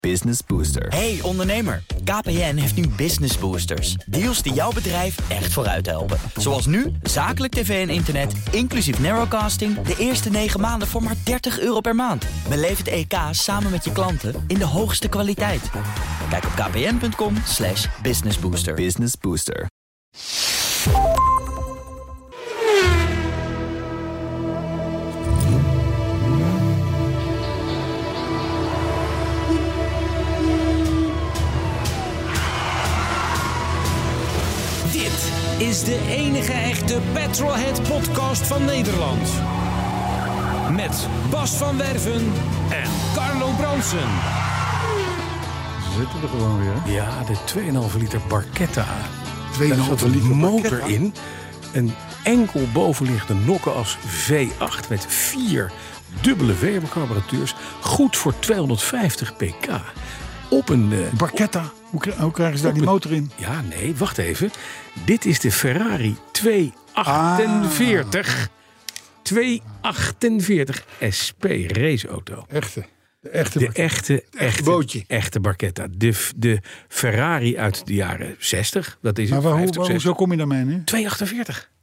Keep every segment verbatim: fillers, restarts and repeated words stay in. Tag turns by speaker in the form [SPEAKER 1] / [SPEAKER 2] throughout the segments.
[SPEAKER 1] Business Booster.
[SPEAKER 2] Hey ondernemer, K P N heeft nu Business Boosters. Deals die jouw bedrijf echt vooruit helpen. Zoals nu, zakelijk tv en internet, inclusief narrowcasting... de eerste negen maanden voor maar dertig euro per maand. Beleef het E K samen met je klanten in de hoogste kwaliteit. Kijk op kpn.com slash businessbooster.
[SPEAKER 1] Business Booster.
[SPEAKER 3] Is de enige echte Petrolhead-podcast van Nederland. Met Bas van Werven en Carlo Bronsen.
[SPEAKER 4] Ze zitten er gewoon weer.
[SPEAKER 5] Ja, de twee komma vijf liter Barchetta.
[SPEAKER 4] twee komma vijf
[SPEAKER 5] Daar zat
[SPEAKER 4] liter
[SPEAKER 5] een motor
[SPEAKER 4] Barchetta?
[SPEAKER 5] in. Een enkel bovenliggende nokkenas V acht met vier dubbele Weber-carburateurs. Goed voor tweehonderdvijftig pk. Op een... Uh,
[SPEAKER 4] Barchetta. Hoe, kri- hoe krijgen ze daar die
[SPEAKER 5] een,
[SPEAKER 4] motor in?
[SPEAKER 5] Ja, nee, wacht even. Dit is de Ferrari tweehonderdachtenveertig.
[SPEAKER 4] Ah.
[SPEAKER 5] tweehonderdachtenveertig S P raceauto.
[SPEAKER 4] Echte. De echte
[SPEAKER 5] De
[SPEAKER 4] Barchetta.
[SPEAKER 5] echte, echte,
[SPEAKER 4] bootje.
[SPEAKER 5] echte Barchetta. De, de Ferrari uit de jaren zestig. Dat is
[SPEAKER 4] Maar
[SPEAKER 5] het,
[SPEAKER 4] waar, hoe,
[SPEAKER 5] vijftig,
[SPEAKER 4] waar, hoezo kom je daarmee nu?
[SPEAKER 5] tweehonderdachtenveertig.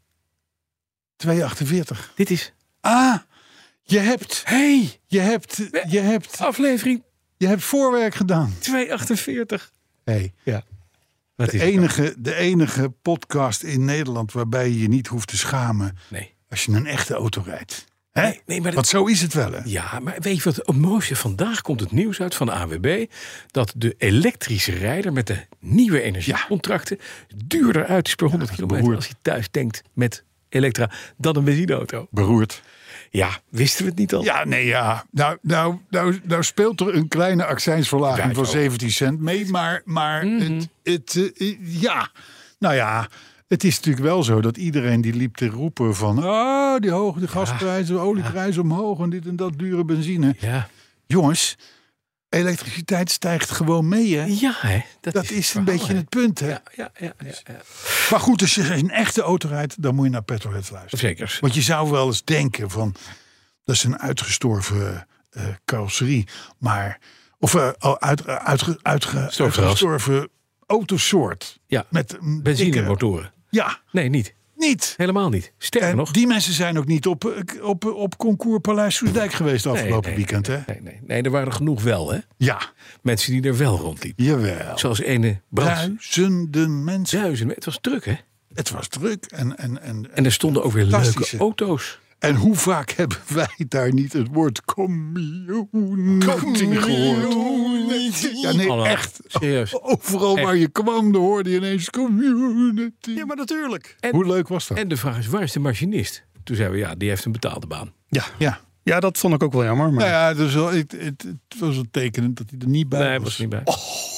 [SPEAKER 4] twee achtenveertig.
[SPEAKER 5] Dit is...
[SPEAKER 4] Ah, je hebt...
[SPEAKER 5] Hey,
[SPEAKER 4] Je hebt... Je hebt,
[SPEAKER 5] aflevering
[SPEAKER 4] je hebt voorwerk gedaan.
[SPEAKER 5] tweehonderdachtenveertig.
[SPEAKER 4] Hey,
[SPEAKER 5] Ja. Wat
[SPEAKER 4] de,
[SPEAKER 5] is het?
[SPEAKER 4] enige, de enige podcast in Nederland waarbij je je niet hoeft te schamen
[SPEAKER 5] Nee.
[SPEAKER 4] als je een echte auto rijdt. Hè?
[SPEAKER 5] Nee, nee, maar dat-
[SPEAKER 4] Want zo is het wel, hè?
[SPEAKER 5] Ja, maar weet je wat het mooiste? Vandaag komt het nieuws uit van de A W B... dat de elektrische rijder met de nieuwe energiecontracten... duurder uit is per honderd kilometer
[SPEAKER 4] beroerd.
[SPEAKER 5] als je thuis denkt met elektra... dan een benzineauto.
[SPEAKER 4] Beroerd.
[SPEAKER 5] Ja, wisten we het niet al?
[SPEAKER 4] Ja, nee, ja. Nou, nou, nou, nou speelt er een kleine accijnsverlaging
[SPEAKER 5] Right,
[SPEAKER 4] van
[SPEAKER 5] oh.
[SPEAKER 4] zeventien cent mee. Maar, maar
[SPEAKER 5] Mhm.
[SPEAKER 4] het, het eh, ja, nou ja, het is natuurlijk wel zo dat iedereen die liep te roepen van... ah, die hoge de gasprijzen, olieprijzen omhoog en dit en dat, dure benzine.
[SPEAKER 5] Ja,
[SPEAKER 4] Jongens, elektriciteit stijgt gewoon mee, hè?
[SPEAKER 5] ja hè, dat,
[SPEAKER 4] Dat
[SPEAKER 5] is,
[SPEAKER 4] is
[SPEAKER 5] het
[SPEAKER 4] een
[SPEAKER 5] verhaal,
[SPEAKER 4] beetje
[SPEAKER 5] hè.
[SPEAKER 4] het punt, hè?
[SPEAKER 5] Ja, ja, ja, ja, ja.
[SPEAKER 4] Maar goed, als je een echte auto rijdt, dan moet je naar Petrolhead luisteren.
[SPEAKER 5] Zeker.
[SPEAKER 4] Want je zou wel eens denken van... dat is een uitgestorven uh, carrosserie. Maar... Of uh, uit, uitge, uitge,
[SPEAKER 5] Stoofgras.
[SPEAKER 4] uitgestorven autosoort.
[SPEAKER 5] Ja,
[SPEAKER 4] Met een dikke-
[SPEAKER 5] benzinemotoren.
[SPEAKER 4] Ja,
[SPEAKER 5] Nee, niet.
[SPEAKER 4] niet.
[SPEAKER 5] Helemaal niet. Sterker
[SPEAKER 4] En
[SPEAKER 5] nog...
[SPEAKER 4] die mensen zijn ook niet op, uh, op, op concours Paleis Soesdijk geweest afgelopen
[SPEAKER 5] nee,
[SPEAKER 4] weekend, hè?
[SPEAKER 5] Nee, nee, nee, er waren er genoeg wel, hè?
[SPEAKER 4] Ja,
[SPEAKER 5] Mensen die er wel rondliepen.
[SPEAKER 4] jawel.
[SPEAKER 5] Zoals ene Brans.
[SPEAKER 4] Duizenden mensen.
[SPEAKER 5] Duizenden. Het was druk, hè?
[SPEAKER 4] Het was druk. En, en, en,
[SPEAKER 5] En er stonden ook weer leuke
[SPEAKER 4] Fantastische.
[SPEAKER 5] auto's.
[SPEAKER 4] en hoe vaak hebben wij daar niet het woord community gehoord? Ja, nee,
[SPEAKER 5] Hallo,
[SPEAKER 4] echt.
[SPEAKER 5] serieus.
[SPEAKER 4] Overal
[SPEAKER 5] Echt.
[SPEAKER 4] waar je kwam, dan hoorde je ineens community.
[SPEAKER 6] Ja, maar natuurlijk.
[SPEAKER 5] En,
[SPEAKER 4] Hoe leuk was dat?
[SPEAKER 5] en de vraag is, waar is de machinist? Toen zeiden we, ja, die heeft een betaalde baan.
[SPEAKER 6] Ja.
[SPEAKER 4] ja.
[SPEAKER 6] ja, dat vond ik ook wel jammer. Maar...
[SPEAKER 4] Nou ja, dus wel, het, het, het was wel tekenend dat hij er niet bij
[SPEAKER 5] Nee, hij
[SPEAKER 4] was.
[SPEAKER 5] was er niet bij.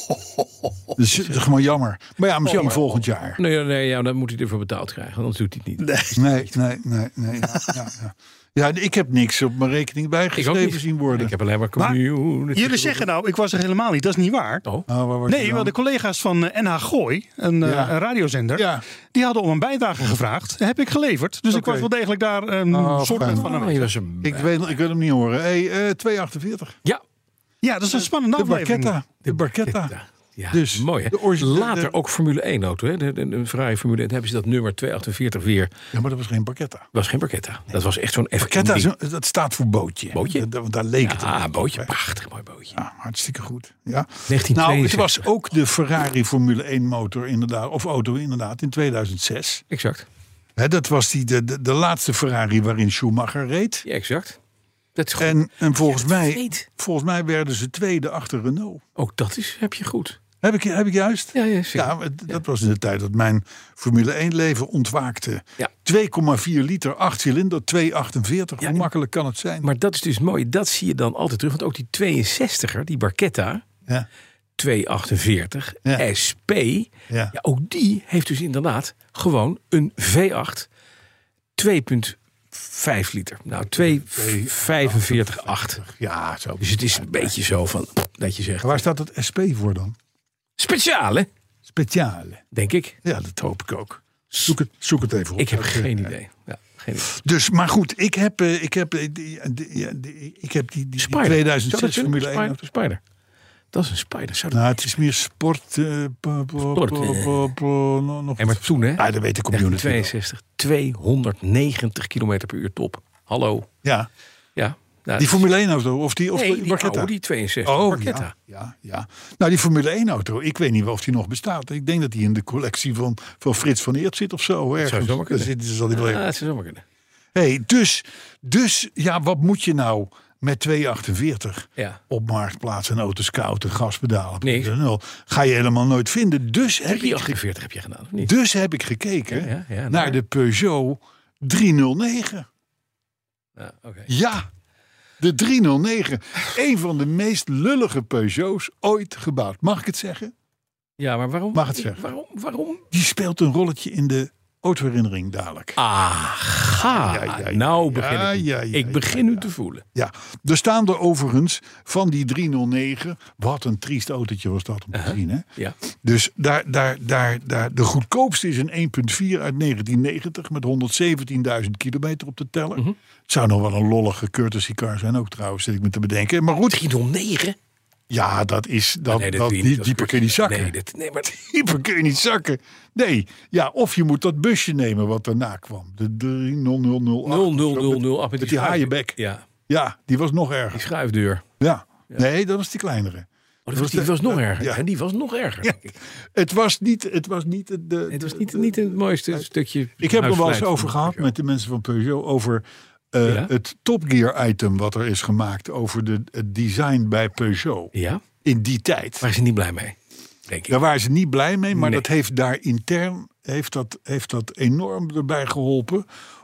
[SPEAKER 4] Dus het is gewoon jammer. Maar ja, misschien
[SPEAKER 5] Jammer.
[SPEAKER 4] volgend jaar.
[SPEAKER 5] Nee, nee, ja, dan moet hij ervoor betaald krijgen. Anders doet hij het niet.
[SPEAKER 4] Nee, nee, nee. nee ja, ja, ja. ja, ik heb niks op mijn rekening
[SPEAKER 5] Ik ook
[SPEAKER 4] bijgeschreven
[SPEAKER 5] niet.
[SPEAKER 4] zien worden.
[SPEAKER 5] Ik heb alleen maar
[SPEAKER 6] Maar
[SPEAKER 5] community.
[SPEAKER 6] jullie zeggen nou, ik was er helemaal niet. Dat is niet waar.
[SPEAKER 5] Oh,
[SPEAKER 4] Oh, waar was je
[SPEAKER 6] Nee,
[SPEAKER 4] dan?
[SPEAKER 6] wel de collega's van eh, N H Gooi, een, eh,
[SPEAKER 4] Ja.
[SPEAKER 6] een radiozender,
[SPEAKER 4] Ja.
[SPEAKER 6] die hadden om een bijdrage gevraagd. Dat heb ik geleverd. Dus ik
[SPEAKER 4] Oké.
[SPEAKER 6] was wel degelijk daar een
[SPEAKER 4] Oh,
[SPEAKER 6] soort
[SPEAKER 4] fijn.
[SPEAKER 6] van
[SPEAKER 5] oh,
[SPEAKER 6] aan.
[SPEAKER 5] je was een...
[SPEAKER 4] Ik, weet, ik wil hem niet horen. Hey, uh, twee achtenveertig.
[SPEAKER 5] Ja,
[SPEAKER 6] Ja, dat is een spannende
[SPEAKER 4] De
[SPEAKER 6] aflevering.
[SPEAKER 4] Barchetta. De Barchetta.
[SPEAKER 5] Ja,
[SPEAKER 4] Dus
[SPEAKER 5] mooi, hè?
[SPEAKER 4] de origine-
[SPEAKER 5] Later
[SPEAKER 4] de-
[SPEAKER 5] ook Formule één auto, hè? De, de, de Ferrari Formule één. Hebben ze dat nummer tweehonderdachtenveertig weer.
[SPEAKER 4] Ja, maar dat was geen Barchetta.
[SPEAKER 5] Was geen Barchetta. Dat was echt zo'n F één
[SPEAKER 4] Barchetta, is
[SPEAKER 5] ding.
[SPEAKER 4] een- dat staat voor bootje.
[SPEAKER 5] Bootje?
[SPEAKER 4] Dat, want daar leek het
[SPEAKER 5] Ah,
[SPEAKER 4] op.
[SPEAKER 5] bootje.
[SPEAKER 4] Hè?
[SPEAKER 5] Prachtig mooi bootje.
[SPEAKER 4] Ja, hartstikke goed. Ja. Nou, het
[SPEAKER 5] negentienhonderdtweeënzestig.
[SPEAKER 4] was ook de Ferrari Formule één motor inderdaad, of auto inderdaad, in tweeduizend zes.
[SPEAKER 5] Exact.
[SPEAKER 4] Hè, dat was die, de, de, de laatste Ferrari waarin Schumacher reed.
[SPEAKER 5] Ja, exact. Dat is goed.
[SPEAKER 4] En, en volgens, mij,
[SPEAKER 5] Weet.
[SPEAKER 4] volgens mij werden ze tweede achter Renault.
[SPEAKER 5] Ook dat is, heb je goed.
[SPEAKER 4] Heb ik, heb ik juist?
[SPEAKER 5] Ja, ja, zeker.
[SPEAKER 4] Ja, het- dat was in de tijd dat mijn Formule één leven ontwaakte.
[SPEAKER 5] Ja.
[SPEAKER 4] twee komma vier liter, acht cilinder, twee achtenveertig.
[SPEAKER 5] Ja,
[SPEAKER 4] Hoe makkelijk kan het zijn?
[SPEAKER 5] Maar dat is dus mooi. Dat zie je dan altijd terug. Want ook die tweeënzestiger, die Barchetta,
[SPEAKER 4] Ja,
[SPEAKER 5] tweehonderdachtenveertig,
[SPEAKER 4] Ja.
[SPEAKER 5] S P.
[SPEAKER 4] ja.
[SPEAKER 5] Ja, ook die heeft dus inderdaad gewoon een V acht twee komma vijf liter. Nou, twee komma vijfenveertig acht.
[SPEAKER 4] ja zo.
[SPEAKER 5] Dus het is een beetje zo van, dat je zegt,
[SPEAKER 4] Waar staat het S P voor dan?
[SPEAKER 5] speciale,
[SPEAKER 4] Speciale.
[SPEAKER 5] denk ik.
[SPEAKER 4] Ja, dat hoop ik ook. Zoek het, zoek het even op.
[SPEAKER 5] Ik heb
[SPEAKER 4] Dat,
[SPEAKER 5] geen
[SPEAKER 4] eh,
[SPEAKER 5] idee. Ja, geen idee.
[SPEAKER 4] Dus, maar goed, ik heb, eh, ik heb, eh, die, die, die- ja, die- ik heb die, die, die
[SPEAKER 5] Spider.
[SPEAKER 4] tweeduizend zes
[SPEAKER 5] Zou dat kunnen?
[SPEAKER 4] Formule één.
[SPEAKER 5] Spider. Spider. Dat is een Spider. Zou
[SPEAKER 4] Nou, het is meer sport. Uh, po, po,
[SPEAKER 5] Sport,
[SPEAKER 4] po,
[SPEAKER 5] eh.
[SPEAKER 4] po, po, no, nog
[SPEAKER 5] En maar toen, hè?
[SPEAKER 4] Ah, dat weet de community wel.
[SPEAKER 5] negentien tweeënzestig, tweehonderdnegentig kilometer per uur top. Hallo.
[SPEAKER 4] Ja,
[SPEAKER 5] Ja. Nou,
[SPEAKER 4] die Formule één auto of die, of
[SPEAKER 5] nee,
[SPEAKER 4] die
[SPEAKER 5] die
[SPEAKER 4] Barchetta?
[SPEAKER 5] oude, die tweeënzestig.
[SPEAKER 4] Oh,
[SPEAKER 5] Barchetta.
[SPEAKER 4] ja, ja, ja. Nou, die Formule één auto, ik weet niet of die nog bestaat. Ik denk dat die in de collectie van, van Frits van Eert zit of zo. Ergens.
[SPEAKER 5] zomaar kunnen.
[SPEAKER 4] Daar zit, zal die wel
[SPEAKER 5] Ja,
[SPEAKER 4] even-
[SPEAKER 5] dat zou zomaar kunnen.
[SPEAKER 4] Hey, dus, dus, ja, wat moet je nou met twee achtenveertig
[SPEAKER 5] Ja.
[SPEAKER 4] op Marktplaats en Autoscout en gaspedalen?
[SPEAKER 5] Niks.
[SPEAKER 4] Ga je helemaal nooit vinden. Dus heb,
[SPEAKER 5] drie
[SPEAKER 4] ik, ge-
[SPEAKER 5] achtenveertig heb je gedaan, of niet?
[SPEAKER 4] dus heb ik gekeken
[SPEAKER 5] Ja, ja, ja,
[SPEAKER 4] naar
[SPEAKER 5] naar-
[SPEAKER 4] de Peugeot driehonderdnegen.
[SPEAKER 5] Ja, oké.
[SPEAKER 4] Ja, de driehonderdnegen. Een van de meest lullige Peugeots ooit gebouwd. Mag ik het zeggen?
[SPEAKER 5] Ja, maar waarom?
[SPEAKER 4] Mag het zeggen.
[SPEAKER 5] Waarom? Waarom?
[SPEAKER 4] Die speelt een rolletje in de autoherinnering dadelijk.
[SPEAKER 5] Aha,
[SPEAKER 4] Ja, ja, ja,
[SPEAKER 5] nou begin
[SPEAKER 4] ja,
[SPEAKER 5] ik.
[SPEAKER 4] ja, ja,
[SPEAKER 5] ik begin
[SPEAKER 4] ja,
[SPEAKER 5] nu
[SPEAKER 4] ja.
[SPEAKER 5] te voelen.
[SPEAKER 4] Ja, er staan er overigens van die driehonderdnegen. Wat een triest autootje was dat om te
[SPEAKER 5] Uh-huh.
[SPEAKER 4] zien. Hè?
[SPEAKER 5] Ja.
[SPEAKER 4] Dus daar, daar, daar, daar, de goedkoopste is een één komma vier uit negentien negentig met honderdzeventienduizend kilometer op de teller.
[SPEAKER 5] Mhm.
[SPEAKER 4] Het zou nog wel een lollige courtesy car zijn ook trouwens, zit ik me te bedenken. Maar goed,
[SPEAKER 5] driehonderdnegen?
[SPEAKER 4] ja, dat is dat,
[SPEAKER 5] Nee,
[SPEAKER 4] dat,
[SPEAKER 5] doe je
[SPEAKER 4] die,
[SPEAKER 5] niet. Dat
[SPEAKER 4] die
[SPEAKER 5] is
[SPEAKER 4] kun je niet zakken.
[SPEAKER 5] Nee, dat, nee, maar
[SPEAKER 4] Die kun je niet zakken. Nee, ja, of je moet dat busje nemen wat daarna kwam. De drie nul nul nul acht.
[SPEAKER 5] nul nul nul nul acht
[SPEAKER 4] Met die
[SPEAKER 5] schuif-
[SPEAKER 4] haaienbek.
[SPEAKER 5] Ja,
[SPEAKER 4] Ja, die was nog
[SPEAKER 5] die
[SPEAKER 4] erger.
[SPEAKER 5] schuifdeur.
[SPEAKER 4] Ja. Nee, dat was die kleinere.
[SPEAKER 5] Oh, die was, die
[SPEAKER 4] de-
[SPEAKER 5] was nog
[SPEAKER 4] ja,
[SPEAKER 5] erger.
[SPEAKER 4] ja.
[SPEAKER 5] En die was nog erger.
[SPEAKER 4] Ja.
[SPEAKER 5] denk ik.
[SPEAKER 4] Het was niet, het was niet de. de-
[SPEAKER 5] Het was niet, niet het mooiste stukje.
[SPEAKER 4] Ik heb er wel eens
[SPEAKER 5] huisvlijt
[SPEAKER 4] over
[SPEAKER 5] van
[SPEAKER 4] gehad
[SPEAKER 5] Peugeot.
[SPEAKER 4] met de mensen van Peugeot over eh,
[SPEAKER 5] Ja?
[SPEAKER 4] het Top Gear item wat er is gemaakt over de, het design bij Peugeot
[SPEAKER 5] Ja,
[SPEAKER 4] in die tijd.
[SPEAKER 5] waren ze niet blij mee, denk ik.
[SPEAKER 4] Daar waren ze niet blij mee, maar
[SPEAKER 5] Nee.
[SPEAKER 4] dat heeft daar intern heeft dat, heeft dat enorm erbij geholpen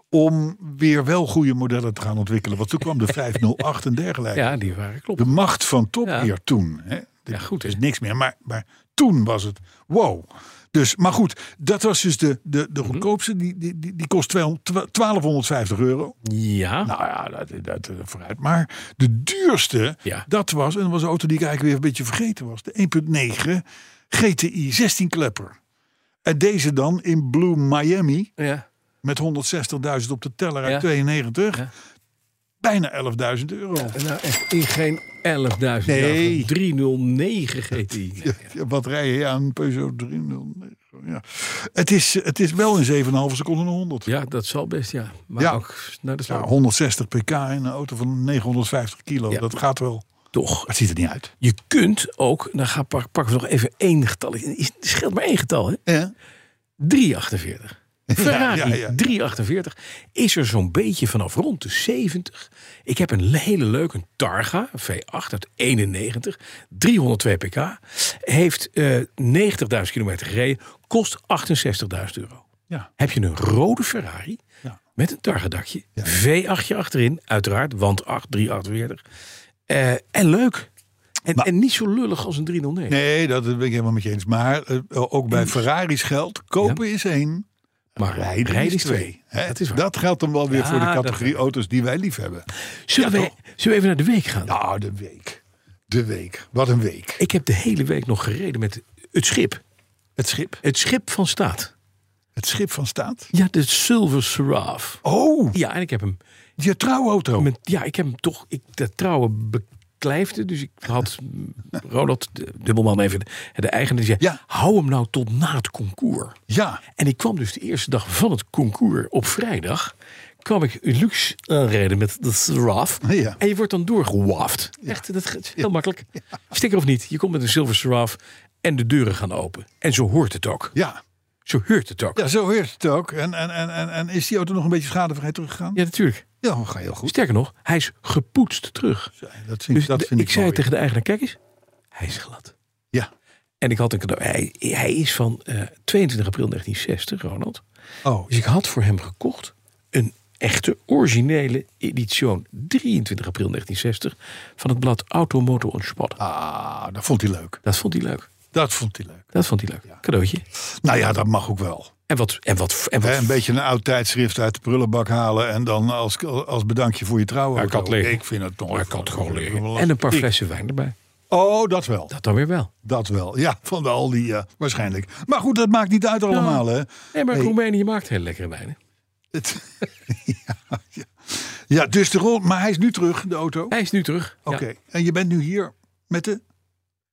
[SPEAKER 4] om weer wel goede modellen te gaan ontwikkelen. Want toen kwam de vijfhonderdacht en dergelijke.
[SPEAKER 5] Ja, die waren klopt.
[SPEAKER 4] De macht van Top
[SPEAKER 5] Ja.
[SPEAKER 4] Gear toen. Hè?
[SPEAKER 5] Ja, goed,
[SPEAKER 4] Er is
[SPEAKER 5] hè?
[SPEAKER 4] niks meer, maar, maar toen was het wow. Dus, maar goed, dat was dus de, de,
[SPEAKER 5] Mhm.
[SPEAKER 4] de goedkoopste. Die, die, die, die kost twaalfhonderdvijftig euro.
[SPEAKER 5] Ja,
[SPEAKER 4] Nou ja, dat, dat, dat vooruit. Maar de duurste,
[SPEAKER 5] Ja.
[SPEAKER 4] dat was, en dat was een auto die ik eigenlijk weer een beetje vergeten was. De één komma negen G T I zestien klepper. En deze dan in Blue Miami
[SPEAKER 5] ja.
[SPEAKER 4] met honderdzestigduizend op de teller uit
[SPEAKER 5] Ja.
[SPEAKER 4] tweeënnegentig.
[SPEAKER 5] Ja.
[SPEAKER 4] Bijna elfduizend euro.
[SPEAKER 5] Nou, echt in geen elfduizend.
[SPEAKER 4] Nee.
[SPEAKER 5] Ja, driehonderdnegen G T I.
[SPEAKER 4] Ja, ja, wat rij je aan een Peugeot driehonderdnegen? Ja. Het, is, het is wel in zeven komma vijf seconden naar honderd.
[SPEAKER 5] Ja, dat zal best, ja. Maar
[SPEAKER 4] Ja.
[SPEAKER 5] ook, nou, dat is
[SPEAKER 4] Ja,
[SPEAKER 5] wel
[SPEAKER 4] honderdzestig pk in een auto van negenhonderdvijftig kilo.
[SPEAKER 5] Ja.
[SPEAKER 4] Dat gaat wel.
[SPEAKER 5] toch.
[SPEAKER 4] Maar het ziet er niet uit.
[SPEAKER 5] Je kunt ook, dan gaan pak, pakken we nog even één getal. Het scheelt maar één getal, hè?
[SPEAKER 4] Ja.
[SPEAKER 5] driehonderdachtenveertig. Ferrari
[SPEAKER 4] Ja, ja, ja.
[SPEAKER 5] driehonderdachtenveertig is er zo'n beetje vanaf rond de zeventig. Ik heb een hele leuke, een Targa, een V acht uit eenennegentig. driehonderdtwee pk. Heeft eh negentigduizend kilometer gereden. Kost achtenzestigduizend euro.
[SPEAKER 4] Ja.
[SPEAKER 5] Heb je een rode Ferrari
[SPEAKER 4] Ja.
[SPEAKER 5] met een Targa-dakje. V achtje achterin, uiteraard. Want acht, driehonderdachtenveertig. Eh, en leuk. En,
[SPEAKER 4] Maar-
[SPEAKER 5] en niet zo lullig als een driehonderdnegen.
[SPEAKER 4] Nee, dat ben ik helemaal met je eens. Maar eh, ook bij Ferraris geldt, kopen is één,
[SPEAKER 5] Maar
[SPEAKER 4] rijden,
[SPEAKER 5] rijden
[SPEAKER 4] is
[SPEAKER 5] is
[SPEAKER 4] twee.
[SPEAKER 5] twee.
[SPEAKER 4] Hè?
[SPEAKER 5] Dat is waar.
[SPEAKER 4] Dat geldt dan wel weer
[SPEAKER 5] Ja,
[SPEAKER 4] voor de
[SPEAKER 5] dat
[SPEAKER 4] categorie
[SPEAKER 5] wel.
[SPEAKER 4] auto's die wij lief hebben.
[SPEAKER 5] Zullen,
[SPEAKER 4] Ja,
[SPEAKER 5] we,
[SPEAKER 4] toch?
[SPEAKER 5] zullen we even naar de week gaan?
[SPEAKER 4] Nou, de week. De week. Wat een week.
[SPEAKER 5] Ik heb de hele week nog gereden met het schip.
[SPEAKER 4] Het schip.
[SPEAKER 5] Het schip van staat.
[SPEAKER 4] Het schip van staat.
[SPEAKER 5] Ja, de Silver Seraph.
[SPEAKER 4] Oh,
[SPEAKER 5] Ja, en ik heb hem
[SPEAKER 4] je trouwauto.
[SPEAKER 5] met, ja, ik heb hem toch, ik, de trouwe beklijfde. Dus ik had mm, Ronald, de dubbelman, even de, de eigenaar, die zei,
[SPEAKER 4] Ja.
[SPEAKER 5] hou hem nou tot na het concours.
[SPEAKER 4] Ja.
[SPEAKER 5] En ik kwam dus de eerste dag van het concours op vrijdag, kwam ik luxe aanrijden met de Seraph.
[SPEAKER 4] Ja.
[SPEAKER 5] En je wordt dan doorgewaft. Echt, dat is heel makkelijk. Sticker of niet, je komt met een Silver Seraph en de deuren gaan open. En zo hoort het ook.
[SPEAKER 4] Ja.
[SPEAKER 5] Zo hoort het ook.
[SPEAKER 4] Ja, zo hoort het ook. En, en, en, en, en is die auto nog een beetje schadevrij teruggegaan?
[SPEAKER 5] Ja, natuurlijk.
[SPEAKER 4] Ja, dat gaat heel goed.
[SPEAKER 5] Sterker nog, hij is gepoetst terug.
[SPEAKER 4] Dat vind,
[SPEAKER 5] Dus
[SPEAKER 4] dat
[SPEAKER 5] de-
[SPEAKER 4] vind
[SPEAKER 5] ik
[SPEAKER 4] ik
[SPEAKER 5] zei
[SPEAKER 4] mooi.
[SPEAKER 5] tegen de eigenaar, kijk eens, hij is glad.
[SPEAKER 4] Ja.
[SPEAKER 5] En ik had een cadeau. Hij, hij is van eh, tweeëntwintig april negentien zestig, Ronald.
[SPEAKER 4] Oh,
[SPEAKER 5] Dus ik had voor hem gekocht een echte originele edition drieëntwintig april negentien zestig van het blad Automoto und Sport.
[SPEAKER 4] ah, dat vond hij leuk.
[SPEAKER 5] Dat vond hij leuk.
[SPEAKER 4] Dat vond hij leuk.
[SPEAKER 5] Dat vond hij leuk. Cadeautje.
[SPEAKER 4] Nou ja, dat mag ook wel.
[SPEAKER 5] En wat, en wat, en wat
[SPEAKER 4] Hè, een beetje een oud tijdschrift uit de prullenbak halen en dan als, als bedankje voor je trouwen.
[SPEAKER 5] Hij kan het liggen.
[SPEAKER 4] Ik vind het toch.
[SPEAKER 5] Hij kan het gewoon liggen.
[SPEAKER 4] wel
[SPEAKER 5] En een paar
[SPEAKER 4] ik-
[SPEAKER 5] flessen wijn erbij.
[SPEAKER 4] Oh, dat wel.
[SPEAKER 5] Dat dan weer wel.
[SPEAKER 4] Dat wel. Ja, van de Aldi, ja, waarschijnlijk. Maar goed, dat maakt niet uit allemaal, hè?
[SPEAKER 5] Nee, maar
[SPEAKER 4] Hey.
[SPEAKER 5] Roemenië maakt heel lekkere wijnen.
[SPEAKER 4] Het, ja, ja. ja, dus de rol. Maar hij is nu terug, de auto. Oké.
[SPEAKER 5] Hij is nu terug. Ja.
[SPEAKER 4] En je bent nu hier met de.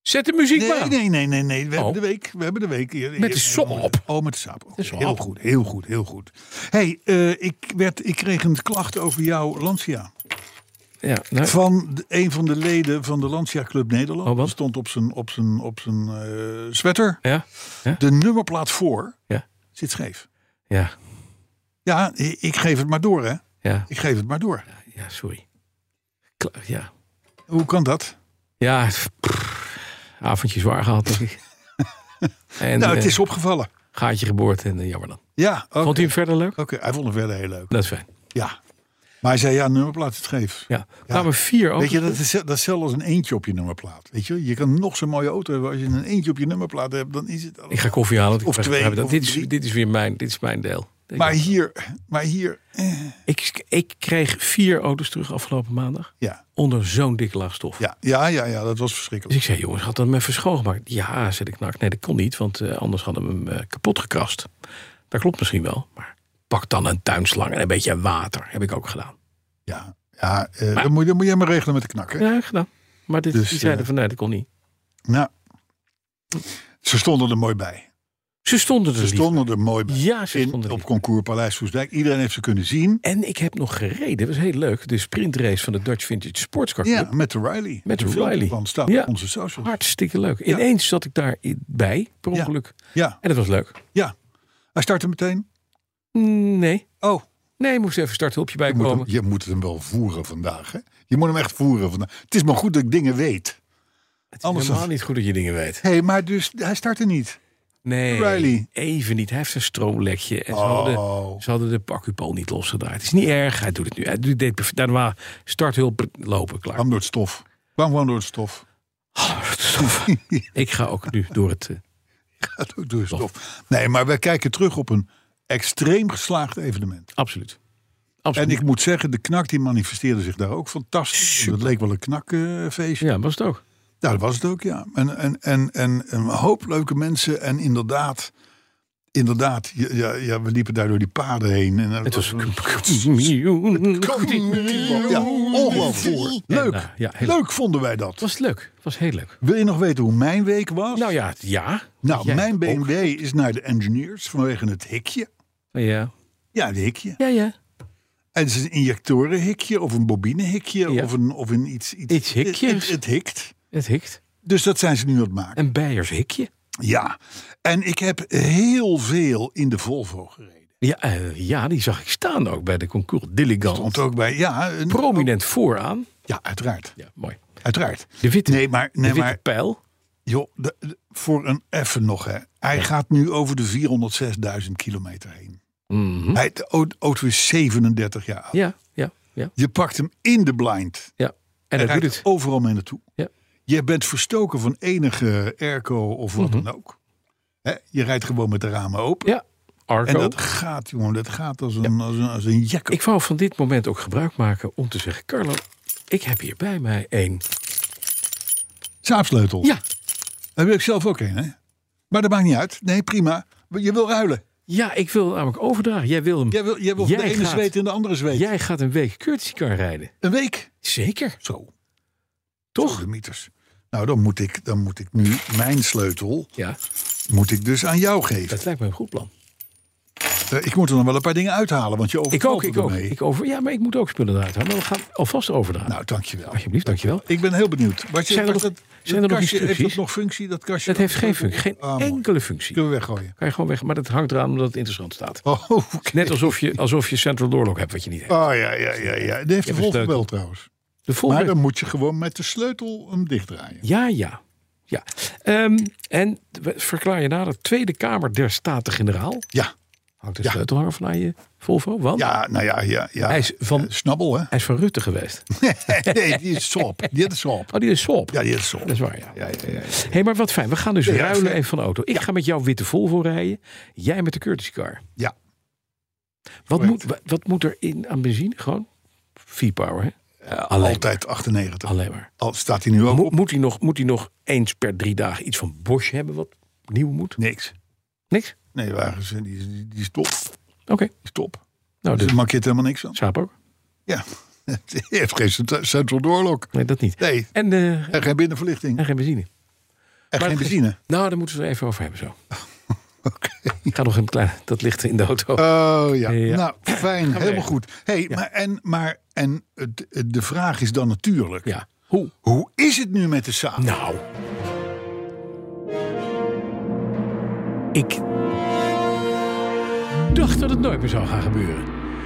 [SPEAKER 5] Zet de muziek
[SPEAKER 4] Nee,
[SPEAKER 5] maar.
[SPEAKER 4] nee, nee, nee, nee. We
[SPEAKER 5] Oh.
[SPEAKER 4] hebben de week. We hebben de week.
[SPEAKER 5] Met de Saab.
[SPEAKER 4] Oh, met de Saab. Oké,
[SPEAKER 5] De Saab.
[SPEAKER 4] Heel goed, heel goed, heel goed. Hey, uh, ik, werd, ik kreeg een klacht over jouw Lancia.
[SPEAKER 5] Ja, nou,
[SPEAKER 4] Van de, een van de leden van de Lancia Club Nederland.
[SPEAKER 5] Oh, wat?
[SPEAKER 4] Er stond op zijn, op zijn, op zijn uh, sweater.
[SPEAKER 5] ja, ja,
[SPEAKER 4] De nummerplaat voor
[SPEAKER 5] ja,
[SPEAKER 4] zit scheef.
[SPEAKER 5] ja,
[SPEAKER 4] Ja, ik, ik geef het maar door, hè.
[SPEAKER 5] ja,
[SPEAKER 4] Ik geef het maar door.
[SPEAKER 5] ja, sorry. Kla- ja,
[SPEAKER 4] Hoe kan dat?
[SPEAKER 5] ja, pff, avondje zwaar gehad, denk ik. En,
[SPEAKER 4] Nou, het
[SPEAKER 5] eh,
[SPEAKER 4] is opgevallen.
[SPEAKER 5] gaatje geboord en uh, jammer dan.
[SPEAKER 4] Ja, oké.
[SPEAKER 5] Vond hij hem verder leuk?
[SPEAKER 4] Oké, hij vond het verder heel leuk.
[SPEAKER 5] Dat is fijn.
[SPEAKER 4] Ja. Maar hij zei, ja, nummerplaat is scheef.
[SPEAKER 5] Ja, er kwamen vier auto's.
[SPEAKER 4] Weet je, dat is, dat is hetzelfde als een eentje op je nummerplaat. Weet je, je kan nog zo'n mooie auto hebben. Als je een eentje op je nummerplaat hebt, dan is het...
[SPEAKER 5] Ik ga koffie halen. want ik
[SPEAKER 4] Of
[SPEAKER 5] begrijp
[SPEAKER 4] twee,
[SPEAKER 5] dat.
[SPEAKER 4] of
[SPEAKER 5] dit, is,
[SPEAKER 4] drie.
[SPEAKER 5] dit is weer mijn, dit is mijn deel. Denk
[SPEAKER 4] Maar
[SPEAKER 5] ik.
[SPEAKER 4] hier, maar hier... Eh,
[SPEAKER 5] Ik, ik kreeg vier auto's terug afgelopen maandag.
[SPEAKER 4] ja,
[SPEAKER 5] Onder zo'n dikke laag stof.
[SPEAKER 4] ja, ja, ja, ja, dat was
[SPEAKER 5] Dus
[SPEAKER 4] verschrikkelijk.
[SPEAKER 5] ik zei, jongens, had dat hem even schoongemaakt? Ja, zei ik, nou, nee, dat kon niet, want uh, anders hadden we hem uh, kapot gekrast. Dat klopt misschien wel, maar pak dan een tuinslang en een beetje water. Heb ik ook gedaan.
[SPEAKER 4] Ja, ja eh,
[SPEAKER 5] Maar-
[SPEAKER 4] dan, moet, dan moet jij maar regelen met de knakker.
[SPEAKER 5] Ja, heb ik gedaan. Maar dit,
[SPEAKER 4] Dus,
[SPEAKER 5] die zeiden
[SPEAKER 4] uh,
[SPEAKER 5] van, nee, dat kon niet.
[SPEAKER 4] Nou, ze stonden er mooi bij.
[SPEAKER 5] Ze stonden er
[SPEAKER 4] Ze
[SPEAKER 5] niet.
[SPEAKER 4] stonden er mooi bij.
[SPEAKER 5] Ja, ze
[SPEAKER 4] In,
[SPEAKER 5] stonden er
[SPEAKER 4] op
[SPEAKER 5] niet.
[SPEAKER 4] concours Paleis Soesdijk. Iedereen heeft ze kunnen zien.
[SPEAKER 5] En ik heb nog gereden, dat was heel leuk. De sprintrace van de Dutch Vintage Sportscar Club.
[SPEAKER 4] Ja, met de Riley.
[SPEAKER 5] Met de
[SPEAKER 4] Een filmpje
[SPEAKER 5] Riley.
[SPEAKER 4] van staat
[SPEAKER 5] Ja.
[SPEAKER 4] op onze socials.
[SPEAKER 5] Hartstikke leuk. Ineens zat ik daar i- bij, per
[SPEAKER 4] Ja.
[SPEAKER 5] ongeluk.
[SPEAKER 4] Ja,
[SPEAKER 5] En dat was leuk.
[SPEAKER 4] ja. Hij startte meteen.
[SPEAKER 5] Mm, Nee.
[SPEAKER 4] Oh,
[SPEAKER 5] Nee, je moest even starthulpje
[SPEAKER 4] je moet, hem,
[SPEAKER 5] bijkomen.
[SPEAKER 4] je moet hem wel voeren vandaag. Hè? Je moet hem echt voeren vandaag. Het is maar goed dat ik dingen weet.
[SPEAKER 5] Het is
[SPEAKER 4] anders
[SPEAKER 5] helemaal
[SPEAKER 4] dan-
[SPEAKER 5] niet goed dat je dingen weet.
[SPEAKER 4] Hé, hey, maar dus hij startte niet.
[SPEAKER 5] Nee,
[SPEAKER 4] Riley.
[SPEAKER 5] even niet. Hij heeft een stroomlekje. En ze,
[SPEAKER 4] Oh.
[SPEAKER 5] hadden, ze hadden de accupool niet losgedraaid. Het is niet erg. Hij doet het nu. Hij doet dit perfect. Daarna starthulp lopen, klaar.
[SPEAKER 4] Kwam door het stof. Kwam gewoon door het stof.
[SPEAKER 5] Oh, dat is tof. Ik ga ook nu door het... uh,
[SPEAKER 4] Gaat ook door het stof. Nee, maar wij kijken terug op een extreem geslaagd evenement.
[SPEAKER 5] absoluut.
[SPEAKER 4] En
[SPEAKER 5] Absoluut.
[SPEAKER 4] ik moet zeggen, de knak die manifesteerde zich daar ook fantastisch.
[SPEAKER 5] Super.
[SPEAKER 4] Het leek wel een knakfeestje.
[SPEAKER 5] Ja, was het ook.
[SPEAKER 4] Ja, dat was het ook, ja. En, en, en, en een hoop leuke mensen. En inderdaad, inderdaad ja, ja, we liepen daar door die paden heen. En
[SPEAKER 5] Het was...
[SPEAKER 4] ja, ongelooflijk. Leuk.
[SPEAKER 5] Ja, ja, heel-
[SPEAKER 4] Leuk vonden wij dat.
[SPEAKER 5] Was het leuk. Was heel leuk.
[SPEAKER 4] Wil je nog weten hoe mijn week was?
[SPEAKER 5] Nou ja, ja.
[SPEAKER 4] Nou,
[SPEAKER 5] Jij
[SPEAKER 4] mijn B M
[SPEAKER 5] ook.
[SPEAKER 4] W is naar de engineers vanwege het hikje.
[SPEAKER 5] Ja.
[SPEAKER 4] Ja, het hikje.
[SPEAKER 5] Ja, ja.
[SPEAKER 4] En het is een injectorenhikje of een bobinehikje
[SPEAKER 5] Ja.
[SPEAKER 4] of een, of een iets... iets
[SPEAKER 5] Iets hikjes.
[SPEAKER 4] Het, het, het hikt.
[SPEAKER 5] Het hikt.
[SPEAKER 4] Dus dat zijn ze nu aan het maken.
[SPEAKER 5] Een Beiers hikje.
[SPEAKER 4] Ja. En ik heb heel veel in de Volvo gereden.
[SPEAKER 5] Ja, uh, ja, die zag ik staan ook bij de concours Diligent.
[SPEAKER 4] Stond ook bij... Ja, een,
[SPEAKER 5] Prominent vooraan.
[SPEAKER 4] Ja, uiteraard.
[SPEAKER 5] Ja, mooi.
[SPEAKER 4] Uiteraard.
[SPEAKER 5] De witte,
[SPEAKER 4] Nee, maar,
[SPEAKER 5] de
[SPEAKER 4] nee,
[SPEAKER 5] witte
[SPEAKER 4] maar
[SPEAKER 5] pijl.
[SPEAKER 4] joh, de, de- voor een even nog. Hè. Hij gaat nu over de vierhonderdzesduizend kilometer heen.
[SPEAKER 5] Mhm.
[SPEAKER 4] Hij, de au- auto is zevenendertig jaar oud.
[SPEAKER 5] Ja, ja, ja,
[SPEAKER 4] Je pakt hem in de blind.
[SPEAKER 5] ja. En
[SPEAKER 4] Hij
[SPEAKER 5] dat
[SPEAKER 4] rijdt
[SPEAKER 5] doet het.
[SPEAKER 4] overal mee naartoe.
[SPEAKER 5] Ja.
[SPEAKER 4] Je bent verstoken van enige airco of wat
[SPEAKER 5] Mhm.
[SPEAKER 4] dan ook. Hè, je rijdt gewoon met de ramen open.
[SPEAKER 5] Ja, Arco.
[SPEAKER 4] En dat gaat, jongen, dat gaat als een, als een, als een jekker.
[SPEAKER 5] Ik wou van dit moment ook gebruik maken om te zeggen... Carlo, ik heb hier bij mij een...
[SPEAKER 4] Saapsleutel.
[SPEAKER 5] Ja,
[SPEAKER 4] Daar wil ik zelf ook een, hè? Maar dat maakt niet uit. Nee, prima. Je wil ruilen.
[SPEAKER 5] ja, ik wil namelijk overdragen. Jij wil hem...
[SPEAKER 4] Jij wil, jij wil
[SPEAKER 5] Jij
[SPEAKER 4] van de ene
[SPEAKER 5] gaat-
[SPEAKER 4] zweet in de andere zweet.
[SPEAKER 5] Jij gaat een week courtesy car rijden.
[SPEAKER 4] Een week.
[SPEAKER 5] Zeker,
[SPEAKER 4] Zo.
[SPEAKER 5] toch?
[SPEAKER 4] De meters. Nou, dan moet, ik, dan moet ik nu mijn sleutel
[SPEAKER 5] Ja,
[SPEAKER 4] moet ik dus aan jou geven.
[SPEAKER 5] dat lijkt me een goed plan.
[SPEAKER 4] Uh, ik moet er nog wel een paar dingen uithalen, want je
[SPEAKER 5] Ik
[SPEAKER 4] overvalt
[SPEAKER 5] ook, ik
[SPEAKER 4] er
[SPEAKER 5] ook.
[SPEAKER 4] mee.
[SPEAKER 5] Ik over, ja, maar ik moet ook spullen eruit halen. Maar we gaan alvast overdragen.
[SPEAKER 4] Nou, dankjewel.
[SPEAKER 5] Alsjeblieft, dankjewel.
[SPEAKER 4] Ik ben heel benieuwd. Wat je,
[SPEAKER 5] Zijn er
[SPEAKER 4] wat
[SPEAKER 5] nog-
[SPEAKER 4] dat,
[SPEAKER 5] zijn
[SPEAKER 4] dat
[SPEAKER 5] er nog
[SPEAKER 4] kastje, heeft
[SPEAKER 5] instructies?
[SPEAKER 4] dat nog functie? Dat kastje?
[SPEAKER 5] Dat heeft geen functie, geen
[SPEAKER 4] Ah, mooi.
[SPEAKER 5] enkele functie.
[SPEAKER 4] Kunnen we weggooien.
[SPEAKER 5] Kan je gewoon weg, maar dat hangt eraan omdat het interessant staat.
[SPEAKER 4] Oh, oké.
[SPEAKER 5] Net alsof je, alsof je Central Doorlock hebt wat je niet hebt.
[SPEAKER 4] Oh, ja, ja, ja, ja. Die heeft de
[SPEAKER 5] een
[SPEAKER 4] Volvo
[SPEAKER 5] sleutel.
[SPEAKER 4] wel trouwens.
[SPEAKER 5] De volgende...
[SPEAKER 4] Maar dan moet je gewoon met de sleutel hem dichtdraaien.
[SPEAKER 5] Ja, ja. ja. Ehm, en we- verklaar je nader, Tweede Kamer der Staten-Generaal.
[SPEAKER 4] Ja,
[SPEAKER 5] Hangt de
[SPEAKER 4] Ja.
[SPEAKER 5] sleutelhanger van aan je Volvo? Want
[SPEAKER 4] ja, nou ja, ja. ja.
[SPEAKER 5] hij, is van,
[SPEAKER 4] Eh, Snabbel, hè?
[SPEAKER 5] hij is van Rutte geweest.
[SPEAKER 4] Nee, die is sop. Die is sop.
[SPEAKER 5] Oh, die is Swap.
[SPEAKER 4] Ja, die is sop.
[SPEAKER 5] Dat is waar, ja.
[SPEAKER 4] Ja, ja, ja.
[SPEAKER 5] Hé, maar wat fijn. We gaan dus
[SPEAKER 4] Ja,
[SPEAKER 5] ruilen
[SPEAKER 4] fijn.
[SPEAKER 5] even van de auto. Ik ga met jouw witte Volvo rijden. Jij met de courtesy car.
[SPEAKER 4] Ja.
[SPEAKER 5] Wat
[SPEAKER 4] Correct.
[SPEAKER 5] moet, wat, wat moet er in aan benzine? Gewoon V-power, hè? Alleen
[SPEAKER 4] Altijd achtennegentig.
[SPEAKER 5] Alleen maar.
[SPEAKER 4] Al staat hij nu ook
[SPEAKER 5] Mo-
[SPEAKER 4] op.
[SPEAKER 5] moet, hij nog, moet hij nog eens per drie dagen iets van Bosch hebben wat nieuw moet?
[SPEAKER 4] Niks.
[SPEAKER 5] Niks?
[SPEAKER 4] Nee, de wagens, die, die, die is top.
[SPEAKER 5] Oké.
[SPEAKER 4] Die is top.
[SPEAKER 5] Nou,
[SPEAKER 4] Dus
[SPEAKER 5] dus
[SPEAKER 4] er mankeert helemaal niks aan.
[SPEAKER 5] Saab ook?
[SPEAKER 4] Ja. Het heeft geen cent- central doorlock.
[SPEAKER 5] Nee, dat niet.
[SPEAKER 4] Nee,
[SPEAKER 5] En, eh,
[SPEAKER 4] en geen binnenverlichting.
[SPEAKER 5] en geen benzine.
[SPEAKER 4] En
[SPEAKER 5] Maar
[SPEAKER 4] geen
[SPEAKER 5] het-
[SPEAKER 4] benzine.
[SPEAKER 5] Nou, daar moeten we het even over hebben zo.
[SPEAKER 4] Oké.
[SPEAKER 5] Ik ga nog een klein... Dat ligt in de auto.
[SPEAKER 4] Oh ja.
[SPEAKER 5] Ja.
[SPEAKER 4] Nou, fijn.
[SPEAKER 5] we
[SPEAKER 4] Helemaal
[SPEAKER 5] even.
[SPEAKER 4] goed. Hey, maar en, maar, en het- de vraag is dan natuurlijk...
[SPEAKER 5] Ja. Hoe?
[SPEAKER 4] Hoe is het nu met de Saab?
[SPEAKER 5] Nou. Ik dacht dat het nooit meer zou gaan gebeuren.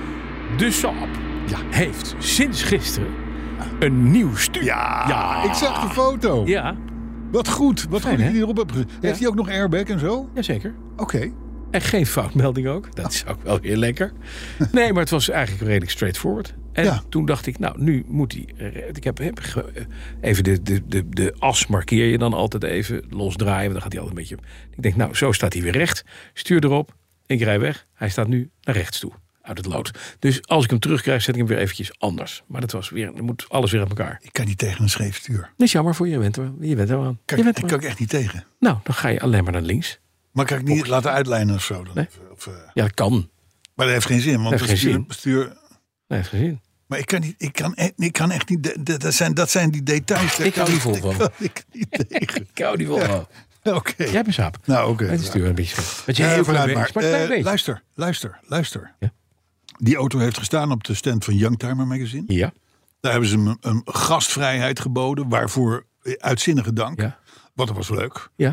[SPEAKER 5] De Saab
[SPEAKER 4] Ja.
[SPEAKER 5] heeft sinds gisteren een nieuw stuur.
[SPEAKER 4] Ja,
[SPEAKER 5] Ja.
[SPEAKER 4] ik zag de foto.
[SPEAKER 5] Ja,
[SPEAKER 4] Wat goed. Wat
[SPEAKER 5] Fijn,
[SPEAKER 4] goed dat
[SPEAKER 5] hè?
[SPEAKER 4] je die erop hebt gezet. Heeft hij ook nog airbag en zo?
[SPEAKER 5] jazeker.
[SPEAKER 4] Oké.
[SPEAKER 5] En geen foutmelding ook. Dat is ook wel weer lekker. Nee, maar het was eigenlijk redelijk straightforward. En
[SPEAKER 4] Ja.
[SPEAKER 5] toen dacht ik, nou, nu moet hij... Ik heb heb ge- even de, de, de, de as markeer je dan altijd even. Losdraaien, want dan gaat hij altijd een beetje... Ik denk, nou, zo staat hij weer recht. Stuur erop. Ik rij weg. Hij staat nu naar rechts toe. Uit het lood. Dus als ik hem terugkrijg, zet ik hem weer eventjes anders. Maar dat was weer... Dan moet alles weer uit elkaar.
[SPEAKER 4] Ik kan niet tegen een scheef stuur.
[SPEAKER 5] Dat is jammer voor je. Je bent er, je bent er aan.
[SPEAKER 4] Kan,
[SPEAKER 5] je bent
[SPEAKER 4] ik
[SPEAKER 5] er
[SPEAKER 4] kan
[SPEAKER 5] aan.
[SPEAKER 4] ik echt niet tegen.
[SPEAKER 5] Nou, dan ga je alleen maar naar links.
[SPEAKER 4] Maar kan ik niet laten uitlijnen of zo? Dan?
[SPEAKER 5] Nee.
[SPEAKER 4] Of, of, eh,
[SPEAKER 5] Ja, dat kan.
[SPEAKER 4] maar dat heeft geen zin. Want
[SPEAKER 5] heeft
[SPEAKER 4] het
[SPEAKER 5] geen
[SPEAKER 4] stuur,
[SPEAKER 5] zin.
[SPEAKER 4] stuur...
[SPEAKER 5] Nee, heeft geen zin.
[SPEAKER 4] Maar ik kan, niet, ik, kan echt, ik kan echt niet... de- de- Dat zijn, dat zijn die details. daar
[SPEAKER 5] Ik hou
[SPEAKER 4] kan
[SPEAKER 5] die vol van.
[SPEAKER 4] kan ik niet tegen.
[SPEAKER 5] Ik hou die wel van.
[SPEAKER 4] Oké.
[SPEAKER 5] Jij hebt een saap.
[SPEAKER 4] Nou, oké.
[SPEAKER 5] Het stuur een beetje van. Want je
[SPEAKER 4] Eh,
[SPEAKER 5] heel
[SPEAKER 4] vooruit
[SPEAKER 5] klein
[SPEAKER 4] maar.
[SPEAKER 5] beetje, maar een klein
[SPEAKER 4] Eh,
[SPEAKER 5] beetje.
[SPEAKER 4] luister, luister, luister.
[SPEAKER 5] Ja.
[SPEAKER 4] Die auto heeft gestaan op de stand van Youngtimer Magazine.
[SPEAKER 5] Ja,
[SPEAKER 4] Daar hebben ze hem een gastvrijheid geboden. Waarvoor eh, uitzinnige dank.
[SPEAKER 5] ja,
[SPEAKER 4] Want dat was leuk.
[SPEAKER 5] ja.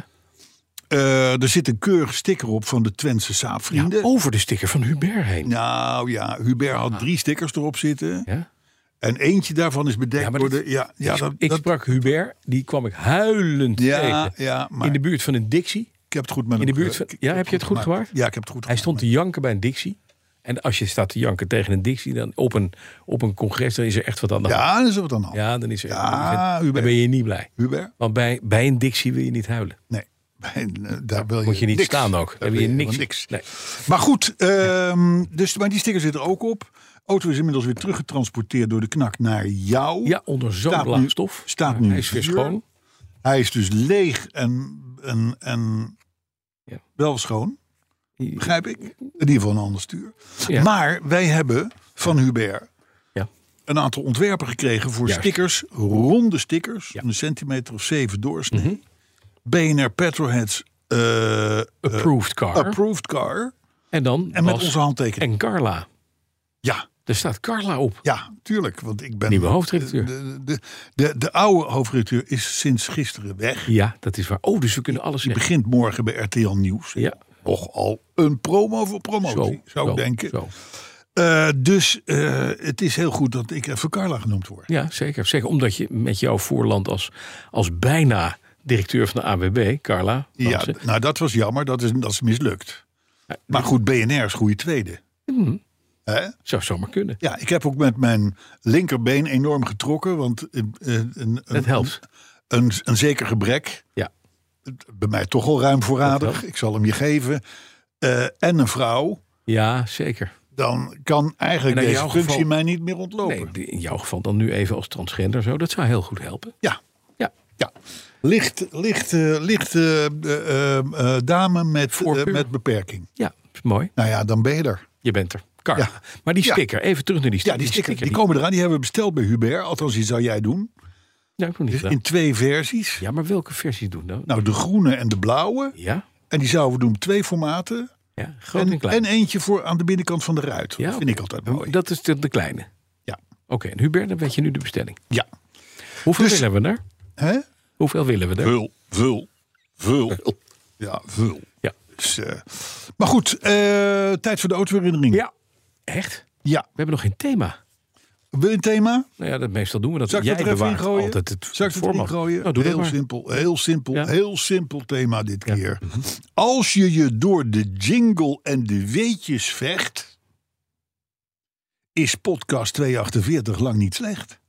[SPEAKER 4] Eh, er zit een keurige sticker op van de Twentse
[SPEAKER 5] ja.
[SPEAKER 4] Saapvrienden.
[SPEAKER 5] Over de sticker van Hubert heen.
[SPEAKER 4] Nou ja, Hubert had drie stickers erop zitten.
[SPEAKER 5] Ja.
[SPEAKER 4] En eentje daarvan is bedekt
[SPEAKER 5] Ja, maar
[SPEAKER 4] door
[SPEAKER 5] dit-
[SPEAKER 4] de... Ja, ja,
[SPEAKER 5] ik
[SPEAKER 4] dat,
[SPEAKER 5] ik
[SPEAKER 4] dat-
[SPEAKER 5] sprak Hubert, die kwam ik huilend
[SPEAKER 4] ja,
[SPEAKER 5] tegen.
[SPEAKER 4] ja, maar
[SPEAKER 5] In de buurt van een Dixie.
[SPEAKER 4] ik heb het goed met
[SPEAKER 5] in de
[SPEAKER 4] hem
[SPEAKER 5] buurt
[SPEAKER 4] ge-
[SPEAKER 5] van-
[SPEAKER 4] ik
[SPEAKER 5] ja,
[SPEAKER 4] heb
[SPEAKER 5] heb je het goed
[SPEAKER 4] gemaakt.
[SPEAKER 5] gemaakt?
[SPEAKER 4] Ja, ik heb het goed
[SPEAKER 5] Hij
[SPEAKER 4] gemaakt.
[SPEAKER 5] stond te janken bij een Dixie. En als je staat te janken tegen een Dixie, dan op een, op een congres, dan is er echt wat aan de hand.
[SPEAKER 4] Ja, dat is wat dan al.
[SPEAKER 5] Ja, dan is er.
[SPEAKER 4] Ja,
[SPEAKER 5] dan
[SPEAKER 4] Hubert.
[SPEAKER 5] ben je niet blij.
[SPEAKER 4] Hubert?
[SPEAKER 5] Want bij, bij een Dixie wil je niet huilen.
[SPEAKER 4] Nee. Bij- eh, Daar wil je
[SPEAKER 5] Moet je niet
[SPEAKER 4] niks.
[SPEAKER 5] staan ook.
[SPEAKER 4] Daar
[SPEAKER 5] Dan wil je
[SPEAKER 4] wil
[SPEAKER 5] niks.
[SPEAKER 4] helemaal niks.
[SPEAKER 5] Nee.
[SPEAKER 4] Maar goed, ehm, dus, maar die sticker zit er ook op. Auto is inmiddels weer teruggetransporteerd door de knak naar jou.
[SPEAKER 5] Ja, onder zo'n
[SPEAKER 4] Staat
[SPEAKER 5] laag
[SPEAKER 4] nu-
[SPEAKER 5] stof.
[SPEAKER 4] staat
[SPEAKER 5] Maar
[SPEAKER 4] nu
[SPEAKER 5] hij is weer
[SPEAKER 4] hier.
[SPEAKER 5] schoon.
[SPEAKER 4] Hij is dus leeg en, en, en
[SPEAKER 5] Ja.
[SPEAKER 4] wel schoon. Begrijp ik? In ieder geval een ander stuur.
[SPEAKER 5] Ja.
[SPEAKER 4] Maar wij hebben van Hubert
[SPEAKER 5] Ja.
[SPEAKER 4] een aantal ontwerpen gekregen voor
[SPEAKER 5] Juist.
[SPEAKER 4] stickers. Ronde stickers.
[SPEAKER 5] Ja.
[SPEAKER 4] Een centimeter of zeven doorsnee.
[SPEAKER 5] Mhm.
[SPEAKER 4] B N R Petrolheads eh,
[SPEAKER 5] Approved car.
[SPEAKER 4] approved car.
[SPEAKER 5] en dan
[SPEAKER 4] En met
[SPEAKER 5] Bas
[SPEAKER 4] onze handtekening.
[SPEAKER 5] en Carla.
[SPEAKER 4] Ja,
[SPEAKER 5] Er staat Carla op.
[SPEAKER 4] ja, tuurlijk. Want ik ben
[SPEAKER 5] Nieuwe hoofdredacteur.
[SPEAKER 4] De, de, de, de oude hoofdredacteur is sinds gisteren weg.
[SPEAKER 5] Ja, dat is waar. Oh, dus we kunnen alles
[SPEAKER 4] Die
[SPEAKER 5] zeggen.
[SPEAKER 4] begint morgen bij R T L Nieuws.
[SPEAKER 5] Ja.
[SPEAKER 4] Nog al een promo voor promotie,
[SPEAKER 5] Zo,
[SPEAKER 4] zou
[SPEAKER 5] zo,
[SPEAKER 4] ik denken.
[SPEAKER 5] zo.
[SPEAKER 4] Eh, dus eh, het is heel goed dat ik even Carla genoemd word.
[SPEAKER 5] Ja, zeker. Zeker omdat je met jouw voorland als, als bijna directeur van de A W B, Carla.
[SPEAKER 4] Ja,
[SPEAKER 5] Lansen,
[SPEAKER 4] nou dat was jammer, dat is, dat is mislukt. Maar goed, B N R is goede tweede.
[SPEAKER 5] Mhm.
[SPEAKER 4] Hè?
[SPEAKER 5] Zou zomaar kunnen.
[SPEAKER 4] Ja, ik heb ook met mijn linkerbeen enorm getrokken. Want eh, een, een,
[SPEAKER 5] Dat helpt.
[SPEAKER 4] Een, een, een zeker gebrek.
[SPEAKER 5] Ja.
[SPEAKER 4] Bij mij toch al ruim
[SPEAKER 5] Dat
[SPEAKER 4] voorradig.
[SPEAKER 5] helpt.
[SPEAKER 4] Ik zal hem je geven. Eh, en een vrouw.
[SPEAKER 5] Ja, zeker.
[SPEAKER 4] Dan kan eigenlijk
[SPEAKER 5] En in
[SPEAKER 4] deze
[SPEAKER 5] jouw
[SPEAKER 4] functie
[SPEAKER 5] geval-
[SPEAKER 4] mij niet meer ontlopen.
[SPEAKER 5] Nee, die- in jouw geval dan nu even als transgender zo. Dat zou heel goed helpen.
[SPEAKER 4] Ja.
[SPEAKER 5] Ja.
[SPEAKER 4] Ja. Licht, licht, eh, licht eh, eh, eh, dame met,
[SPEAKER 5] Voorkeur.
[SPEAKER 4] eh, met beperking.
[SPEAKER 5] Ja, is mooi.
[SPEAKER 4] Nou ja, dan ben je er.
[SPEAKER 5] Je bent er. Carla.
[SPEAKER 4] Ja.
[SPEAKER 5] Maar die
[SPEAKER 4] Ja.
[SPEAKER 5] sticker, even terug naar die
[SPEAKER 4] Ja,
[SPEAKER 5] sticker.
[SPEAKER 4] die, sticker, die
[SPEAKER 5] die-
[SPEAKER 4] komen eraan. Die hebben we besteld bij Hubert. Althans, die zou jij doen.
[SPEAKER 5] Ja, ik heb nog niet
[SPEAKER 4] Dus
[SPEAKER 5] gedaan.
[SPEAKER 4] in twee versies.
[SPEAKER 5] Ja, maar welke versies doen dan?
[SPEAKER 4] Nou, de groene en de blauwe.
[SPEAKER 5] Ja,
[SPEAKER 4] En die zouden we doen twee formaten.
[SPEAKER 5] ja, groot en,
[SPEAKER 4] En,
[SPEAKER 5] klein.
[SPEAKER 4] en eentje voor aan de binnenkant van de ruit.
[SPEAKER 5] Ja,
[SPEAKER 4] dat vind ik altijd mooi.
[SPEAKER 5] Dat is de, de kleine.
[SPEAKER 4] Ja.
[SPEAKER 5] Oké, en Hubert, dan weet je nu de bestelling.
[SPEAKER 4] Ja.
[SPEAKER 5] Hoeveel
[SPEAKER 4] Dus-
[SPEAKER 5] willen we er?
[SPEAKER 4] Hè?
[SPEAKER 5] Hoeveel willen we er?
[SPEAKER 4] Vul, vul, vul. Ja, vul.
[SPEAKER 5] Ja.
[SPEAKER 4] Dus, eh, maar goed, eh, tijd voor de autoherinnering.
[SPEAKER 5] Ja. Echt?
[SPEAKER 4] Ja.
[SPEAKER 5] We hebben nog geen thema.
[SPEAKER 4] Wil je een thema?
[SPEAKER 5] Nou ja, dat meestal doen we dat.
[SPEAKER 4] Zal ik
[SPEAKER 5] Jij
[SPEAKER 4] dat er even
[SPEAKER 5] bewaart
[SPEAKER 4] ingooien?
[SPEAKER 5] altijd het
[SPEAKER 4] Zal ik het erin
[SPEAKER 5] format.
[SPEAKER 4] gooien?
[SPEAKER 5] Nou, doe dat
[SPEAKER 4] heel
[SPEAKER 5] maar.
[SPEAKER 4] simpel, heel simpel,
[SPEAKER 5] Ja.
[SPEAKER 4] heel simpel thema dit
[SPEAKER 5] Ja.
[SPEAKER 4] keer. Als je je door de jingle en de weetjes vecht, is podcast tweehonderdachtenveertig lang niet slecht.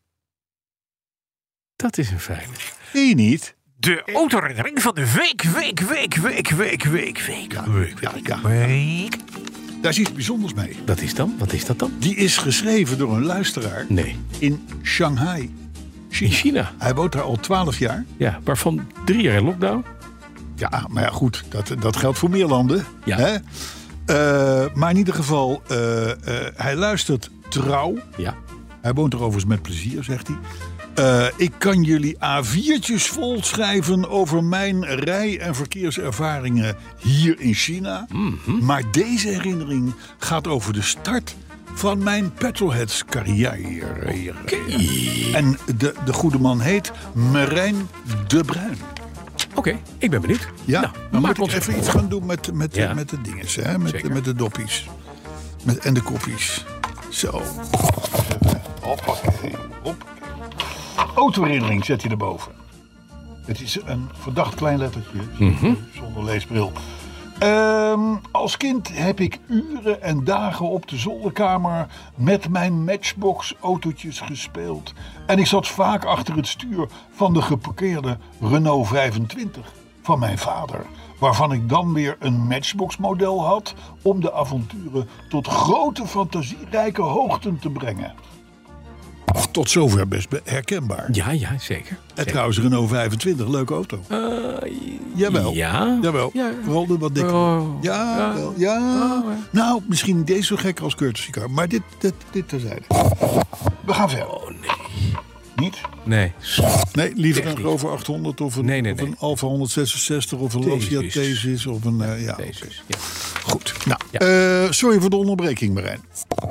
[SPEAKER 5] Dat is een fijne.
[SPEAKER 4] Zie je niet?
[SPEAKER 1] De autoherinnering van de week, week, week, week, week, week, week, week,
[SPEAKER 4] Ja, ja.
[SPEAKER 1] week.
[SPEAKER 4] Daar is iets bijzonders mee.
[SPEAKER 5] Dat is dan? Wat is dat dan?
[SPEAKER 4] Die is geschreven door een luisteraar
[SPEAKER 5] Nee.
[SPEAKER 4] in Shanghai,
[SPEAKER 5] In
[SPEAKER 4] China.
[SPEAKER 5] China.
[SPEAKER 4] Hij woont daar al twaalf jaar.
[SPEAKER 5] Ja, waarvan drie jaar in lockdown.
[SPEAKER 4] Ja, maar ja, goed, dat, dat geldt voor meer landen.
[SPEAKER 5] Ja.
[SPEAKER 4] Hè? Eh, maar in ieder geval, eh, eh, hij luistert trouw.
[SPEAKER 5] Ja.
[SPEAKER 4] Hij woont er overigens met plezier, zegt hij. Uh, ik kan jullie A viertjes vol schrijven over mijn rij- en verkeerservaringen hier in China. Mm-hmm. Maar deze herinnering gaat over de start van mijn Petrolheads carrière. Okay. En de, de goede man heet Marijn de Bruin.
[SPEAKER 5] Oké, okay, ik ben benieuwd.
[SPEAKER 4] Ja,
[SPEAKER 5] nou,
[SPEAKER 4] dan moet ik even iets gaan doen met, met,
[SPEAKER 5] ja.
[SPEAKER 4] met de dinges, hè? Met, de, met de doppies. Met, en de koppies. Zo. Hoppakee. Hop. Autoherinnering zet je erboven. Het is een verdacht klein lettertje. Mm-hmm. Zonder leesbril. Um, als kind heb ik uren en dagen op de zolderkamer met mijn Matchbox-autootjes gespeeld. En ik zat vaak achter het stuur van de geparkeerde Renault vijfentwintig van mijn vader. Waarvan ik dan weer een Matchbox-model had om de avonturen tot grote fantasierijke hoogten te brengen. Tot zover best herkenbaar.
[SPEAKER 5] Ja, ja, zeker.
[SPEAKER 4] En
[SPEAKER 5] zeker.
[SPEAKER 4] trouwens, Renault vijfentwintig, leuke auto.
[SPEAKER 5] Uh,
[SPEAKER 4] Jawel.
[SPEAKER 5] Ja.
[SPEAKER 4] Jawel.
[SPEAKER 5] Ja.
[SPEAKER 4] Vooral de wat dikker.
[SPEAKER 5] Oh.
[SPEAKER 4] Ja,
[SPEAKER 5] Ja.
[SPEAKER 4] wel. Ja.
[SPEAKER 5] Oh, ja.
[SPEAKER 4] Nou, misschien niet deze zo gek als courtesy car. Maar dit, dit, dit terzijde. We gaan verder.
[SPEAKER 5] Oh, nee.
[SPEAKER 4] Niet?
[SPEAKER 5] Nee.
[SPEAKER 4] Nee, liever
[SPEAKER 5] Echt
[SPEAKER 4] een
[SPEAKER 5] niet.
[SPEAKER 4] Rover achthonderd of een,
[SPEAKER 5] Nee, nee,
[SPEAKER 4] of
[SPEAKER 5] nee.
[SPEAKER 4] een Alfa honderdzesenzestig of een Lancia
[SPEAKER 5] Thesis.
[SPEAKER 4] Thesis of een... Uh, ja,
[SPEAKER 5] Deze.
[SPEAKER 4] okay.
[SPEAKER 5] Ja.
[SPEAKER 4] Goed. Nou,
[SPEAKER 5] Ja.
[SPEAKER 4] uh, sorry voor de onderbreking, Marijn.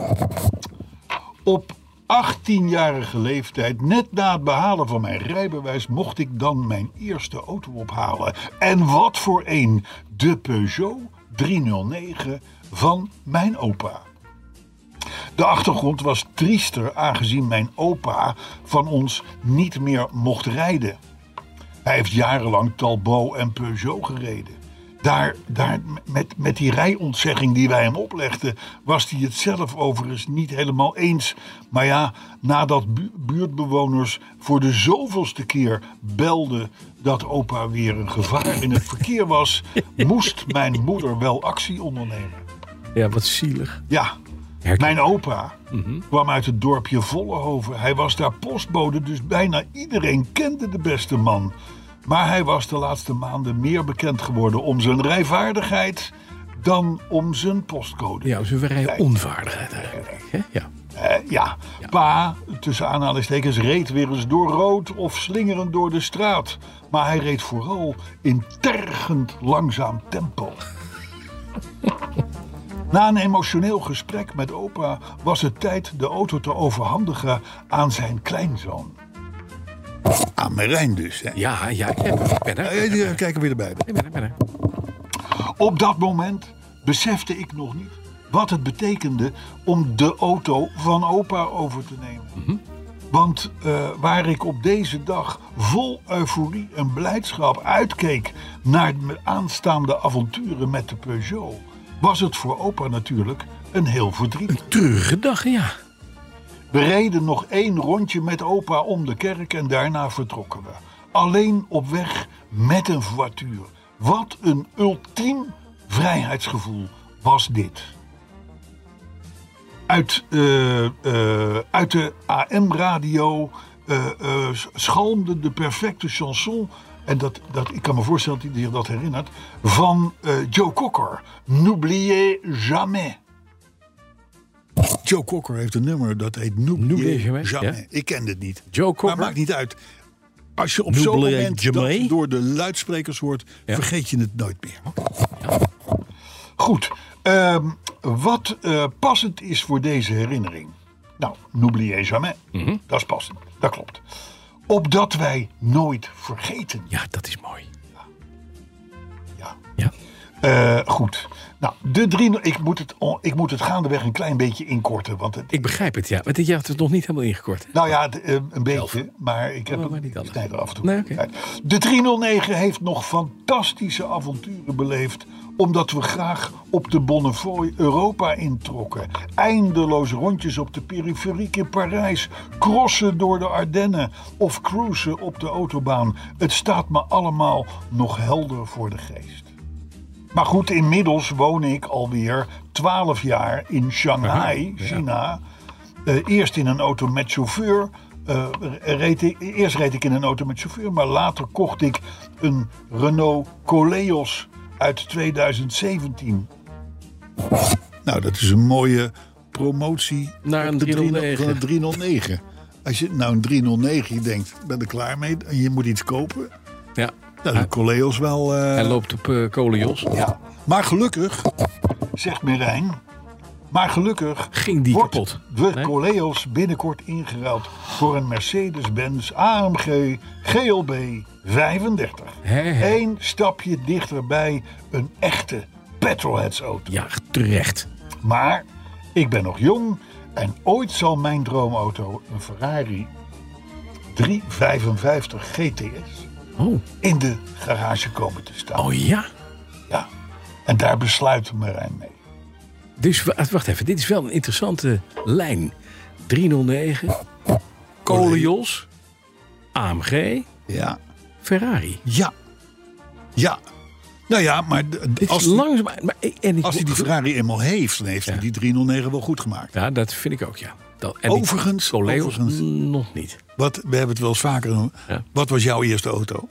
[SPEAKER 4] Op achttienjarige leeftijd, net na het behalen van mijn rijbewijs, mocht ik dan mijn eerste auto ophalen. En wat voor een, de Peugeot driehonderdnegen van mijn opa. De achtergrond was triester aangezien mijn opa van ons niet meer mocht rijden. Hij heeft jarenlang Talbot en Peugeot gereden. Daar, daar met, met die rijontzegging die wij hem oplegden, was hij het zelf overigens niet helemaal eens. Maar ja, nadat bu- buurtbewoners voor de zoveelste keer belden dat opa weer een gevaar in het verkeer was, moest mijn moeder wel actie ondernemen.
[SPEAKER 5] Ja, wat zielig.
[SPEAKER 4] Ja,
[SPEAKER 5] Herken.
[SPEAKER 4] mijn opa mm-hmm. kwam uit het dorpje Vollenhoven. Hij was daar postbode, dus bijna iedereen kende de beste man. Maar hij was de laatste maanden meer bekend geworden om zijn rijvaardigheid dan om zijn postcode.
[SPEAKER 5] Ja, zijn rijonvaardigheid eigenlijk. Hè? Ja.
[SPEAKER 4] Uh, ja. ja, pa, tussen aanhalingstekens, reed weer eens door rood of slingerend door de straat. Maar hij reed vooral in tergend langzaam tempo. Na een emotioneel gesprek met opa was het tijd de auto te overhandigen aan zijn kleinzoon. Aan Marijn dus, hè?
[SPEAKER 5] Ja, ja, ik ben er. Ik ben er.
[SPEAKER 4] Uh, kijken we erbij.
[SPEAKER 5] Ik ben er, ben er.
[SPEAKER 4] Op dat moment besefte ik nog niet wat het betekende om de auto van opa over te nemen. Mm-hmm. Want uh, waar ik op deze dag vol euforie en blijdschap uitkeek naar de aanstaande avonturen met de Peugeot, was het voor opa natuurlijk een heel verdriet.
[SPEAKER 5] Een treurige dag, ja.
[SPEAKER 4] We reden nog één rondje met opa om de kerk en daarna vertrokken we. Alleen op weg met een voituur. Wat een ultiem vrijheidsgevoel was dit. Uit, uh, uh, uit de A M-radio uh, uh, schalmde de perfecte chanson, en dat, dat, ik kan me voorstellen dat hij zich dat herinnert, van uh, Joe Cocker. N'oubliez jamais. Joe Cocker heeft een nummer dat heet N'oubliez jamais. jamais. Ja? Ik kende het niet.
[SPEAKER 5] Joe Cocker.
[SPEAKER 4] Maar maakt niet uit. Als je op zo'n moment dat door de luidsprekers hoort, ja, vergeet je het nooit meer. Ja. Goed. Uh, wat uh, passend is voor deze herinnering. Nou, N'oubliez jamais. Mm-hmm. Dat is passend. Dat klopt. Opdat wij nooit vergeten.
[SPEAKER 5] Ja, dat is mooi.
[SPEAKER 4] Ja. Ja.
[SPEAKER 5] Ja.
[SPEAKER 4] Uh, goed. Nou, de drie, ik, moet het, ik moet het gaandeweg een klein beetje inkorten. Want het,
[SPEAKER 5] ik begrijp het, ja. Want je had het nog niet helemaal ingekort.
[SPEAKER 4] Nou ja, de, een beetje. Zelf. Maar ik heb
[SPEAKER 5] oh, maar
[SPEAKER 4] een snijder af en toe.
[SPEAKER 5] Nee, okay.
[SPEAKER 4] De driehonderdnegen heeft nog fantastische avonturen beleefd, omdat we graag op de Bonnefoy Europa introkken. Eindeloos rondjes op de periferiek in Parijs, crossen door de Ardennen of cruisen op de autobaan. Het staat me allemaal nog helder voor de geest. Maar goed, inmiddels woon ik alweer twaalf jaar in Shanghai, Aha, China. Ja. Uh, eerst in een auto met chauffeur. Uh, reed ik, eerst reed ik in een auto met chauffeur, maar later kocht ik een Renault Koleos uit twintig zeventien. Nou, dat is een mooie promotie
[SPEAKER 5] naar een driehonderdnegen.
[SPEAKER 4] driehonderdnegen. Als je nou een driehonderdnegen je denkt, ik ben er klaar mee. En je moet iets kopen.
[SPEAKER 5] Ja.
[SPEAKER 4] Dan is een Coleos wel... Uh...
[SPEAKER 5] Hij loopt op uh, kolenjos.
[SPEAKER 4] Ja. Maar gelukkig, zegt Merijn... Maar gelukkig
[SPEAKER 5] ging die
[SPEAKER 4] wordt
[SPEAKER 5] kapot.
[SPEAKER 4] de
[SPEAKER 5] Nee?
[SPEAKER 4] Coleos binnenkort ingeruild voor een Mercedes-Benz A M G G L B vijfendertig.
[SPEAKER 5] He, he.
[SPEAKER 4] Eén stapje dichterbij een echte petrolheads auto.
[SPEAKER 5] Ja, terecht.
[SPEAKER 4] Maar ik ben nog jong en ooit zal mijn droomauto, een Ferrari driehonderdvijfenvijftig G T S,
[SPEAKER 5] Oh,
[SPEAKER 4] in de garage komen te staan.
[SPEAKER 5] oh ja.
[SPEAKER 4] Ja. En daar besluit Marijn mee.
[SPEAKER 5] Dus wa- wacht even, dit is wel een interessante lijn. driehonderdnegen, kolenjos, A M G,
[SPEAKER 4] Ja.
[SPEAKER 5] Ferrari.
[SPEAKER 4] Ja. Ja. Nou ja, maar d-
[SPEAKER 5] Dit
[SPEAKER 4] als
[SPEAKER 5] is
[SPEAKER 4] die,
[SPEAKER 5] langzaam. Maar, en ik,
[SPEAKER 4] als hij die Ferrari eenmaal heeft, dan heeft hij
[SPEAKER 5] Ja.
[SPEAKER 4] die driehonderdnegen wel goed gemaakt.
[SPEAKER 5] Ja, dat vind ik ook, ja. Dat, en die
[SPEAKER 4] Overigens,
[SPEAKER 5] Coleos
[SPEAKER 4] overigens.
[SPEAKER 5] nog niet.
[SPEAKER 4] Wat, we hebben het wel eens vaker genoemd.
[SPEAKER 5] Ja.
[SPEAKER 4] Wat was jouw eerste auto?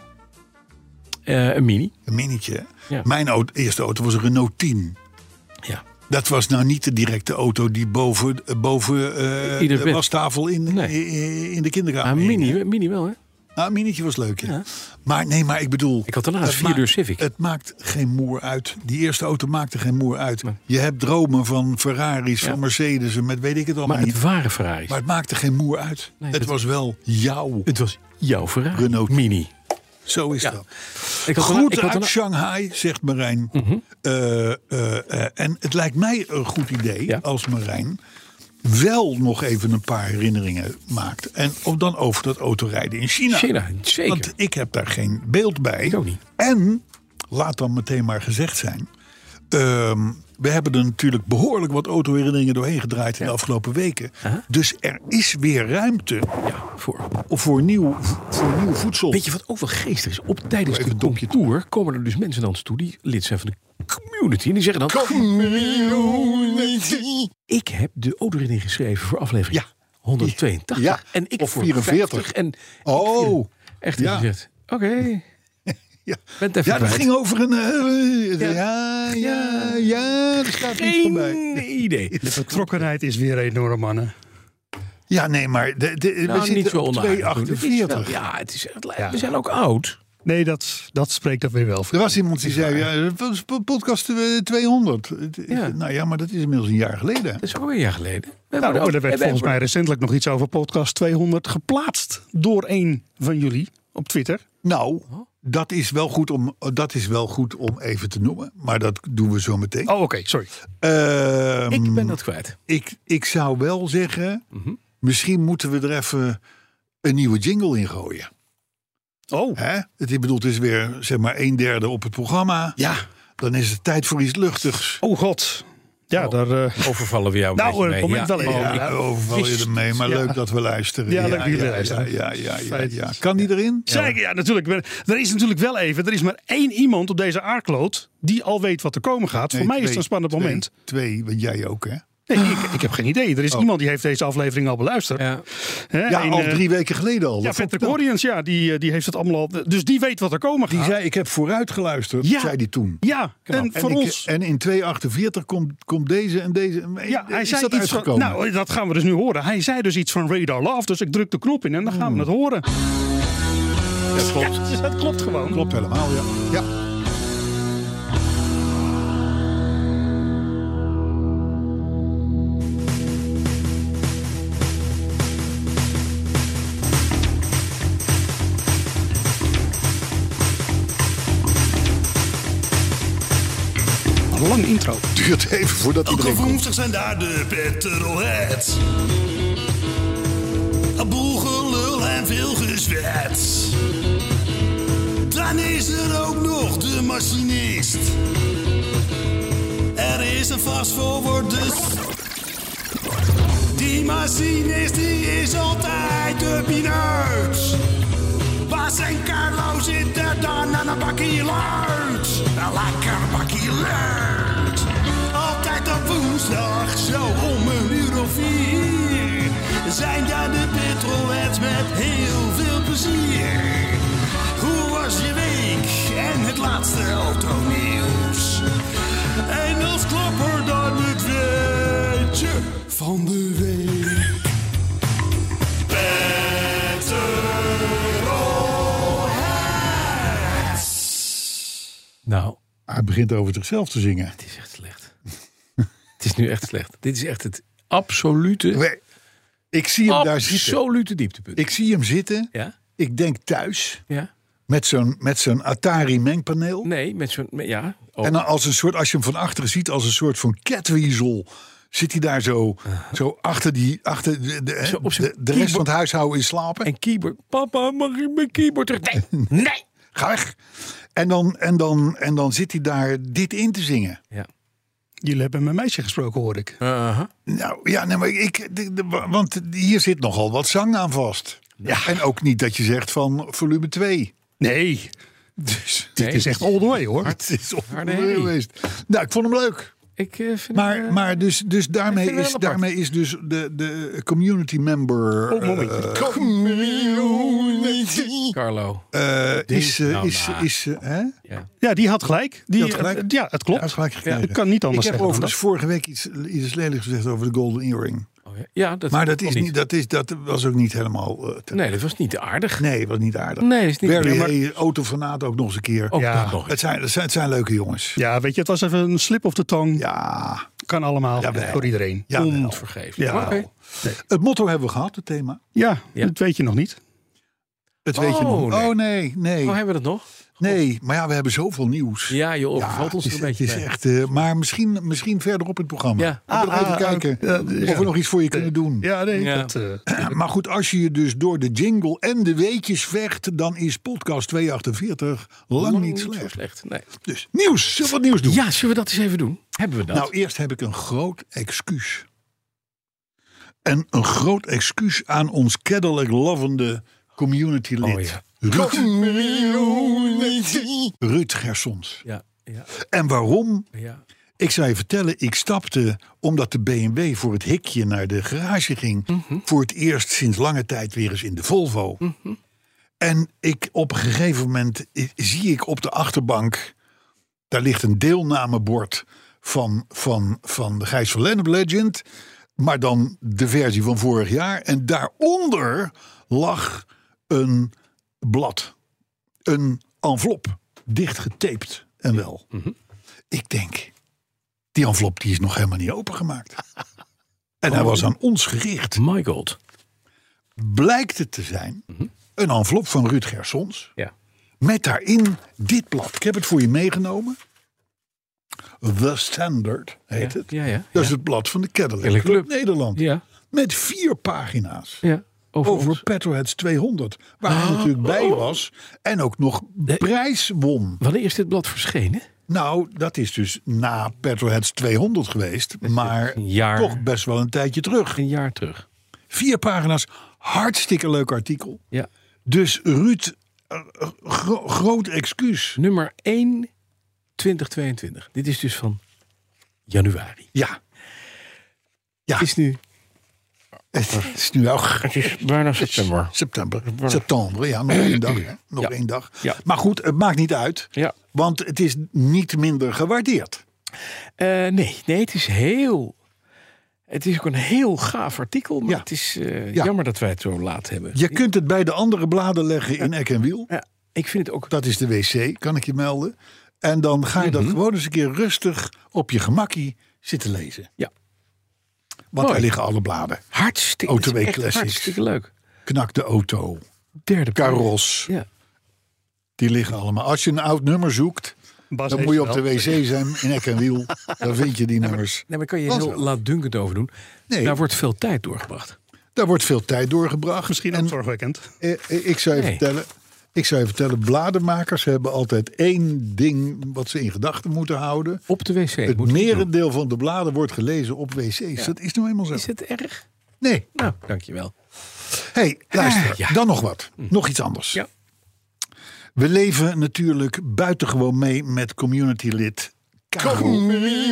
[SPEAKER 5] Uh, een Mini.
[SPEAKER 4] Een Minietje.
[SPEAKER 5] Ja.
[SPEAKER 4] Mijn auto, eerste auto was een Renault tien.
[SPEAKER 5] Ja.
[SPEAKER 4] Dat was nou niet de directe auto die boven, boven uh,
[SPEAKER 5] Ieder
[SPEAKER 4] de
[SPEAKER 5] bed.
[SPEAKER 4] wastafel in,
[SPEAKER 5] Nee.
[SPEAKER 4] in, in de kinderkamer.
[SPEAKER 5] Ah,
[SPEAKER 4] hing,
[SPEAKER 5] mini,
[SPEAKER 4] hè?
[SPEAKER 5] mini wel, hè?
[SPEAKER 4] Nou, een Minietje was leuk, ja.
[SPEAKER 5] Ja.
[SPEAKER 4] Maar nee, maar ik bedoel...
[SPEAKER 5] Ik had daarnaast
[SPEAKER 4] het
[SPEAKER 5] vier deur
[SPEAKER 4] maakt-
[SPEAKER 5] Civic.
[SPEAKER 4] Het maakt geen moer uit. Die eerste auto maakte geen moer uit.
[SPEAKER 5] Nee.
[SPEAKER 4] Je hebt dromen van Ferraris,
[SPEAKER 5] Ja.
[SPEAKER 4] van Mercedes en met weet ik het allemaal
[SPEAKER 5] Maar
[SPEAKER 4] niet.
[SPEAKER 5] het waren Ferraris.
[SPEAKER 4] Maar het maakte geen moer uit.
[SPEAKER 5] Nee,
[SPEAKER 4] het
[SPEAKER 5] het-
[SPEAKER 4] was wel jouw.
[SPEAKER 5] Het was jouw Ferrari.
[SPEAKER 4] Renault.
[SPEAKER 5] Mini.
[SPEAKER 4] Zo is
[SPEAKER 5] Ja.
[SPEAKER 4] dat.
[SPEAKER 5] Ik had daarna- ik
[SPEAKER 4] Groeten
[SPEAKER 5] had
[SPEAKER 4] uit
[SPEAKER 5] daarna-
[SPEAKER 4] Shanghai, zegt Marijn.
[SPEAKER 5] Mhm.
[SPEAKER 4] Eh, eh, eh, en het lijkt mij een goed idee
[SPEAKER 5] Ja.
[SPEAKER 4] als Marijn wel nog even een paar herinneringen maakt. En of dan over dat autorijden in China.
[SPEAKER 5] China, zeker.
[SPEAKER 4] Want ik heb daar geen beeld bij.
[SPEAKER 5] Ik ook niet.
[SPEAKER 4] En, laat dan meteen maar gezegd zijn... ehm, we hebben er natuurlijk behoorlijk wat autoherinneringen doorheen gedraaid in de afgelopen weken.
[SPEAKER 5] Aha.
[SPEAKER 4] Dus er is weer ruimte
[SPEAKER 5] Ja, voor.
[SPEAKER 4] voor nieuw, voor nieuw voedsel.
[SPEAKER 5] Weet je wat ook wel geestig is? Op, tijdens
[SPEAKER 4] Even
[SPEAKER 5] de
[SPEAKER 4] een dopje
[SPEAKER 5] contour komen er dus mensen naar ons toe die lid zijn van de community. En die zeggen dan... Ik heb de autoherinnering geschreven voor aflevering
[SPEAKER 4] Ja.
[SPEAKER 5] honderdtweeëntachtig.
[SPEAKER 4] Ja,
[SPEAKER 5] En ik
[SPEAKER 4] of
[SPEAKER 5] voor
[SPEAKER 4] vierenveertig.
[SPEAKER 5] vijftig. En
[SPEAKER 4] Oh.
[SPEAKER 5] echt
[SPEAKER 4] Ja.
[SPEAKER 5] gezegd. Oké.
[SPEAKER 4] Ja.
[SPEAKER 5] Bent even
[SPEAKER 4] Ja, dat
[SPEAKER 5] kwijt.
[SPEAKER 4] ging over een... eh,
[SPEAKER 5] Ja.
[SPEAKER 4] ja, ja, ja, er staat niets van bij.
[SPEAKER 5] Geen idee.
[SPEAKER 6] De betrokkenheid is weer enorm, mannen.
[SPEAKER 4] Ja, nee, maar de, de,
[SPEAKER 5] Nou,
[SPEAKER 4] we
[SPEAKER 5] niet
[SPEAKER 4] zitten
[SPEAKER 5] zo
[SPEAKER 4] op
[SPEAKER 5] onaardig.
[SPEAKER 4] twee
[SPEAKER 5] Het is wel-
[SPEAKER 4] achtenveertig.
[SPEAKER 5] Ja, het is, het,
[SPEAKER 6] Ja.
[SPEAKER 5] we zijn ook oud.
[SPEAKER 6] Nee, dat, dat spreekt dat weer wel voor.
[SPEAKER 4] Er was iemand die zei, ja, dat was podcast eh, tweehonderd. Het-
[SPEAKER 5] Ja.
[SPEAKER 4] Nou ja, maar dat is inmiddels een jaar geleden.
[SPEAKER 5] Dat is ook alweer een jaar geleden. We
[SPEAKER 6] Nou,
[SPEAKER 5] worden ook-
[SPEAKER 6] er werd
[SPEAKER 5] wij
[SPEAKER 6] volgens mij
[SPEAKER 5] worden-
[SPEAKER 6] recentelijk nog iets over podcast tweehonderd geplaatst door een van jullie op Twitter.
[SPEAKER 4] Nou, dat is wel goed om, dat is wel goed om even te noemen. Maar dat doen we zo meteen.
[SPEAKER 6] Oh, oké, sorry.
[SPEAKER 4] Ehm,
[SPEAKER 5] Ik ben dat kwijt.
[SPEAKER 4] ik, ik zou wel zeggen,
[SPEAKER 5] Mhm.
[SPEAKER 4] misschien moeten we er even een nieuwe jingle in gooien.
[SPEAKER 6] Oh,
[SPEAKER 4] Hè? Het is bedoeld, het is weer zeg maar een derde op het programma.
[SPEAKER 6] ja.
[SPEAKER 4] Dan is het tijd voor iets luchtigs.
[SPEAKER 6] Oh god. Ja, daar... eh,
[SPEAKER 5] Overvallen we jou een
[SPEAKER 6] Nou,
[SPEAKER 5] beetje
[SPEAKER 6] een
[SPEAKER 5] mee.
[SPEAKER 6] moment wel even.
[SPEAKER 4] Ja,
[SPEAKER 6] Ja,
[SPEAKER 4] overval je ermee, maar
[SPEAKER 6] ja.
[SPEAKER 4] leuk dat we luisteren.
[SPEAKER 6] Ja, leuk dat jullie
[SPEAKER 4] ja,
[SPEAKER 6] luisteren.
[SPEAKER 4] Ja, ja, ja, ja,
[SPEAKER 6] Feit.
[SPEAKER 4] ja. Kan die erin?
[SPEAKER 6] Zeker, ja, natuurlijk. Maar er is natuurlijk wel even, er is maar één iemand op deze aardkloot die al weet wat er komen gaat.
[SPEAKER 4] Nee,
[SPEAKER 6] Voor mij is
[SPEAKER 4] twee,
[SPEAKER 6] het een spannend
[SPEAKER 4] twee,
[SPEAKER 6] moment.
[SPEAKER 4] Twee, want jij ook, hè?
[SPEAKER 6] Nee, ik, ik heb geen idee. Er is iemand die heeft deze aflevering al beluisterd.
[SPEAKER 5] Ja.
[SPEAKER 6] Hè,
[SPEAKER 4] Ja,
[SPEAKER 6] een,
[SPEAKER 4] al
[SPEAKER 6] eh,
[SPEAKER 4] drie weken geleden al.
[SPEAKER 6] Ja,
[SPEAKER 4] Dat vond
[SPEAKER 6] Patrick
[SPEAKER 4] ik wel.
[SPEAKER 6] Oriens, ja, die, eh, die heeft het allemaal al. Dus die weet wat er komen
[SPEAKER 4] Die
[SPEAKER 6] gaat.
[SPEAKER 4] zei, ik heb vooruit geluisterd,
[SPEAKER 6] Ja.
[SPEAKER 4] zei die toen.
[SPEAKER 6] Ja, en voor
[SPEAKER 4] en,
[SPEAKER 6] ons.
[SPEAKER 4] ik, en in twee achtenveertig komt, komt deze en deze.
[SPEAKER 6] Ja, hij
[SPEAKER 4] is
[SPEAKER 6] zei
[SPEAKER 4] dat
[SPEAKER 6] iets van,
[SPEAKER 4] uitgekomen?
[SPEAKER 6] nou, dat gaan we dus nu horen. Hij zei dus iets van Radar Love, dus ik druk de knop in en dan gaan we het horen.
[SPEAKER 5] Dat klopt.
[SPEAKER 6] Ja, dus dat klopt gewoon.
[SPEAKER 4] Klopt helemaal, ja. ja.
[SPEAKER 6] Een lange intro.
[SPEAKER 4] Duurt even voordat
[SPEAKER 7] Elke
[SPEAKER 4] iedereen komt.
[SPEAKER 7] woensdag zijn daar de petrolheads. Een boel gelul en veel gezwets. Dan is er ook nog de machinist. Er is een fast forward dus. Die machinist die is altijd de pineut. Bas en Carlo zitten dan aan een bakkie luid. Een lekker bakkie luid. Altijd op woensdag, zo om een uur of vier. Zijn daar de petrolheads met heel veel plezier. Hoe was je week en het laatste autonieuws? En als klapper dan het weetje van de week.
[SPEAKER 5] Nou,
[SPEAKER 4] Hij begint over zichzelf te zingen.
[SPEAKER 5] het is echt slecht. Het is nu echt slecht. Dit is echt het absolute,
[SPEAKER 4] Ik zie hem daar zitten.
[SPEAKER 5] absolute dieptepunt.
[SPEAKER 4] Ik zie hem zitten.
[SPEAKER 5] Ja?
[SPEAKER 4] Ik denk thuis.
[SPEAKER 5] Ja?
[SPEAKER 4] Met zo'n, met zo'n Atari mengpaneel.
[SPEAKER 5] Nee, met zo'n... met- Ja. Oh.
[SPEAKER 4] En dan als een soort, als je hem van achteren ziet, als een soort van catweasel. Zit hij daar zo, zo achter, die, achter de, de,
[SPEAKER 5] Zo op zijn
[SPEAKER 4] de, de rest van
[SPEAKER 5] keyboard.
[SPEAKER 4] het huishouden in slapen.
[SPEAKER 5] En keyboard. Papa, mag ik mijn keyboard terug? Nee, nee.
[SPEAKER 4] Ga weg. En dan, en, dan, en dan zit hij daar dit in te zingen.
[SPEAKER 5] Ja.
[SPEAKER 6] Jullie hebben met een meisje gesproken, hoor ik.
[SPEAKER 5] Uh-huh.
[SPEAKER 4] Nou ja, nee, maar ik, de, de- want hier zit nogal wat zang aan vast. Ja. En ook niet dat je zegt van volume twee.
[SPEAKER 6] Nee,
[SPEAKER 4] Dus
[SPEAKER 6] dit is echt all the way, hoor.
[SPEAKER 4] het is op
[SPEAKER 5] Harde herrie.
[SPEAKER 4] geweest. Nou, ik vond hem leuk.
[SPEAKER 5] Ik uh, vind
[SPEAKER 4] Maar,
[SPEAKER 5] het, uh,
[SPEAKER 4] maar dus, dus daarmee,
[SPEAKER 5] ik vind het
[SPEAKER 4] is,
[SPEAKER 5] wel apart.
[SPEAKER 4] daarmee is dus de, de community member.
[SPEAKER 6] Oh, momentje.
[SPEAKER 5] Carlo.
[SPEAKER 4] eh, is, eh,
[SPEAKER 5] nou
[SPEAKER 4] is,
[SPEAKER 5] na.
[SPEAKER 4] is, eh, hè?
[SPEAKER 5] Ja.
[SPEAKER 6] Ja, die had gelijk. Die,
[SPEAKER 4] had gelijk.
[SPEAKER 6] het- ja, het klopt.
[SPEAKER 4] Hij had gelijk gekregen.
[SPEAKER 6] Ik kan niet
[SPEAKER 4] Ik
[SPEAKER 6] anders
[SPEAKER 4] heb
[SPEAKER 6] zeggen dan
[SPEAKER 4] overigens vorige week iets, iets lelijks gezegd over de Golden Earring.
[SPEAKER 5] Oh, ja. ja, dat
[SPEAKER 4] Maar dat,
[SPEAKER 5] klopt
[SPEAKER 4] is niet, dat, is, dat was ook niet helemaal. Uh, te-
[SPEAKER 5] Nee, dat was niet aardig.
[SPEAKER 4] nee, was niet aardig.
[SPEAKER 5] Nee, dat is niet
[SPEAKER 4] Barry
[SPEAKER 5] ja, maar-
[SPEAKER 4] Hay, autofanaat ook nog eens een keer.
[SPEAKER 5] Ook
[SPEAKER 6] Ja.
[SPEAKER 5] dat nog.
[SPEAKER 4] Het, zijn, het, zijn, het zijn leuke jongens.
[SPEAKER 6] Ja, weet je, het was even een slip of the tongue.
[SPEAKER 4] Ja,
[SPEAKER 6] Kan allemaal,
[SPEAKER 4] Jawel.
[SPEAKER 6] voor iedereen.
[SPEAKER 4] ja, wel.
[SPEAKER 5] Onvergeeflijk.
[SPEAKER 6] Ja.
[SPEAKER 5] Oké.
[SPEAKER 4] Het motto hebben we gehad, het thema.
[SPEAKER 6] Ja,
[SPEAKER 5] Ja.
[SPEAKER 6] dat weet je nog niet.
[SPEAKER 4] Het weet je
[SPEAKER 5] Oh,
[SPEAKER 4] nog.
[SPEAKER 5] nee.
[SPEAKER 4] Oh nee, nee.
[SPEAKER 5] Oh, hebben we dat nog?
[SPEAKER 4] Nee, maar ja, we hebben zoveel nieuws.
[SPEAKER 5] Ja, je overvalt ons
[SPEAKER 4] het
[SPEAKER 5] er
[SPEAKER 4] is,
[SPEAKER 5] een beetje
[SPEAKER 4] het is
[SPEAKER 5] bij.
[SPEAKER 4] echt, eh, maar misschien, misschien verder op het programma.
[SPEAKER 5] Ja.
[SPEAKER 4] We gaan even
[SPEAKER 6] Ah,
[SPEAKER 4] kijken
[SPEAKER 6] ah, ja,
[SPEAKER 4] of we nog iets voor je kunnen doen.
[SPEAKER 6] Ja, nee,
[SPEAKER 5] Ja.
[SPEAKER 6] dat... eh,
[SPEAKER 4] Maar goed, als je je dus door de jingle en de weetjes vecht, dan is podcast tweehonderdachtenveertig lang niet
[SPEAKER 5] zo
[SPEAKER 4] slecht.
[SPEAKER 5] slecht. Nee.
[SPEAKER 4] Dus nieuws, zullen we wat nieuws doen?
[SPEAKER 5] Ja, zullen we dat eens even doen? Hebben we dat?
[SPEAKER 4] Nou, eerst heb ik een groot excuus. En een groot excuus aan ons Cadillac lovende community lid.
[SPEAKER 5] Oh, ja.
[SPEAKER 4] Ruud, Ruud Gersons.
[SPEAKER 5] ja, ja,
[SPEAKER 4] En waarom?
[SPEAKER 5] ja.
[SPEAKER 4] Ik zou je vertellen, ik stapte omdat de B M W voor het hikje naar de garage ging.
[SPEAKER 5] Mhm.
[SPEAKER 4] Voor het eerst sinds lange tijd weer eens in de Volvo.
[SPEAKER 5] Mhm.
[SPEAKER 4] En ik, op een gegeven moment eh, zie ik op de achterbank, daar ligt een deelnamebord van, van, van de Gijs van Lennep Legend. Maar dan de versie van vorig jaar. En daaronder lag een blad. Een envelop. Dicht getaped en wel. Ik denk, die envelop die is nog helemaal niet opengemaakt. En hij was aan ons gericht.
[SPEAKER 5] My god.
[SPEAKER 4] Blijkt het te zijn een envelop van Ruud Gersons.
[SPEAKER 5] Ja.
[SPEAKER 4] Met daarin dit blad. Ik heb het voor je meegenomen. The Standard heet
[SPEAKER 5] Ja,
[SPEAKER 4] het.
[SPEAKER 5] ja, ja,
[SPEAKER 4] Dat is
[SPEAKER 5] ja.
[SPEAKER 4] het blad van de Cadillac
[SPEAKER 5] Cadillac
[SPEAKER 4] Club
[SPEAKER 5] Club.
[SPEAKER 4] Nederland.
[SPEAKER 5] Ja.
[SPEAKER 4] Met vier pagina's.
[SPEAKER 5] Ja. Over,
[SPEAKER 4] Over
[SPEAKER 5] ons.
[SPEAKER 4] Petroheads tweehonderd. Waar hij
[SPEAKER 5] Oh.
[SPEAKER 4] natuurlijk bij was. En ook nog prijs won.
[SPEAKER 5] Wanneer is dit blad verschenen?
[SPEAKER 4] Nou, dat is dus na Petroheads tweehonderd geweest. Maar
[SPEAKER 5] een jaar.
[SPEAKER 4] toch best wel een tijdje terug.
[SPEAKER 5] Een jaar terug.
[SPEAKER 4] Vier pagina's. Hartstikke leuk artikel.
[SPEAKER 5] Ja.
[SPEAKER 4] Dus Ruud, eh, gro- groot excuus.
[SPEAKER 5] Nummer één, twintig tweeëntwintig. Dit is dus van januari.
[SPEAKER 4] Ja. Ja,
[SPEAKER 5] Het is nu
[SPEAKER 4] het is nu al
[SPEAKER 5] het is bijna september.
[SPEAKER 4] september. September, ja, nog één dag. Hè? Nog
[SPEAKER 5] Ja.
[SPEAKER 4] één dag.
[SPEAKER 5] Ja.
[SPEAKER 4] Maar goed, het maakt niet uit.
[SPEAKER 5] Ja.
[SPEAKER 4] Want het is niet minder gewaardeerd.
[SPEAKER 5] Eh, nee, nee, het is heel... Het is ook een heel gaaf artikel. Maar
[SPEAKER 4] Ja.
[SPEAKER 5] het is eh,
[SPEAKER 4] Ja.
[SPEAKER 5] jammer dat wij het zo laat hebben.
[SPEAKER 4] Je kunt het bij de andere bladen leggen in Eck en Wiel.
[SPEAKER 5] Ja, ik vind het ook...
[SPEAKER 4] Dat is de wc, kan ik je melden. En dan ga je
[SPEAKER 5] Mhm.
[SPEAKER 4] dat gewoon eens een keer rustig op je gemakkie zitten lezen.
[SPEAKER 5] Ja.
[SPEAKER 4] Want
[SPEAKER 5] Mooi.
[SPEAKER 4] daar liggen alle bladen.
[SPEAKER 5] Hartstikke,
[SPEAKER 4] Auto
[SPEAKER 5] het is
[SPEAKER 4] Week
[SPEAKER 5] echt
[SPEAKER 4] Classics.
[SPEAKER 5] hartstikke leuk.
[SPEAKER 4] Knak de auto,
[SPEAKER 5] Derde
[SPEAKER 4] karos,
[SPEAKER 5] Ja.
[SPEAKER 4] die liggen allemaal. Als je een oud nummer zoekt,
[SPEAKER 6] Bas
[SPEAKER 4] dan
[SPEAKER 6] heeft
[SPEAKER 4] moet je op
[SPEAKER 6] wel.
[SPEAKER 4] de wc zijn in Eck en Wiel. Dan vind je die nummers.
[SPEAKER 5] Nee, maar kan je
[SPEAKER 4] Was
[SPEAKER 5] heel
[SPEAKER 4] wel.
[SPEAKER 5] laatdunkend over doen.
[SPEAKER 4] Nee.
[SPEAKER 5] Daar wordt veel tijd doorgebracht.
[SPEAKER 4] Daar wordt veel tijd doorgebracht.
[SPEAKER 6] Misschien
[SPEAKER 4] En
[SPEAKER 6] ook vorig weekend.
[SPEAKER 4] eh, eh, ik zou je
[SPEAKER 5] Nee.
[SPEAKER 4] vertellen, ik zou je vertellen, bladenmakers hebben altijd één ding wat ze in gedachten moeten houden.
[SPEAKER 5] Op de wc.
[SPEAKER 4] Het
[SPEAKER 5] moet je doen.
[SPEAKER 4] merendeel van de bladen wordt gelezen op wc's. Dat is nou eenmaal zo.
[SPEAKER 5] Is het erg?
[SPEAKER 4] Nee.
[SPEAKER 5] Nou, dankjewel.
[SPEAKER 4] Hey, luister.
[SPEAKER 5] Ah, ja.
[SPEAKER 4] Dan nog wat. Nog iets anders.
[SPEAKER 5] Ja.
[SPEAKER 4] We leven natuurlijk buitengewoon mee met community-lid Karel,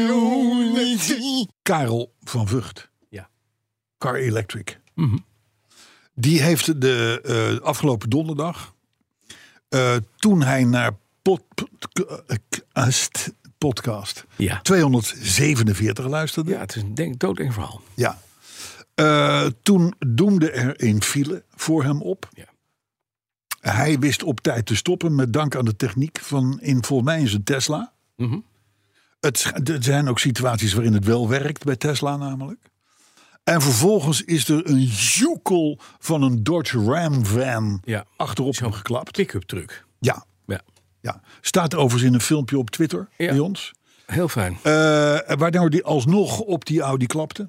[SPEAKER 4] Karel van Vught.
[SPEAKER 5] Ja.
[SPEAKER 4] Car Electric.
[SPEAKER 5] Mhm.
[SPEAKER 4] Die heeft de eh, afgelopen donderdag, eh, toen hij naar pod, podcast, podcast
[SPEAKER 5] Ja.
[SPEAKER 4] tweehonderdzevenenveertig luisterde.
[SPEAKER 5] Ja, het is een denk, doodeng verhaal.
[SPEAKER 4] Ja. Eh, toen doemde er een file voor hem op.
[SPEAKER 5] Ja.
[SPEAKER 4] Hij wist op tijd te stoppen met dank aan de techniek van, in volgens mij is het Tesla.
[SPEAKER 5] Mm-hmm.
[SPEAKER 4] Het, er zijn ook situaties waarin het wel werkt bij Tesla namelijk. En vervolgens is er een joekel van een Dodge Ram van
[SPEAKER 5] Ja.
[SPEAKER 4] achterop
[SPEAKER 5] Zo'n
[SPEAKER 4] geklapt.
[SPEAKER 5] Pick-up truck.
[SPEAKER 4] Ja,
[SPEAKER 5] Ja.
[SPEAKER 4] ja. Staat overigens in een filmpje op Twitter
[SPEAKER 5] Ja.
[SPEAKER 4] bij ons.
[SPEAKER 5] Heel fijn.
[SPEAKER 4] Uh, waardoor die alsnog op die Audi klapte.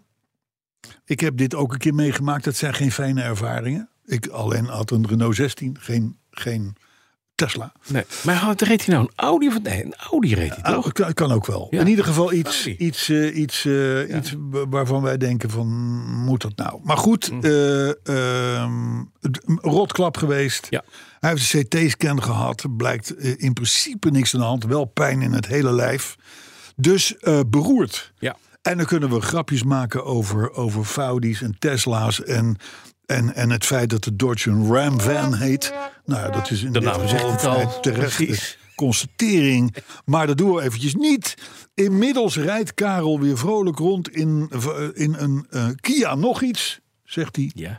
[SPEAKER 4] Ik heb dit ook een keer meegemaakt. Dat zijn geen fijne ervaringen. Ik alleen had een Renault zestien, geen, geen Tesla.
[SPEAKER 5] Nee. Maar had, reed hij nou een Audi of nee? Een Audi reed hij toch?
[SPEAKER 4] Ah, kan, kan ook wel.
[SPEAKER 5] Ja.
[SPEAKER 4] In ieder geval iets,
[SPEAKER 5] Audi.
[SPEAKER 4] iets, uh, iets, uh,
[SPEAKER 5] Ja.
[SPEAKER 4] iets waarvan wij denken van moet dat nou? Maar goed,
[SPEAKER 5] Mm.
[SPEAKER 4] uh, uh, rotklap geweest.
[SPEAKER 5] Ja.
[SPEAKER 4] Hij heeft een C T-scan gehad. Blijkt uh, in principe niks aan de hand. Wel pijn in het hele lijf. Dus uh, beroerd.
[SPEAKER 5] Ja.
[SPEAKER 4] En dan kunnen we grapjes maken over, over Audi's en Tesla's en, en, en het feit dat de Dodge een Ram van heet. Nou ja, dat is in
[SPEAKER 5] De
[SPEAKER 4] dit
[SPEAKER 5] naam
[SPEAKER 4] geval
[SPEAKER 5] zegt
[SPEAKER 4] een
[SPEAKER 5] het
[SPEAKER 4] vrij
[SPEAKER 5] al.
[SPEAKER 4] terechte
[SPEAKER 5] Precies.
[SPEAKER 4] constatering. Maar dat doen we eventjes niet. Inmiddels rijdt Karel weer vrolijk rond in, in een uh, Kia nog iets, zegt hij.
[SPEAKER 5] Ja.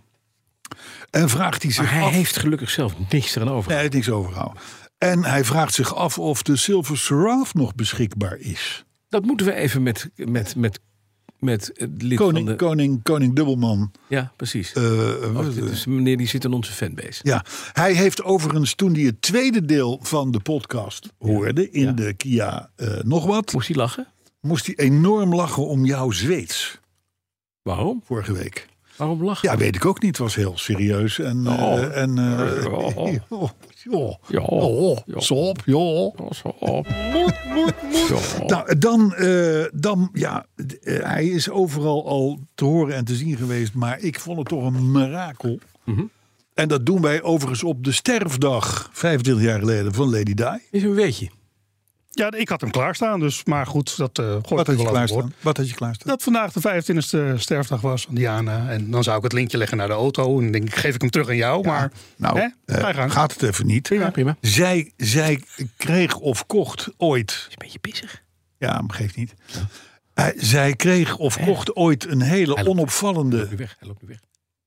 [SPEAKER 4] En vraagt hij zich
[SPEAKER 5] Maar hij
[SPEAKER 4] af...
[SPEAKER 5] heeft gelukkig zelf niks eraan over.
[SPEAKER 4] Nee, hij heeft niks overgehouden. En hij vraagt zich af of de Silver Seraph nog beschikbaar is.
[SPEAKER 5] Dat moeten we even met, met, met, met het lid
[SPEAKER 4] Koning,
[SPEAKER 5] van de...
[SPEAKER 4] koning, koning Dubbelman.
[SPEAKER 5] Ja, precies.
[SPEAKER 4] Uh,
[SPEAKER 5] Oh, dit is meneer die zit in onze fanbase.
[SPEAKER 4] Ja, hij heeft overigens toen hij het tweede deel van de podcast hoorde in
[SPEAKER 5] Ja.
[SPEAKER 4] de Kia uh, nog wat,
[SPEAKER 5] Moest hij lachen?
[SPEAKER 4] moest hij enorm lachen om jouw Zweeds
[SPEAKER 5] Waarom?
[SPEAKER 4] vorige week.
[SPEAKER 5] Waarom lachen?
[SPEAKER 4] Ja, weet ik ook niet. Het was heel serieus en uh,
[SPEAKER 5] Oh.
[SPEAKER 4] en uh,
[SPEAKER 5] Ja.
[SPEAKER 4] joh, joh,
[SPEAKER 5] Ja.
[SPEAKER 4] joh,
[SPEAKER 5] Ja.
[SPEAKER 4] sop, joh.
[SPEAKER 5] Oh, zo op. Ja.
[SPEAKER 4] Nou, dan, uh, dan ja, d- uh, hij is overal al te horen en te zien geweest, maar ik vond het toch een mirakel.
[SPEAKER 5] Mhm.
[SPEAKER 4] En dat doen wij overigens op de sterfdag, vijfentwintig jaar geleden, van Lady Di.
[SPEAKER 5] Is een weetje.
[SPEAKER 6] Ja, ik had hem klaarstaan. Dus, maar goed, dat uh, gooi
[SPEAKER 4] Wat
[SPEAKER 6] ik
[SPEAKER 4] had je
[SPEAKER 6] wel overboord.
[SPEAKER 4] klaarstaan? Wat had je klaarstaan?
[SPEAKER 6] Dat vandaag de vijfentwintigste sterfdag was van Diana. En dan zou ik het linkje leggen naar de auto. En dan denk ik, geef ik hem terug aan jou. Maar
[SPEAKER 4] Nou,
[SPEAKER 6] hè,
[SPEAKER 4] eh,
[SPEAKER 6] ga je gang.
[SPEAKER 4] gaat het even niet.
[SPEAKER 5] Prima, prima.
[SPEAKER 4] Zij, zij kreeg of kocht ooit...
[SPEAKER 5] Is een beetje pissig.
[SPEAKER 4] Ja, maar geeft niet. Uh, zij kreeg of kocht ooit een hele
[SPEAKER 5] Hij loopt- Hij
[SPEAKER 4] onopvallende...
[SPEAKER 5] loopt nu weg. Hij loopt nu weg.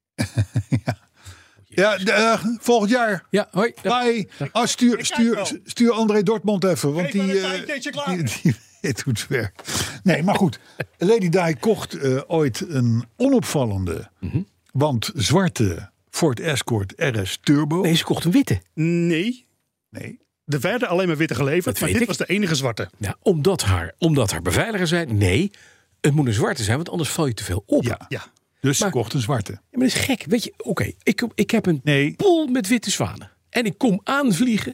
[SPEAKER 4] Ja, de, uh, volgend jaar.
[SPEAKER 5] Ja, hoi. Ja.
[SPEAKER 4] Bye. Ah, stuur, stuur, stuur André Dortmund even. Want
[SPEAKER 6] Geef
[SPEAKER 4] die,
[SPEAKER 6] maar een
[SPEAKER 4] uh,
[SPEAKER 6] tijdje klaar.
[SPEAKER 4] die, die weet hoe het werkt. Nee, maar goed. Lady Di kocht uh, ooit een onopvallende...
[SPEAKER 5] Mhm.
[SPEAKER 4] want zwarte Ford Escort R S Turbo.
[SPEAKER 5] Nee, ze kocht een witte.
[SPEAKER 6] Nee,
[SPEAKER 4] Nee.
[SPEAKER 6] er werden alleen maar witte geleverd.
[SPEAKER 5] Dat
[SPEAKER 6] Maar
[SPEAKER 5] weet
[SPEAKER 6] dit
[SPEAKER 5] ik.
[SPEAKER 6] was de enige zwarte.
[SPEAKER 5] Ja, omdat haar, omdat haar beveiliger zei... Nee, het moet een zwarte zijn, want anders val je te veel op.
[SPEAKER 4] Ja.
[SPEAKER 6] Ja.
[SPEAKER 4] Dus ze
[SPEAKER 5] Maar-
[SPEAKER 4] kocht een zwarte.
[SPEAKER 5] Ja, maar dat is gek. Weet je, oké, ik, ik heb een
[SPEAKER 4] Nee.
[SPEAKER 5] pool met witte zwanen. En ik kom aanvliegen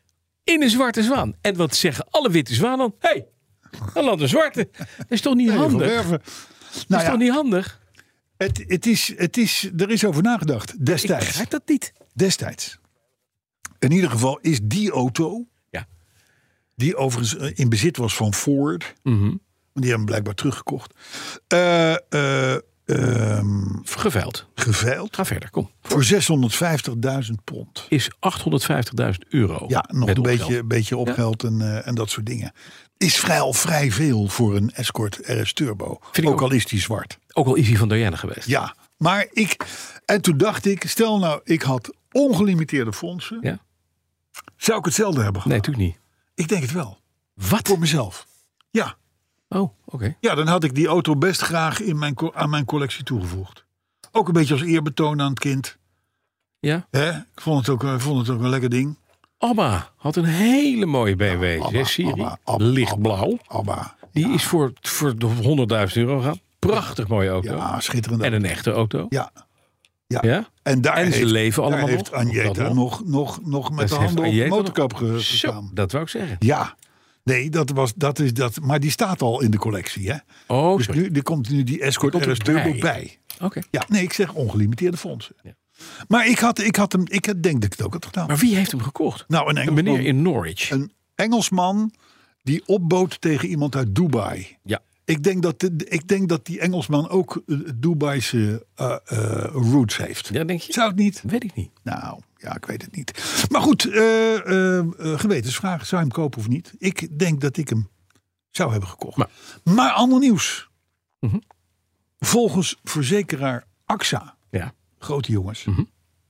[SPEAKER 5] in een zwarte zwaan. En wat zeggen alle witte zwanen dan? Hé, hey, dan landt een zwarte. Dat is toch niet
[SPEAKER 4] Nee,
[SPEAKER 5] handig?
[SPEAKER 4] Van
[SPEAKER 5] Dat
[SPEAKER 4] Werven.
[SPEAKER 5] is
[SPEAKER 4] Nou ja,
[SPEAKER 5] toch niet handig?
[SPEAKER 4] het, het is, het is, er is over nagedacht.
[SPEAKER 5] Ik
[SPEAKER 4] Destijds.
[SPEAKER 5] begrijp dat niet.
[SPEAKER 4] Destijds. In ieder geval is die auto...
[SPEAKER 5] Ja.
[SPEAKER 4] die overigens eh, in bezit was van Ford...
[SPEAKER 5] Mhm.
[SPEAKER 4] want die hebben hem blijkbaar teruggekocht... eh eh ehm,
[SPEAKER 5] Geveild.
[SPEAKER 4] geveild
[SPEAKER 5] Ga verder, kom.
[SPEAKER 4] voor zeshonderdvijftigduizend pond.
[SPEAKER 5] Is achthonderdvijftigduizend euro.
[SPEAKER 4] Ja, nog
[SPEAKER 5] met
[SPEAKER 4] een
[SPEAKER 5] opgeld.
[SPEAKER 4] beetje, beetje opgeld en, eh, en dat soort dingen. Is vrij, al vrij veel voor een Escort R S Turbo.
[SPEAKER 5] Vind ik
[SPEAKER 4] Ook
[SPEAKER 5] ook.
[SPEAKER 4] al is die zwart.
[SPEAKER 5] Ook al is hij van Diana geweest.
[SPEAKER 4] Ja, maar ik... En toen dacht ik, stel nou, ik had ongelimiteerde fondsen.
[SPEAKER 5] Ja?
[SPEAKER 4] Zou ik hetzelfde hebben
[SPEAKER 5] Nee,
[SPEAKER 4] gedaan?
[SPEAKER 5] natuurlijk niet.
[SPEAKER 4] Ik denk het wel.
[SPEAKER 5] Wat?
[SPEAKER 4] Voor mezelf. Ja.
[SPEAKER 5] Oh, oké.
[SPEAKER 4] Ja, dan had ik die auto best graag in mijn, co- aan mijn collectie toegevoegd. Ook een beetje als eerbetoon aan het kind.
[SPEAKER 5] Ja?
[SPEAKER 4] Hè? Ik vond het, ook, ik vond het ook een lekker ding.
[SPEAKER 5] Abba had een hele mooie B M W
[SPEAKER 4] Abba,
[SPEAKER 5] zes serie.
[SPEAKER 4] Abba, Abba,
[SPEAKER 5] Lichtblauw.
[SPEAKER 4] Abba.
[SPEAKER 5] Die is voor, voor de honderdduizend euro gegaan. Prachtig mooie auto.
[SPEAKER 4] Ja, schitterend.
[SPEAKER 5] En een echte auto.
[SPEAKER 4] Ja. Ja.
[SPEAKER 5] Ja?
[SPEAKER 4] En daar
[SPEAKER 5] En ze
[SPEAKER 4] heeft,
[SPEAKER 5] leven
[SPEAKER 4] daar
[SPEAKER 5] allemaal
[SPEAKER 4] heeft
[SPEAKER 5] nog.
[SPEAKER 4] Agneta
[SPEAKER 5] Dat
[SPEAKER 4] nog, nog, nog met
[SPEAKER 5] Dat
[SPEAKER 4] de
[SPEAKER 5] heeft
[SPEAKER 4] handen op de
[SPEAKER 5] Agneta nog-
[SPEAKER 4] motorkap ge-
[SPEAKER 5] Zo,
[SPEAKER 4] gestaan.
[SPEAKER 5] dat wou ik zeggen.
[SPEAKER 4] Ja. Nee, dat was, dat is dat. Maar die staat al in de collectie, hè?
[SPEAKER 5] Oh,
[SPEAKER 4] Dus
[SPEAKER 5] sorry.
[SPEAKER 4] nu er komt nu die Escort
[SPEAKER 5] Die komt
[SPEAKER 4] R S Turbo
[SPEAKER 5] erbij.
[SPEAKER 4] bij.
[SPEAKER 5] Oké.
[SPEAKER 4] Ja, nee, ik zeg ongelimiteerde fondsen.
[SPEAKER 5] Ja.
[SPEAKER 4] Maar ik had, ik had hem, ik denk dat ik het ook had gedaan.
[SPEAKER 5] Maar wie heeft hem gekocht?
[SPEAKER 4] Nou, een
[SPEAKER 5] Een
[SPEAKER 4] Engelsman,
[SPEAKER 5] meneer in Norwich.
[SPEAKER 4] een Engelsman die opbood tegen iemand uit Dubai.
[SPEAKER 5] Ja.
[SPEAKER 4] Ik denk dat, de, ik denk dat die Engelsman ook uh, Dubaise uh, uh, roots heeft.
[SPEAKER 5] Ja, denk je?
[SPEAKER 4] Zou het niet?
[SPEAKER 5] Weet ik niet.
[SPEAKER 4] Nou, ja, ik weet het niet. Maar goed, uh, uh, uh, gewetensvraag. Zou je hem kopen of niet? Ik denk dat ik hem zou hebben gekocht. Maar,
[SPEAKER 5] Maar-
[SPEAKER 4] maar ander nieuws.
[SPEAKER 5] Mhm.
[SPEAKER 4] Volgens verzekeraar A X A,
[SPEAKER 5] Ja.
[SPEAKER 4] grote jongens,
[SPEAKER 5] Mhm.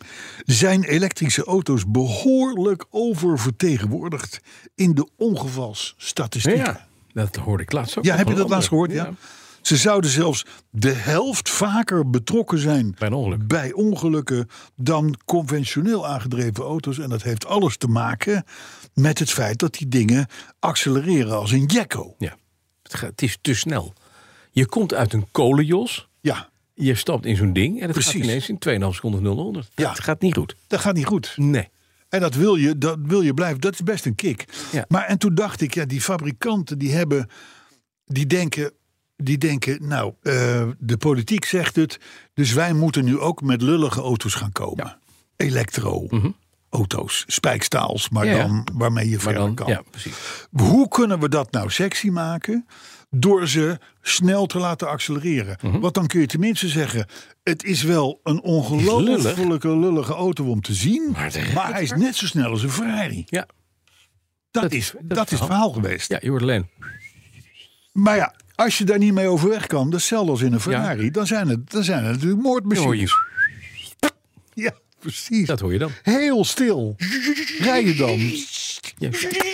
[SPEAKER 4] zijn elektrische auto's behoorlijk oververtegenwoordigd in de ongevalsstatistieken.
[SPEAKER 5] Ja, dat hoorde ik laatst ook.
[SPEAKER 4] Ja,
[SPEAKER 5] nog
[SPEAKER 4] heb je
[SPEAKER 5] van
[SPEAKER 4] dat laatst gehoord?
[SPEAKER 5] anderen.
[SPEAKER 4] Ja. Ze zouden zelfs de helft vaker betrokken zijn
[SPEAKER 5] Bij een ongeluk.
[SPEAKER 4] bij ongelukken dan conventioneel aangedreven auto's. En dat heeft alles te maken met het feit dat die dingen accelereren als een jekko.
[SPEAKER 5] Ja, het, gaat, het is te snel. Je komt uit een kolenjos,
[SPEAKER 4] Ja,
[SPEAKER 5] je stapt in zo'n ding en het
[SPEAKER 4] Precies.
[SPEAKER 5] gaat ineens in twee komma vijf seconden nul naar honderd.
[SPEAKER 4] Ja.
[SPEAKER 5] Het gaat niet goed.
[SPEAKER 4] dat gaat niet goed.
[SPEAKER 5] Nee.
[SPEAKER 4] En dat wil je, dat wil je blijven. Dat is best een kick.
[SPEAKER 5] Ja.
[SPEAKER 4] Maar en toen dacht ik, ja, die fabrikanten die hebben, die denken, die denken, nou, uh, de politiek zegt het, dus wij moeten nu ook met lullige auto's gaan komen.
[SPEAKER 5] Ja.
[SPEAKER 4] Elektro-auto's, spijkstaals, maar
[SPEAKER 5] Ja, ja.
[SPEAKER 4] dan waarmee je
[SPEAKER 5] Maar
[SPEAKER 4] verder
[SPEAKER 5] dan,
[SPEAKER 4] kan.
[SPEAKER 5] ja, precies.
[SPEAKER 4] Hoe kunnen we dat nou sexy maken? Door ze snel te laten accelereren.
[SPEAKER 5] Mhm.
[SPEAKER 4] Want dan kun je tenminste zeggen, het is wel een ongelooflijke lullige auto om te zien,
[SPEAKER 5] Maar de
[SPEAKER 4] maar hij is net zo snel als een Ferrari.
[SPEAKER 5] Ja,
[SPEAKER 4] Dat,
[SPEAKER 5] Dat-
[SPEAKER 4] is,
[SPEAKER 5] dat
[SPEAKER 4] dat,
[SPEAKER 5] is
[SPEAKER 4] is het verhaal geweest.
[SPEAKER 5] ja je hoort alleen.
[SPEAKER 4] Maar ja, als je daar niet mee overweg kan, dat is hetzelfde als in een Ferrari, dan, zijn het, dan zijn het natuurlijk
[SPEAKER 5] Dan hoor
[SPEAKER 4] moordmachines.
[SPEAKER 5] je,
[SPEAKER 4] Ja, precies.
[SPEAKER 5] dat hoor je dan.
[SPEAKER 4] Heel stil. Rij je dan.
[SPEAKER 5] Ja.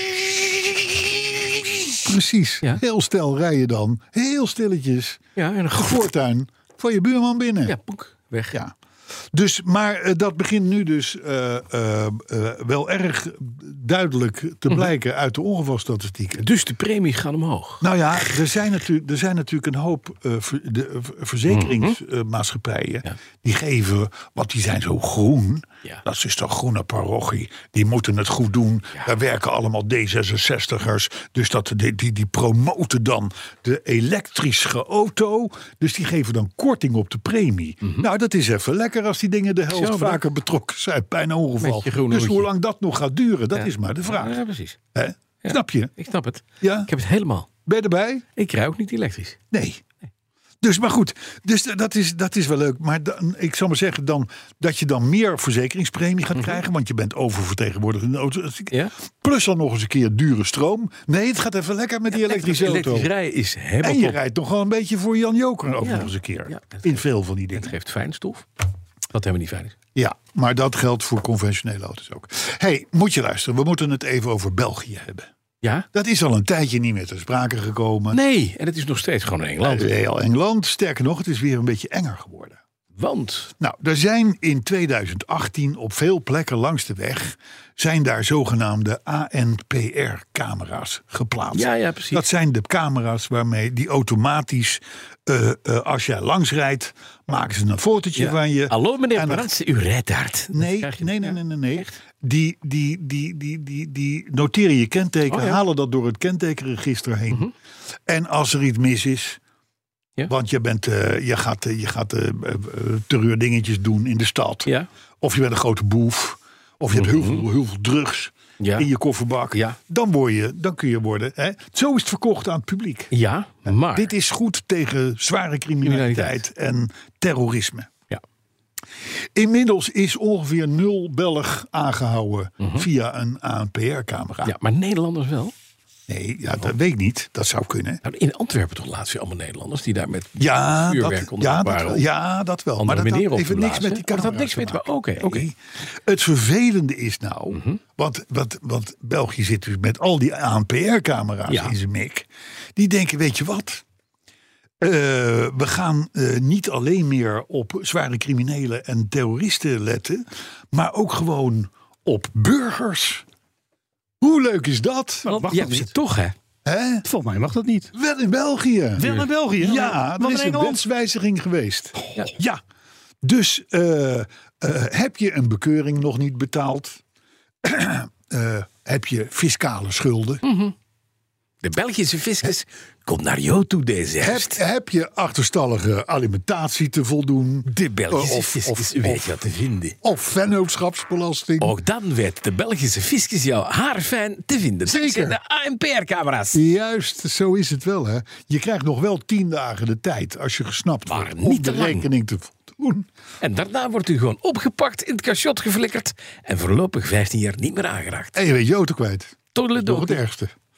[SPEAKER 4] Precies.
[SPEAKER 5] Ja.
[SPEAKER 4] Heel stil rij je dan. Heel stilletjes.
[SPEAKER 5] Ja, en dan
[SPEAKER 4] De voortuin van je buurman binnen.
[SPEAKER 5] Ja, poek, weg.
[SPEAKER 4] Ja. Dus, maar uh, dat begint nu dus uh, uh, uh, wel erg duidelijk te blijken uit de ongevalstatistieken.
[SPEAKER 5] Dus de premies gaan omhoog.
[SPEAKER 4] Nou ja, er zijn natuurlijk, er zijn natuurlijk een hoop uh, ver, de, uh, verzekeringsmaatschappijen.
[SPEAKER 5] Ja.
[SPEAKER 4] Die geven, want die zijn zo groen.
[SPEAKER 5] Ja.
[SPEAKER 4] Dat is dus de groene parochie. Die moeten het goed doen.
[SPEAKER 5] Ja.
[SPEAKER 4] Daar werken allemaal D zesenzestigers. Dus dat, die, die, die promoten dan de elektrische auto. Dus die geven dan korting op de premie.
[SPEAKER 5] Mhm.
[SPEAKER 4] Nou, dat is even lekker als die dingen de helft
[SPEAKER 5] Zo, bedankt.
[SPEAKER 4] vaker betrokken zijn bij een ongeval.
[SPEAKER 5] Met je groene
[SPEAKER 4] Dus hoe
[SPEAKER 5] hoedje.
[SPEAKER 4] lang dat nog gaat duren, dat
[SPEAKER 5] Ja.
[SPEAKER 4] is maar de vraag.
[SPEAKER 5] Ja, precies.
[SPEAKER 4] Hè?
[SPEAKER 5] Ja.
[SPEAKER 4] Snap je?
[SPEAKER 5] Ik snap het.
[SPEAKER 4] Ja?
[SPEAKER 5] Ik heb het helemaal.
[SPEAKER 4] Ben je erbij?
[SPEAKER 5] Ik rij ook niet elektrisch.
[SPEAKER 4] Nee. Dus, maar goed, dus dat is, dat is wel leuk. Maar dan, ik zal maar zeggen dan, dat je dan meer verzekeringspremie gaat krijgen. Want je bent oververtegenwoordigd in de auto.
[SPEAKER 5] Ja?
[SPEAKER 4] Plus dan nog eens een keer dure stroom. Nee, het gaat even lekker met die elektrische auto.
[SPEAKER 5] Elektrisch rijden is helemaal
[SPEAKER 4] En je
[SPEAKER 5] top.
[SPEAKER 4] rijdt toch wel een beetje voor Jan Joker ook
[SPEAKER 5] Ja.
[SPEAKER 4] nog eens een keer.
[SPEAKER 5] Ja, dat
[SPEAKER 4] in
[SPEAKER 5] geeft-
[SPEAKER 4] veel van die
[SPEAKER 5] Het
[SPEAKER 4] dingen.
[SPEAKER 5] geeft fijnstof. Wat helemaal niet fijn is.
[SPEAKER 4] Ja, maar dat geldt voor conventionele auto's ook. Hey, moet je luisteren. We moeten het even over België hebben.
[SPEAKER 5] Ja?
[SPEAKER 4] Dat is al een tijdje niet meer ter sprake gekomen.
[SPEAKER 5] Nee, en het is nog steeds gewoon Engeland.
[SPEAKER 4] Heel Engeland. Sterker nog, het is weer een beetje enger geworden.
[SPEAKER 5] Want,
[SPEAKER 4] Nou, er zijn in tweeduizend achttien op veel plekken langs de weg zijn daar zogenaamde A N P R-camera's geplaatst.
[SPEAKER 5] ja, ja, precies.
[SPEAKER 4] Dat zijn de camera's waarmee die automatisch, uh, uh, als jij langs rijdt, maken ze een fotootje
[SPEAKER 5] Ja.
[SPEAKER 4] van je.
[SPEAKER 5] Hallo meneer
[SPEAKER 4] En dan-
[SPEAKER 5] Brands, u rijdt hard. Dat
[SPEAKER 4] Nee,
[SPEAKER 5] krijg je-
[SPEAKER 4] nee, nee,
[SPEAKER 5] ja.
[SPEAKER 4] nee, nee, nee. Die, die, die, die, die, die noteren je kenteken,
[SPEAKER 5] Oh, ja.
[SPEAKER 4] halen dat door het kentekenregister heen.
[SPEAKER 5] Mhm.
[SPEAKER 4] En als er iets mis is,
[SPEAKER 5] Ja.
[SPEAKER 4] want je, bent, uh, je gaat, uh, je gaat uh, uh, terreurdingetjes doen in de stad.
[SPEAKER 5] Ja,
[SPEAKER 4] Of je bent een grote boef. Of je hebt heel veel, heel veel drugs
[SPEAKER 5] ja,
[SPEAKER 4] in je kofferbak.
[SPEAKER 5] Ja.
[SPEAKER 4] Dan, word je, dan kun je worden. Hè? Zo is het verkocht aan het publiek.
[SPEAKER 5] ja, maar...
[SPEAKER 4] Dit is goed tegen zware criminaliteit, en terrorisme.
[SPEAKER 5] Ja.
[SPEAKER 4] Inmiddels is ongeveer nul Belg aangehouden via een A N P R-camera.
[SPEAKER 5] ja, maar Nederlanders wel.
[SPEAKER 4] Nee, ja, dat weet ik niet. Dat zou kunnen.
[SPEAKER 5] Nou, in Antwerpen toch laatst weer allemaal Nederlanders die daar met
[SPEAKER 4] Ja,
[SPEAKER 5] vuurwerk
[SPEAKER 4] dat,
[SPEAKER 5] onder
[SPEAKER 4] ja,
[SPEAKER 5] waren.
[SPEAKER 4] dat, ja, dat wel.
[SPEAKER 5] Andere
[SPEAKER 4] Maar dat
[SPEAKER 5] manieren
[SPEAKER 4] had
[SPEAKER 5] op te
[SPEAKER 4] even niks
[SPEAKER 5] blazen.
[SPEAKER 4] met die
[SPEAKER 5] Oh, dat had
[SPEAKER 4] camera's
[SPEAKER 5] niks
[SPEAKER 4] te
[SPEAKER 5] met-
[SPEAKER 4] maken.
[SPEAKER 5] oké, oké.
[SPEAKER 4] Nee. Het vervelende is nou,
[SPEAKER 5] Mhm.
[SPEAKER 4] want, wat, want België zit dus met al die A N P R-camera's
[SPEAKER 5] Ja.
[SPEAKER 4] in zijn mik. Die denken, weet je wat? Uh, we gaan uh, niet alleen meer op zware criminelen en terroristen letten, maar ook gewoon op burgers. Hoe leuk is dat?
[SPEAKER 5] Want
[SPEAKER 6] mag
[SPEAKER 5] je
[SPEAKER 6] dat
[SPEAKER 5] hebt ze
[SPEAKER 6] niet.
[SPEAKER 5] toch, hè?
[SPEAKER 4] Hè?
[SPEAKER 6] Volgens mij mag dat niet.
[SPEAKER 4] Wel in België.
[SPEAKER 6] Wel in België?
[SPEAKER 4] Ja, er
[SPEAKER 6] Wat
[SPEAKER 4] is
[SPEAKER 6] in
[SPEAKER 4] een
[SPEAKER 6] Engeland?
[SPEAKER 4] wetswijziging geweest.
[SPEAKER 5] Ja.
[SPEAKER 4] Ja, dus uh, uh, heb je een bekeuring nog niet betaald? uh, heb je fiscale schulden?
[SPEAKER 5] Mm. De Belgische fiscus komt naar jou toe deze
[SPEAKER 4] Heb,
[SPEAKER 5] herfst.
[SPEAKER 4] heb je achterstallige alimentatie te voldoen?
[SPEAKER 5] De Belgische
[SPEAKER 4] Of-
[SPEAKER 5] fiscus
[SPEAKER 4] of-
[SPEAKER 5] weet
[SPEAKER 4] of-
[SPEAKER 5] wat te vinden.
[SPEAKER 4] Of vennootschapsbelasting?
[SPEAKER 5] Ook dan weet de Belgische fiscus jou haarfijn te vinden.
[SPEAKER 4] Zeker.
[SPEAKER 5] De A N P R-camera's.
[SPEAKER 4] Juist, zo is het wel. Hè. Je krijgt nog wel tien dagen de tijd als je gesnapt
[SPEAKER 5] Maar
[SPEAKER 4] wordt
[SPEAKER 5] niet
[SPEAKER 4] om
[SPEAKER 5] te
[SPEAKER 4] de
[SPEAKER 5] lang.
[SPEAKER 4] rekening te voldoen.
[SPEAKER 5] En daarna wordt u gewoon opgepakt, in het cachot geflikkerd en voorlopig vijftien jaar niet meer aangeraakt.
[SPEAKER 4] En je weet je auto kwijt.
[SPEAKER 5] Toedeledokie.
[SPEAKER 4] Nog het ergste.
[SPEAKER 5] Ja.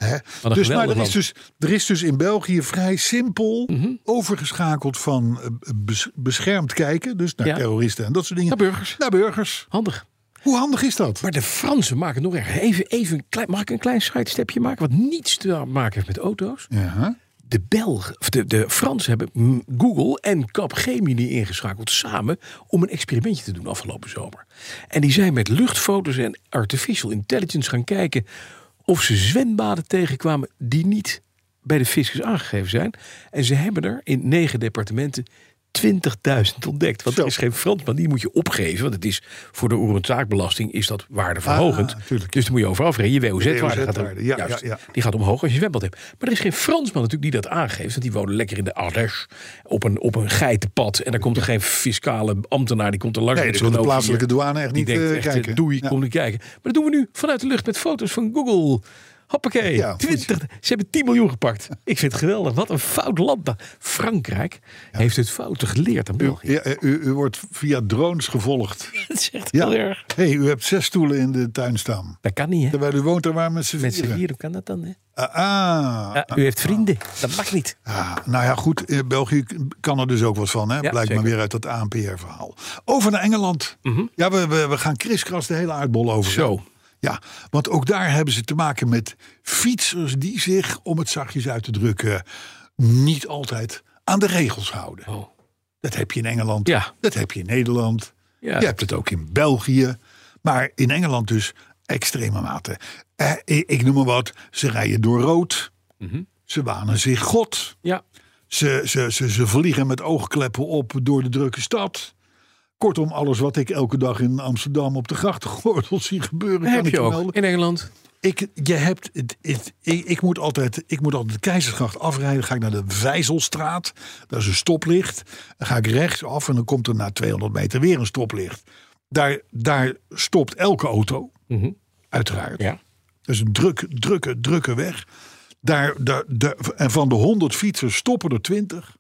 [SPEAKER 4] Hè?
[SPEAKER 5] Wat een
[SPEAKER 4] Dus, maar
[SPEAKER 5] geweldig
[SPEAKER 4] er is,
[SPEAKER 5] land.
[SPEAKER 4] dus, er is dus in België vrij simpel
[SPEAKER 5] Mhm.
[SPEAKER 4] overgeschakeld van eh, bes- beschermd kijken. Dus naar
[SPEAKER 5] Ja.
[SPEAKER 4] terroristen en dat soort dingen.
[SPEAKER 5] Naar burgers.
[SPEAKER 4] Naar burgers.
[SPEAKER 5] Handig.
[SPEAKER 4] Hoe handig is dat?
[SPEAKER 5] Maar de Fransen maken het nog erg. Even, even een klein, mag ik een klein sidestepje maken? Wat niets te maken heeft met auto's.
[SPEAKER 4] Ja.
[SPEAKER 5] De Belgen, of de, de Fransen hebben mm, Google en Capgemini ingeschakeld samen om een experimentje te doen afgelopen zomer. En die zijn met luchtfoto's en artificial intelligence gaan kijken of ze zwembaden tegenkwamen die niet bij de fiscus aangegeven zijn. En ze hebben er in negen departementen twintigduizend ontdekt. Want
[SPEAKER 4] Zo.
[SPEAKER 5] er is geen Fransman, die moet je opgeven. Want het is voor de oerendzaakbelasting is dat waardeverhogend.
[SPEAKER 4] Ah, tuurlijk.
[SPEAKER 5] Dus dan moet je over afrekenen. Je W O Z-waarde gaat,
[SPEAKER 4] W O Z-waarde, ja,
[SPEAKER 5] juist,
[SPEAKER 4] ja, ja.
[SPEAKER 5] die gaat omhoog als je zwembad hebt. Maar er is geen Fransman natuurlijk die dat aangeeft. Want die wonen lekker in de Ardèche op een, op een geitenpad. En daar komt er geen fiscale ambtenaar. Die komt er langs
[SPEAKER 4] Nee,
[SPEAKER 5] met
[SPEAKER 4] daar
[SPEAKER 5] zijn
[SPEAKER 4] wil de
[SPEAKER 5] auto
[SPEAKER 4] plaatselijke
[SPEAKER 5] hier.
[SPEAKER 4] douane echt
[SPEAKER 5] Die
[SPEAKER 4] niet
[SPEAKER 5] denkt
[SPEAKER 4] eh,
[SPEAKER 5] echt,
[SPEAKER 4] kijken.
[SPEAKER 5] eh, doei,
[SPEAKER 4] Ja.
[SPEAKER 5] kom niet kijken. Maar dat doen we nu vanuit de lucht met foto's van Google. Hoppakee,
[SPEAKER 4] Ja,
[SPEAKER 5] twintig. Ze hebben tien miljoen gepakt. Ik vind het geweldig. Wat een fout land. daar. Frankrijk heeft het fouten geleerd aan
[SPEAKER 4] U,
[SPEAKER 5] België.
[SPEAKER 4] ja, u, u wordt via drones gevolgd.
[SPEAKER 5] Dat is echt
[SPEAKER 4] Ja.
[SPEAKER 5] heel erg.
[SPEAKER 4] Hey, u hebt zes stoelen in de tuin staan.
[SPEAKER 5] Dat kan niet, hè?
[SPEAKER 4] Terwijl u woont er waar met z'n
[SPEAKER 5] Met z'n
[SPEAKER 4] vieren.
[SPEAKER 5] vieren kan dat dan, hè?
[SPEAKER 4] Ah, ah.
[SPEAKER 5] Ja, u heeft vrienden. Dat mag niet.
[SPEAKER 4] Ah, nou ja, goed. In België kan er dus ook wat van. Hè? Blijkt
[SPEAKER 5] zeker.
[SPEAKER 4] maar weer uit dat A N P R-verhaal. Over naar Engeland. Ja, we, we, we gaan kriskras de hele aardbol over.
[SPEAKER 5] Zo.
[SPEAKER 4] Ja, want ook daar hebben ze te maken met fietsers die zich, om het zachtjes uit te drukken, niet altijd aan de regels houden.
[SPEAKER 5] Oh.
[SPEAKER 4] Dat heb je in Engeland.
[SPEAKER 5] Ja.
[SPEAKER 4] Dat heb je in Nederland.
[SPEAKER 5] Ja.
[SPEAKER 4] Je hebt het ook in België. Maar in Engeland dus extreme mate. Eh, ik, ik noem maar wat. Ze rijden door rood.
[SPEAKER 5] Mhm.
[SPEAKER 4] Ze wanen zich God.
[SPEAKER 5] Ja.
[SPEAKER 4] Ze, ze, ze, ze vliegen met oogkleppen op door de drukke stad. Kortom, alles wat ik elke dag in Amsterdam op de grachtengordel zie gebeuren. kan
[SPEAKER 5] Heb
[SPEAKER 4] ik
[SPEAKER 5] je ook
[SPEAKER 4] melden.
[SPEAKER 5] in Engeland.
[SPEAKER 4] Ik, je hebt, het, het, ik, ik, moet altijd, ik moet altijd de Keizersgracht afrijden. Ga ik naar de Vijzelstraat. Daar is een stoplicht. Dan ga ik rechts af en dan komt er na tweehonderd meter weer een stoplicht. Daar, daar stopt elke auto.
[SPEAKER 5] Mhm.
[SPEAKER 4] Uiteraard.
[SPEAKER 5] Ja.
[SPEAKER 4] Dat is een druk, drukke, drukke weg. Daar, daar, daar, en van de honderd fietsers stoppen er twintig.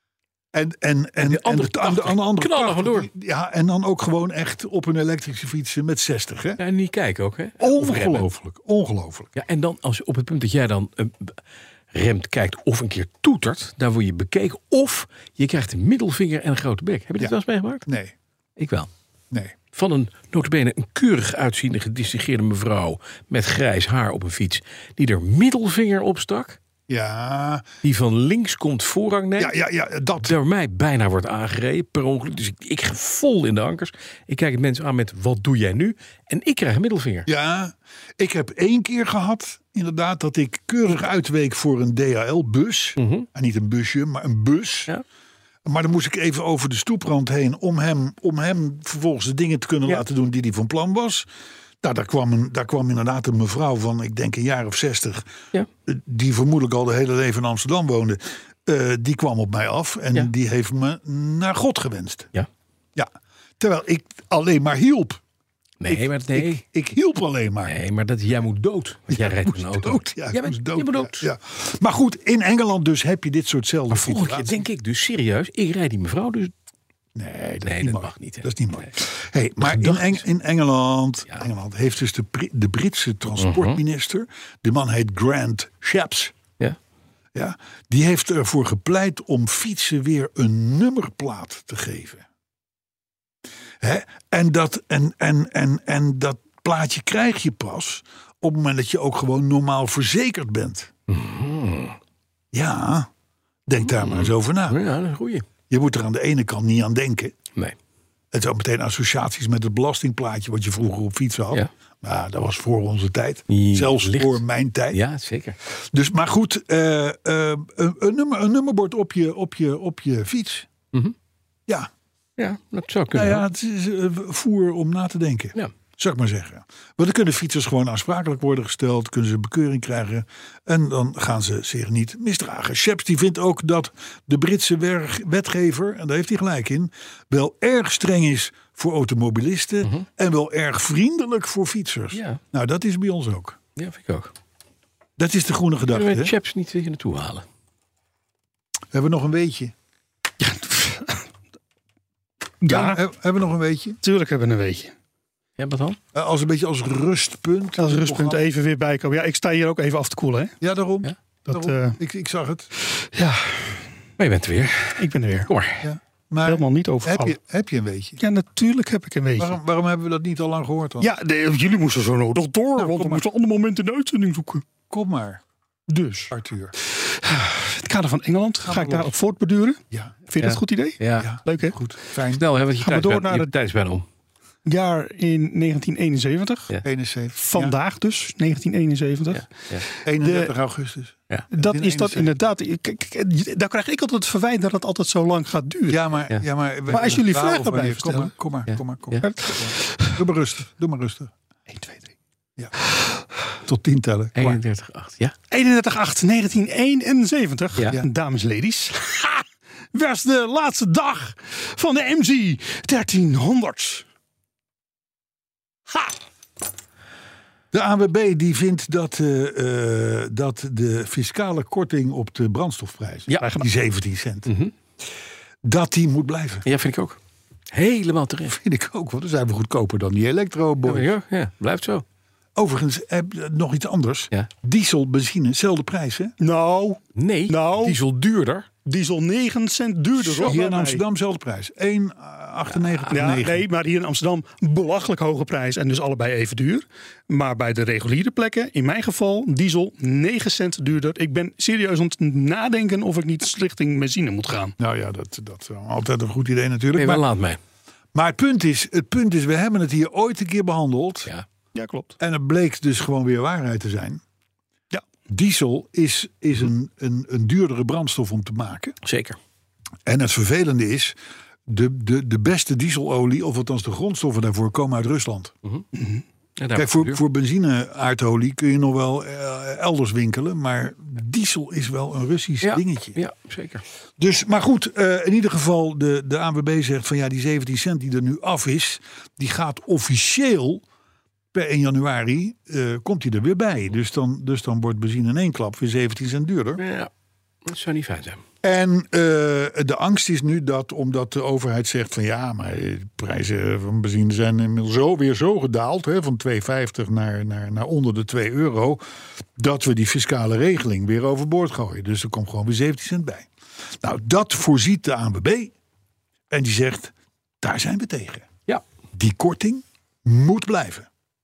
[SPEAKER 4] En, en, en,
[SPEAKER 5] de andere
[SPEAKER 4] en aan de, aan de andere
[SPEAKER 5] knallen
[SPEAKER 4] tachtig,
[SPEAKER 5] gewoon door.
[SPEAKER 4] Ja, en dan ook gewoon echt op een elektrische fietsen met zestig. Hè?
[SPEAKER 5] Ja, en niet kijken ook, hè? Of remmen.
[SPEAKER 4] Ongelooflijk, ongelooflijk.
[SPEAKER 5] Ja, en dan als je op het punt dat jij dan eh, remt, kijkt of een keer toetert, dan word je bekeken. Of je krijgt een middelvinger en een grote bek. Heb je dit
[SPEAKER 4] Ja.
[SPEAKER 5] wel eens meegemaakt?
[SPEAKER 4] Nee,
[SPEAKER 5] Ik wel.
[SPEAKER 4] nee.
[SPEAKER 5] Van een notabene een keurig uitziende gedistingeerde mevrouw met grijs haar op een fiets, die er middelvinger op stak,
[SPEAKER 4] Ja,
[SPEAKER 5] die van links komt voorrang neemt.
[SPEAKER 4] ja, ja, ja dat.
[SPEAKER 5] Door mij bijna wordt aangereden per ongeluk. Dus ik, ik ga vol in de ankers. Ik kijk het mensen aan met wat doe jij nu? En ik krijg een middelvinger.
[SPEAKER 4] Ja, ik heb één keer gehad, inderdaad, dat ik keurig uitweek voor een D H L-bus. En niet een busje, maar een bus.
[SPEAKER 5] Ja.
[SPEAKER 4] Maar dan moest ik even over de stoeprand heen om hem, om hem vervolgens de dingen te kunnen
[SPEAKER 5] Ja.
[SPEAKER 4] laten doen die hij van plan was. Nou, daar kwam, een, daar kwam inderdaad een mevrouw van, ik denk een jaar of zestig,
[SPEAKER 5] Ja.
[SPEAKER 4] eh, die vermoedelijk al de hele leven in Amsterdam woonde. Eh, die kwam op mij af en
[SPEAKER 5] Ja.
[SPEAKER 4] die heeft me naar God gewenst.
[SPEAKER 5] Ja.
[SPEAKER 4] Ja, terwijl ik alleen maar hielp.
[SPEAKER 5] Nee,
[SPEAKER 4] ik,
[SPEAKER 5] maar nee.
[SPEAKER 4] Ik, ik hielp alleen maar.
[SPEAKER 5] Nee, maar dat, jij moet dood. Want jij rijdt met een
[SPEAKER 4] moest
[SPEAKER 5] auto.
[SPEAKER 4] dood, ja,
[SPEAKER 5] jij
[SPEAKER 4] ik
[SPEAKER 5] bent,
[SPEAKER 4] moest dood,
[SPEAKER 5] je moet
[SPEAKER 4] ja,
[SPEAKER 5] dood.
[SPEAKER 4] ja. Maar goed, in Engeland dus heb je dit soortzelfde
[SPEAKER 5] Maar volgende keer
[SPEAKER 4] situaties.
[SPEAKER 5] denk ik dus serieus, ik rijd die mevrouw dus.
[SPEAKER 4] Nee, dat,
[SPEAKER 5] Nee,
[SPEAKER 4] is
[SPEAKER 5] dat
[SPEAKER 4] niet mooi.
[SPEAKER 5] mag niet, hè.
[SPEAKER 4] Dat is niet mooi.
[SPEAKER 5] Nee.
[SPEAKER 4] Hey, maar in,
[SPEAKER 5] gedachte
[SPEAKER 4] Eng-
[SPEAKER 5] is-
[SPEAKER 4] in Engeland,
[SPEAKER 5] Ja.
[SPEAKER 4] Engeland heeft dus de, Bri- de Britse transportminister, de man heet Grant Shapps,
[SPEAKER 5] Ja.
[SPEAKER 4] ja, die heeft ervoor gepleit om fietsen weer een nummerplaat te geven. Hè? En, dat, en, en, en, en dat plaatje krijg je pas op het moment dat je ook gewoon normaal verzekerd bent. Ja, denk daar maar eens over na.
[SPEAKER 5] Ja, dat is een goeie.
[SPEAKER 4] Je moet er aan de ene kant niet aan denken.
[SPEAKER 5] Nee.
[SPEAKER 4] Het zijn meteen associaties met het belastingplaatje wat je vroeger op fietsen had.
[SPEAKER 5] Ja.
[SPEAKER 4] Maar dat was voor onze tijd.
[SPEAKER 5] Ja,
[SPEAKER 4] Zelfs
[SPEAKER 5] licht.
[SPEAKER 4] voor mijn tijd.
[SPEAKER 5] Ja, zeker.
[SPEAKER 4] Dus, maar goed, eh, eh, een, een, nummer, een nummerbord op je, op je, op je fiets.
[SPEAKER 5] Mhm.
[SPEAKER 4] Ja,
[SPEAKER 5] Ja, dat zou
[SPEAKER 4] nou
[SPEAKER 5] kunnen.
[SPEAKER 4] ja, het is eh, voer om na te denken.
[SPEAKER 5] Ja.
[SPEAKER 4] Zou ik maar zeggen. Want dan kunnen fietsers gewoon aansprakelijk worden gesteld. Kunnen ze een bekeuring krijgen. En dan gaan ze zich niet misdragen. Shapps die vindt ook dat de Britse werg- wetgever, en daar heeft hij gelijk in, wel erg streng is voor automobilisten. En wel erg vriendelijk voor fietsers.
[SPEAKER 5] Ja.
[SPEAKER 4] Nou, dat is bij ons ook.
[SPEAKER 5] Ja, vind ik ook.
[SPEAKER 4] Dat is de groene gedachte.
[SPEAKER 5] Kunnen we
[SPEAKER 4] hè?
[SPEAKER 5] Chaps niet hier naartoe halen?
[SPEAKER 4] We hebben nog een weetje.
[SPEAKER 6] Ja,
[SPEAKER 4] Ja, he- hebben we nog een weetje?
[SPEAKER 6] natuurlijk hebben we een weetje.
[SPEAKER 5] Ja, wat dan?
[SPEAKER 4] Uh, als een beetje als rustpunt.
[SPEAKER 6] Als rustpunt even weer bijkomen. Ja, ik sta hier ook even af te koelen. Hè?
[SPEAKER 4] Ja, daarom.
[SPEAKER 5] Ja?
[SPEAKER 6] Dat,
[SPEAKER 4] daarom.
[SPEAKER 6] Uh,
[SPEAKER 4] ik, ik zag het.
[SPEAKER 6] Ja.
[SPEAKER 5] Maar je bent er weer.
[SPEAKER 6] Ik ben er weer.
[SPEAKER 5] Kom maar.
[SPEAKER 4] Ja. Maar
[SPEAKER 6] helemaal niet overvallen.
[SPEAKER 4] Heb je, heb je een weetje?
[SPEAKER 6] Ja, natuurlijk heb ik een weetje.
[SPEAKER 4] Waarom, waarom hebben we dat niet al lang gehoord dan?
[SPEAKER 6] Ja, de, jullie moesten zo nodig door.
[SPEAKER 4] Nou,
[SPEAKER 6] want we
[SPEAKER 4] maar.
[SPEAKER 6] moesten ander moment in de uitzending zoeken.
[SPEAKER 4] Kom maar,
[SPEAKER 6] Dus,
[SPEAKER 4] Arthur.
[SPEAKER 6] het kader van Engeland. Ga, ga ik daarop voortbeduren?
[SPEAKER 4] Ja.
[SPEAKER 6] Vind je
[SPEAKER 5] Ja.
[SPEAKER 6] dat een goed idee?
[SPEAKER 5] Ja.
[SPEAKER 4] Ja.
[SPEAKER 6] Leuk hè?
[SPEAKER 4] Goed, fijn.
[SPEAKER 5] Snel, hè, want je
[SPEAKER 6] Gaan we
[SPEAKER 5] tijd
[SPEAKER 6] door
[SPEAKER 5] bent-
[SPEAKER 6] naar
[SPEAKER 5] je
[SPEAKER 6] het-
[SPEAKER 5] tijd is bijna om.
[SPEAKER 6] Jaar in negentien eenenzeventig.
[SPEAKER 5] Ja.
[SPEAKER 4] eenenzeventig.
[SPEAKER 6] Vandaag dus, negentien eenenzeventig.
[SPEAKER 5] Ja. Ja.
[SPEAKER 4] Ja. eenendertig augustus.
[SPEAKER 5] Ja.
[SPEAKER 6] Dat
[SPEAKER 4] In
[SPEAKER 6] is dat
[SPEAKER 4] eenenzeventig.
[SPEAKER 6] inderdaad. Kijk, kijk, daar krijg ik altijd het verwijt dat het altijd zo lang gaat duren.
[SPEAKER 4] Ja, maar,
[SPEAKER 5] Ja.
[SPEAKER 4] ja. maar,
[SPEAKER 6] Maar als jullie vragen
[SPEAKER 4] waarom-
[SPEAKER 6] blijven
[SPEAKER 4] kom maar,
[SPEAKER 6] stellen.
[SPEAKER 4] kom maar,
[SPEAKER 5] Ja.
[SPEAKER 4] kom maar, kom
[SPEAKER 5] Ja.
[SPEAKER 4] maar. Doe maar rustig, doe maar rustig.
[SPEAKER 6] één, twee, drie.
[SPEAKER 4] Ja. Tot tien tellen. Kom maar.
[SPEAKER 5] eenendertig acht. Ja.
[SPEAKER 6] eenendertig acht negentien eenenzeventig.
[SPEAKER 5] Ja.
[SPEAKER 6] Ja. Dames en ladies. Was de laatste dag van de M Z dertienhonderd. Ha!
[SPEAKER 4] De A N W B die vindt dat, uh, uh, dat de fiscale korting op de brandstofprijzen,
[SPEAKER 5] Ja.
[SPEAKER 4] die zeventien cent,
[SPEAKER 5] Mhm.
[SPEAKER 4] dat die moet blijven.
[SPEAKER 5] Ja, vind ik ook. Helemaal terecht.
[SPEAKER 4] Vind ik ook, want dan zijn we goedkoper dan die elektroboys.
[SPEAKER 5] Ja, ja, blijft zo.
[SPEAKER 4] Overigens, eh, nog iets anders.
[SPEAKER 5] Ja.
[SPEAKER 4] Diesel, benzine, zelfde prijs hè?
[SPEAKER 6] Nou,
[SPEAKER 5] Nee,
[SPEAKER 6] Nou.
[SPEAKER 5] diesel duurder.
[SPEAKER 6] diesel negen cent duurder. hoor,
[SPEAKER 4] Hier
[SPEAKER 6] bij
[SPEAKER 4] in
[SPEAKER 6] mij.
[SPEAKER 4] Amsterdam, zelfde prijs. één achtennegentig
[SPEAKER 6] Ja,
[SPEAKER 4] negen.
[SPEAKER 6] nee, maar hier in Amsterdam belachelijk hoge prijs en dus allebei even duur. Maar bij de reguliere plekken, in mijn geval, diesel negen cent duurder. Ik ben serieus aan het nadenken of ik niet richting benzine moet gaan.
[SPEAKER 4] Nou ja, dat, dat is altijd een goed idee natuurlijk.
[SPEAKER 5] Nee, maar
[SPEAKER 4] maar,
[SPEAKER 5] laat mij.
[SPEAKER 4] maar het punt is, het punt is, we hebben het hier ooit een keer behandeld.
[SPEAKER 5] Ja.
[SPEAKER 6] Ja, klopt.
[SPEAKER 4] En het bleek dus gewoon weer waarheid te zijn.
[SPEAKER 6] Ja.
[SPEAKER 4] Diesel is, is een, een, een duurdere brandstof om te maken.
[SPEAKER 5] Zeker.
[SPEAKER 4] En het vervelende is, de, de, de beste dieselolie, of althans de grondstoffen daarvoor, komen uit Rusland.
[SPEAKER 5] En daar
[SPEAKER 4] Kijk, voor,
[SPEAKER 5] duur.
[SPEAKER 4] voor benzine-aardolie kun je nog wel eh, elders winkelen. Maar diesel is wel een Russisch
[SPEAKER 5] ja,
[SPEAKER 4] dingetje.
[SPEAKER 5] Ja, zeker.
[SPEAKER 4] Dus, maar goed, eh, in ieder geval, de, de A N W B zegt van ja, die zeventien cent die er nu af is, die gaat officieel per één januari, eh, komt die er weer bij. Dus dan, dus dan wordt benzine in één klap weer zeventien cent duurder.
[SPEAKER 5] Ja, dat zou niet fijn zijn.
[SPEAKER 4] En uh, de angst is nu dat, omdat de overheid zegt van ja, maar de prijzen van benzine zijn inmiddels zo, weer zo gedaald, hè, van twee vijftig naar, naar, naar onder de twee euro, dat we die fiscale regeling weer overboord gooien. Dus er komt gewoon weer zeventien cent bij. Nou, dat voorziet de A N W B en die zegt, daar zijn we tegen.
[SPEAKER 5] Ja.
[SPEAKER 4] Die korting moet blijven.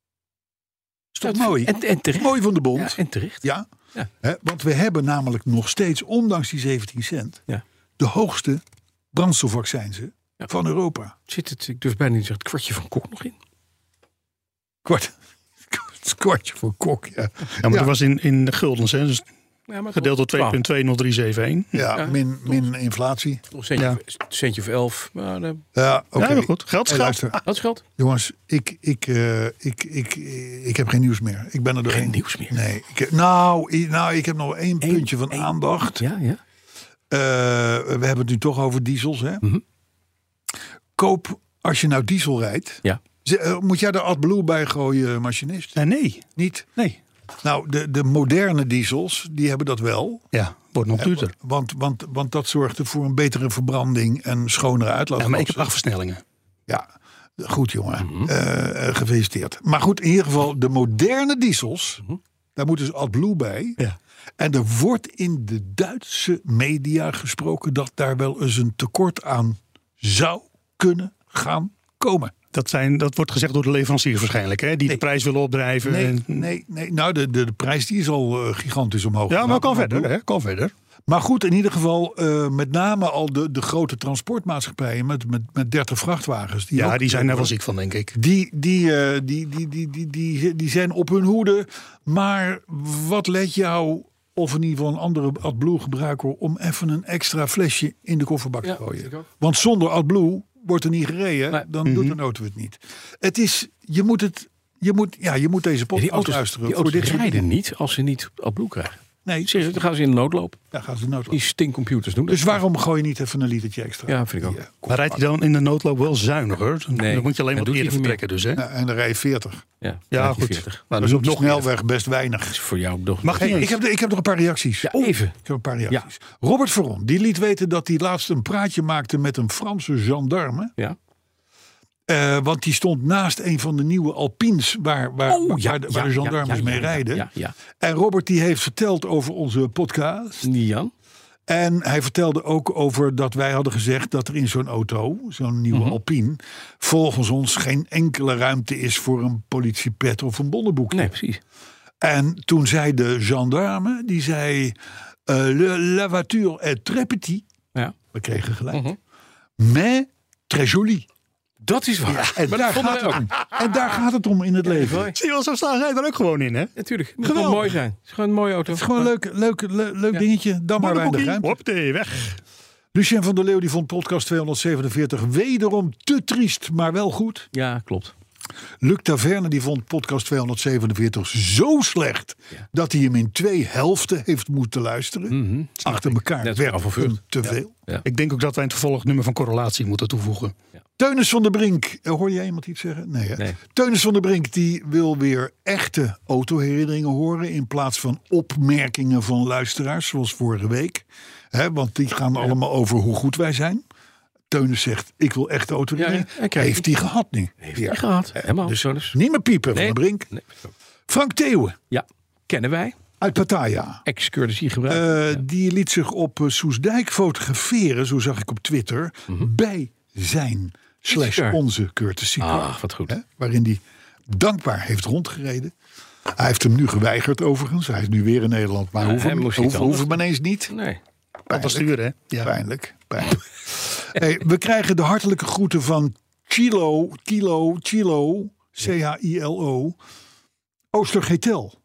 [SPEAKER 4] Is toch
[SPEAKER 5] Dat-
[SPEAKER 4] mooi?
[SPEAKER 5] En, en terecht.
[SPEAKER 4] Mooi van de bond.
[SPEAKER 5] Ja, en terecht.
[SPEAKER 4] Ja,
[SPEAKER 5] Ja.
[SPEAKER 4] Hè, want we hebben namelijk nog steeds, ondanks die zeventien cent,
[SPEAKER 5] Ja.
[SPEAKER 4] de hoogste brandstofaccijnzen
[SPEAKER 5] Ja.
[SPEAKER 4] van Europa.
[SPEAKER 5] Zit het, ik durf bijna niet te zeggen, het kwartje van Kok nog in.
[SPEAKER 4] Kwart, het kwartje voor Kok, ja.
[SPEAKER 6] Ja, maar
[SPEAKER 4] Ja.
[SPEAKER 6] dat was in, in de guldens, hè? Dus
[SPEAKER 5] Ja, maar
[SPEAKER 6] gedeeld door twee punt twee nul drie zeven één.
[SPEAKER 4] Ja,
[SPEAKER 5] Ja,
[SPEAKER 4] min, min inflatie.
[SPEAKER 5] Nog een centje,
[SPEAKER 6] Ja.
[SPEAKER 5] of- centje of elf. Maar, uh,
[SPEAKER 4] Ja, oké.
[SPEAKER 6] Ja, maar goed. Geld is
[SPEAKER 4] Hey,
[SPEAKER 6] geld.
[SPEAKER 4] luister,
[SPEAKER 5] dat scheelt.
[SPEAKER 4] jongens, ik, ik, uh, ik, ik, ik heb geen nieuws meer. Ik ben er doorheen.
[SPEAKER 5] Geen nieuws meer?
[SPEAKER 4] Nee. Ik heb, nou, i- nou, ik heb nog één
[SPEAKER 5] Eén-
[SPEAKER 4] puntje van
[SPEAKER 5] één-
[SPEAKER 4] aandacht.
[SPEAKER 5] Ja, ja.
[SPEAKER 4] Uh, we hebben het nu toch over diesels, hè?
[SPEAKER 5] Mhm.
[SPEAKER 4] Koop, als je nou diesel rijdt,
[SPEAKER 5] Ja.
[SPEAKER 4] ze- uh, moet jij er AdBlue bij gooien, machinist?
[SPEAKER 6] Uh, nee,
[SPEAKER 4] Niet?
[SPEAKER 6] nee.
[SPEAKER 4] Nou, de, de moderne diesels, die hebben dat wel.
[SPEAKER 6] Ja, wordt nog duurder.
[SPEAKER 4] Want, want, want dat zorgt er voor een betere verbranding en schonere uitlaatgassen.
[SPEAKER 6] Ja, maar ik heb acht versnellingen.
[SPEAKER 4] Ja, goed jongen. Eh, eh, gefeliciteerd. Maar goed, in ieder geval, de moderne diesels, daar moet dus AdBlue bij.
[SPEAKER 6] Ja.
[SPEAKER 4] En er wordt in de Duitse media gesproken dat daar wel eens een tekort aan zou kunnen gaan komen.
[SPEAKER 6] Dat, zijn, dat wordt gezegd door de leveranciers waarschijnlijk, hè? Die
[SPEAKER 4] Nee.
[SPEAKER 6] de prijs willen opdrijven.
[SPEAKER 4] Nee,
[SPEAKER 6] En-
[SPEAKER 4] nee, nee. Nou, de, de, de prijs die is al uh, gigantisch omhoog.
[SPEAKER 6] Ja, maar
[SPEAKER 4] gegaan.
[SPEAKER 6] kan verder, hè? Kan verder.
[SPEAKER 4] Maar goed, in ieder geval, uh, met name al de, de grote transportmaatschappijen met, met, met dertig vrachtwagens. Die
[SPEAKER 6] Ja,
[SPEAKER 4] ook-
[SPEAKER 6] die zijn daar wel ziek van, denk ik.
[SPEAKER 4] Die, die, uh, die, die, die, die, die, die zijn op hun hoede. Maar wat let jou, of in ieder geval een andere AdBlue gebruiker, om even een extra flesje in de kofferbak
[SPEAKER 5] Ja,
[SPEAKER 4] te gooien?
[SPEAKER 5] ik ook.
[SPEAKER 4] Want zonder AdBlue wordt er niet gereden,
[SPEAKER 5] Nee.
[SPEAKER 4] dan doet de auto het niet. Het is, je moet het, je moet, ja, je moet deze
[SPEAKER 5] Ja,
[SPEAKER 4] podcast
[SPEAKER 5] die auto's,
[SPEAKER 4] luisteren.
[SPEAKER 5] die
[SPEAKER 4] voor
[SPEAKER 5] auto's
[SPEAKER 4] dit soort
[SPEAKER 5] rijden
[SPEAKER 4] dingen.
[SPEAKER 5] niet als ze niet AdBlue krijgen.
[SPEAKER 4] Nee,
[SPEAKER 5] Serieus, dan gaan ze in de noodloop.
[SPEAKER 4] daar gaan ze noodloop.
[SPEAKER 5] Die stinkcomputers doen dat.
[SPEAKER 4] Dus waarom gooi je niet even een litertje extra?
[SPEAKER 5] Ja, vind ik ook.
[SPEAKER 4] Ja,
[SPEAKER 6] Maar rijdt hij dan in de noodloop wel zuiniger? Dan,
[SPEAKER 5] Nee,
[SPEAKER 6] dan moet je alleen
[SPEAKER 5] dat
[SPEAKER 6] wat
[SPEAKER 5] doet
[SPEAKER 6] eerder
[SPEAKER 5] hij niet
[SPEAKER 6] vertrekken dus, hè?
[SPEAKER 4] Ja, en dan rij je veertig.
[SPEAKER 5] Ja,
[SPEAKER 6] Ja,
[SPEAKER 5] goed.
[SPEAKER 6] goed.
[SPEAKER 5] veertig.
[SPEAKER 6] Maar
[SPEAKER 4] Dat is op de
[SPEAKER 6] nog
[SPEAKER 4] snelweg best weinig.
[SPEAKER 5] is voor jou nog.
[SPEAKER 6] Mag
[SPEAKER 4] Hey,
[SPEAKER 6] niet
[SPEAKER 4] ik,
[SPEAKER 6] eens.
[SPEAKER 4] heb, ik heb nog een paar reacties.
[SPEAKER 5] Ja,
[SPEAKER 4] Oh,
[SPEAKER 5] even.
[SPEAKER 4] Ik heb een paar reacties. Robert Veron, die liet weten dat hij laatst een praatje maakte met een Franse gendarme.
[SPEAKER 5] Ja.
[SPEAKER 4] Uh, want die stond naast een van de nieuwe Alpines waar, waar,
[SPEAKER 5] Oh, ja,
[SPEAKER 4] waar, de,
[SPEAKER 5] ja,
[SPEAKER 4] waar de gendarmes
[SPEAKER 5] ja, ja,
[SPEAKER 4] mee
[SPEAKER 5] ja,
[SPEAKER 4] rijden.
[SPEAKER 5] ja, ja.
[SPEAKER 4] En Robert die heeft verteld over onze podcast.
[SPEAKER 5] Jan?
[SPEAKER 4] En hij vertelde ook over dat wij hadden gezegd dat er in zo'n auto, zo'n nieuwe
[SPEAKER 5] Mm-hmm.
[SPEAKER 4] Alpine, volgens ons geen enkele ruimte is voor een politiepet of een bonnenboekje.
[SPEAKER 5] Nee, precies.
[SPEAKER 4] En toen zei de gendarme, die zei, uh, le, la voiture est très petit.
[SPEAKER 5] Ja.
[SPEAKER 4] We kregen gelijk.
[SPEAKER 5] Mhm.
[SPEAKER 4] Mais très jolie.
[SPEAKER 5] Dat is waar.
[SPEAKER 4] Ja, en,
[SPEAKER 5] maar
[SPEAKER 4] daar
[SPEAKER 5] dat vonden
[SPEAKER 4] gaat
[SPEAKER 5] wij
[SPEAKER 4] het
[SPEAKER 5] ook.
[SPEAKER 4] om. en daar gaat het om in het leven.
[SPEAKER 5] mooi.
[SPEAKER 6] Zie je wel, zo staan zij er ook gewoon in, hè?
[SPEAKER 5] Natuurlijk. Het moet
[SPEAKER 4] Geweldig.
[SPEAKER 5] gewoon mooi zijn. Het is gewoon een mooie auto.
[SPEAKER 4] Het is gewoon een leuk, leuk, leuk, leuk
[SPEAKER 5] Ja.
[SPEAKER 4] dingetje. Dan maar weinig
[SPEAKER 6] Bonnenboekie,
[SPEAKER 4] ruimte.
[SPEAKER 6] hoppatee, weg.
[SPEAKER 4] Lucien van der Leeuw die vond podcast tweehonderdzevenenveertig wederom te triest, maar wel goed.
[SPEAKER 5] Ja, klopt.
[SPEAKER 4] Luc Taverne die vond podcast tweehonderdzevenenveertig zo slecht
[SPEAKER 5] Ja.
[SPEAKER 4] dat hij hem in twee helften heeft moeten luisteren.
[SPEAKER 5] Mhm.
[SPEAKER 4] Achter elkaar
[SPEAKER 5] Net
[SPEAKER 4] werd
[SPEAKER 5] verhaal van
[SPEAKER 4] hem
[SPEAKER 5] Vught.
[SPEAKER 4] te veel.
[SPEAKER 5] Ja.
[SPEAKER 6] Ik denk ook dat wij een vervolgnummer van Correlatie moeten toevoegen.
[SPEAKER 4] Teunis van der Brink, eh, hoor jij iemand iets zeggen? Nee, hè?
[SPEAKER 5] Nee.
[SPEAKER 4] Teunis van der Brink die wil weer echte autoherinneringen horen in plaats van opmerkingen van luisteraars zoals vorige week. Hè, want die gaan allemaal over hoe goed wij zijn. Teunis zegt, ik wil echte autoherinneringen.
[SPEAKER 5] Ja, ja, kijk.
[SPEAKER 4] Heeft hij gehad nu?
[SPEAKER 5] Heeft hij gehad. Helemaal.
[SPEAKER 4] Dus
[SPEAKER 5] Zo dus.
[SPEAKER 4] niet meer piepen
[SPEAKER 5] Nee.
[SPEAKER 4] van der Brink.
[SPEAKER 5] Nee.
[SPEAKER 4] Frank Theeuwen
[SPEAKER 5] Ja, kennen wij.
[SPEAKER 4] uit Pattaya.
[SPEAKER 5] Ex-courtesy
[SPEAKER 4] Eh,
[SPEAKER 5] gebruikt. Ja.
[SPEAKER 4] Die liet zich op eh, Soesdijk fotograferen, zo zag ik op Twitter, bij zijn slash
[SPEAKER 5] Car.
[SPEAKER 4] onze courtesy car.
[SPEAKER 5] Ah, wat goed.
[SPEAKER 4] Hè, waarin hij dankbaar heeft rondgereden. Hij heeft hem nu geweigerd overigens. Hij is nu weer in Nederland. Maar
[SPEAKER 5] Ja,
[SPEAKER 4] hoeven,
[SPEAKER 5] hij moest
[SPEAKER 4] hoeven,
[SPEAKER 5] iets anders
[SPEAKER 4] hoeven we ineens niet.
[SPEAKER 5] Nee.
[SPEAKER 6] Altijd sturen, hè? Ja.
[SPEAKER 4] Pijnlijk. pijnlijk. Hey, we krijgen de hartelijke groeten van Chilo, Kilo, Chilo, C H I L O, Oostergetel.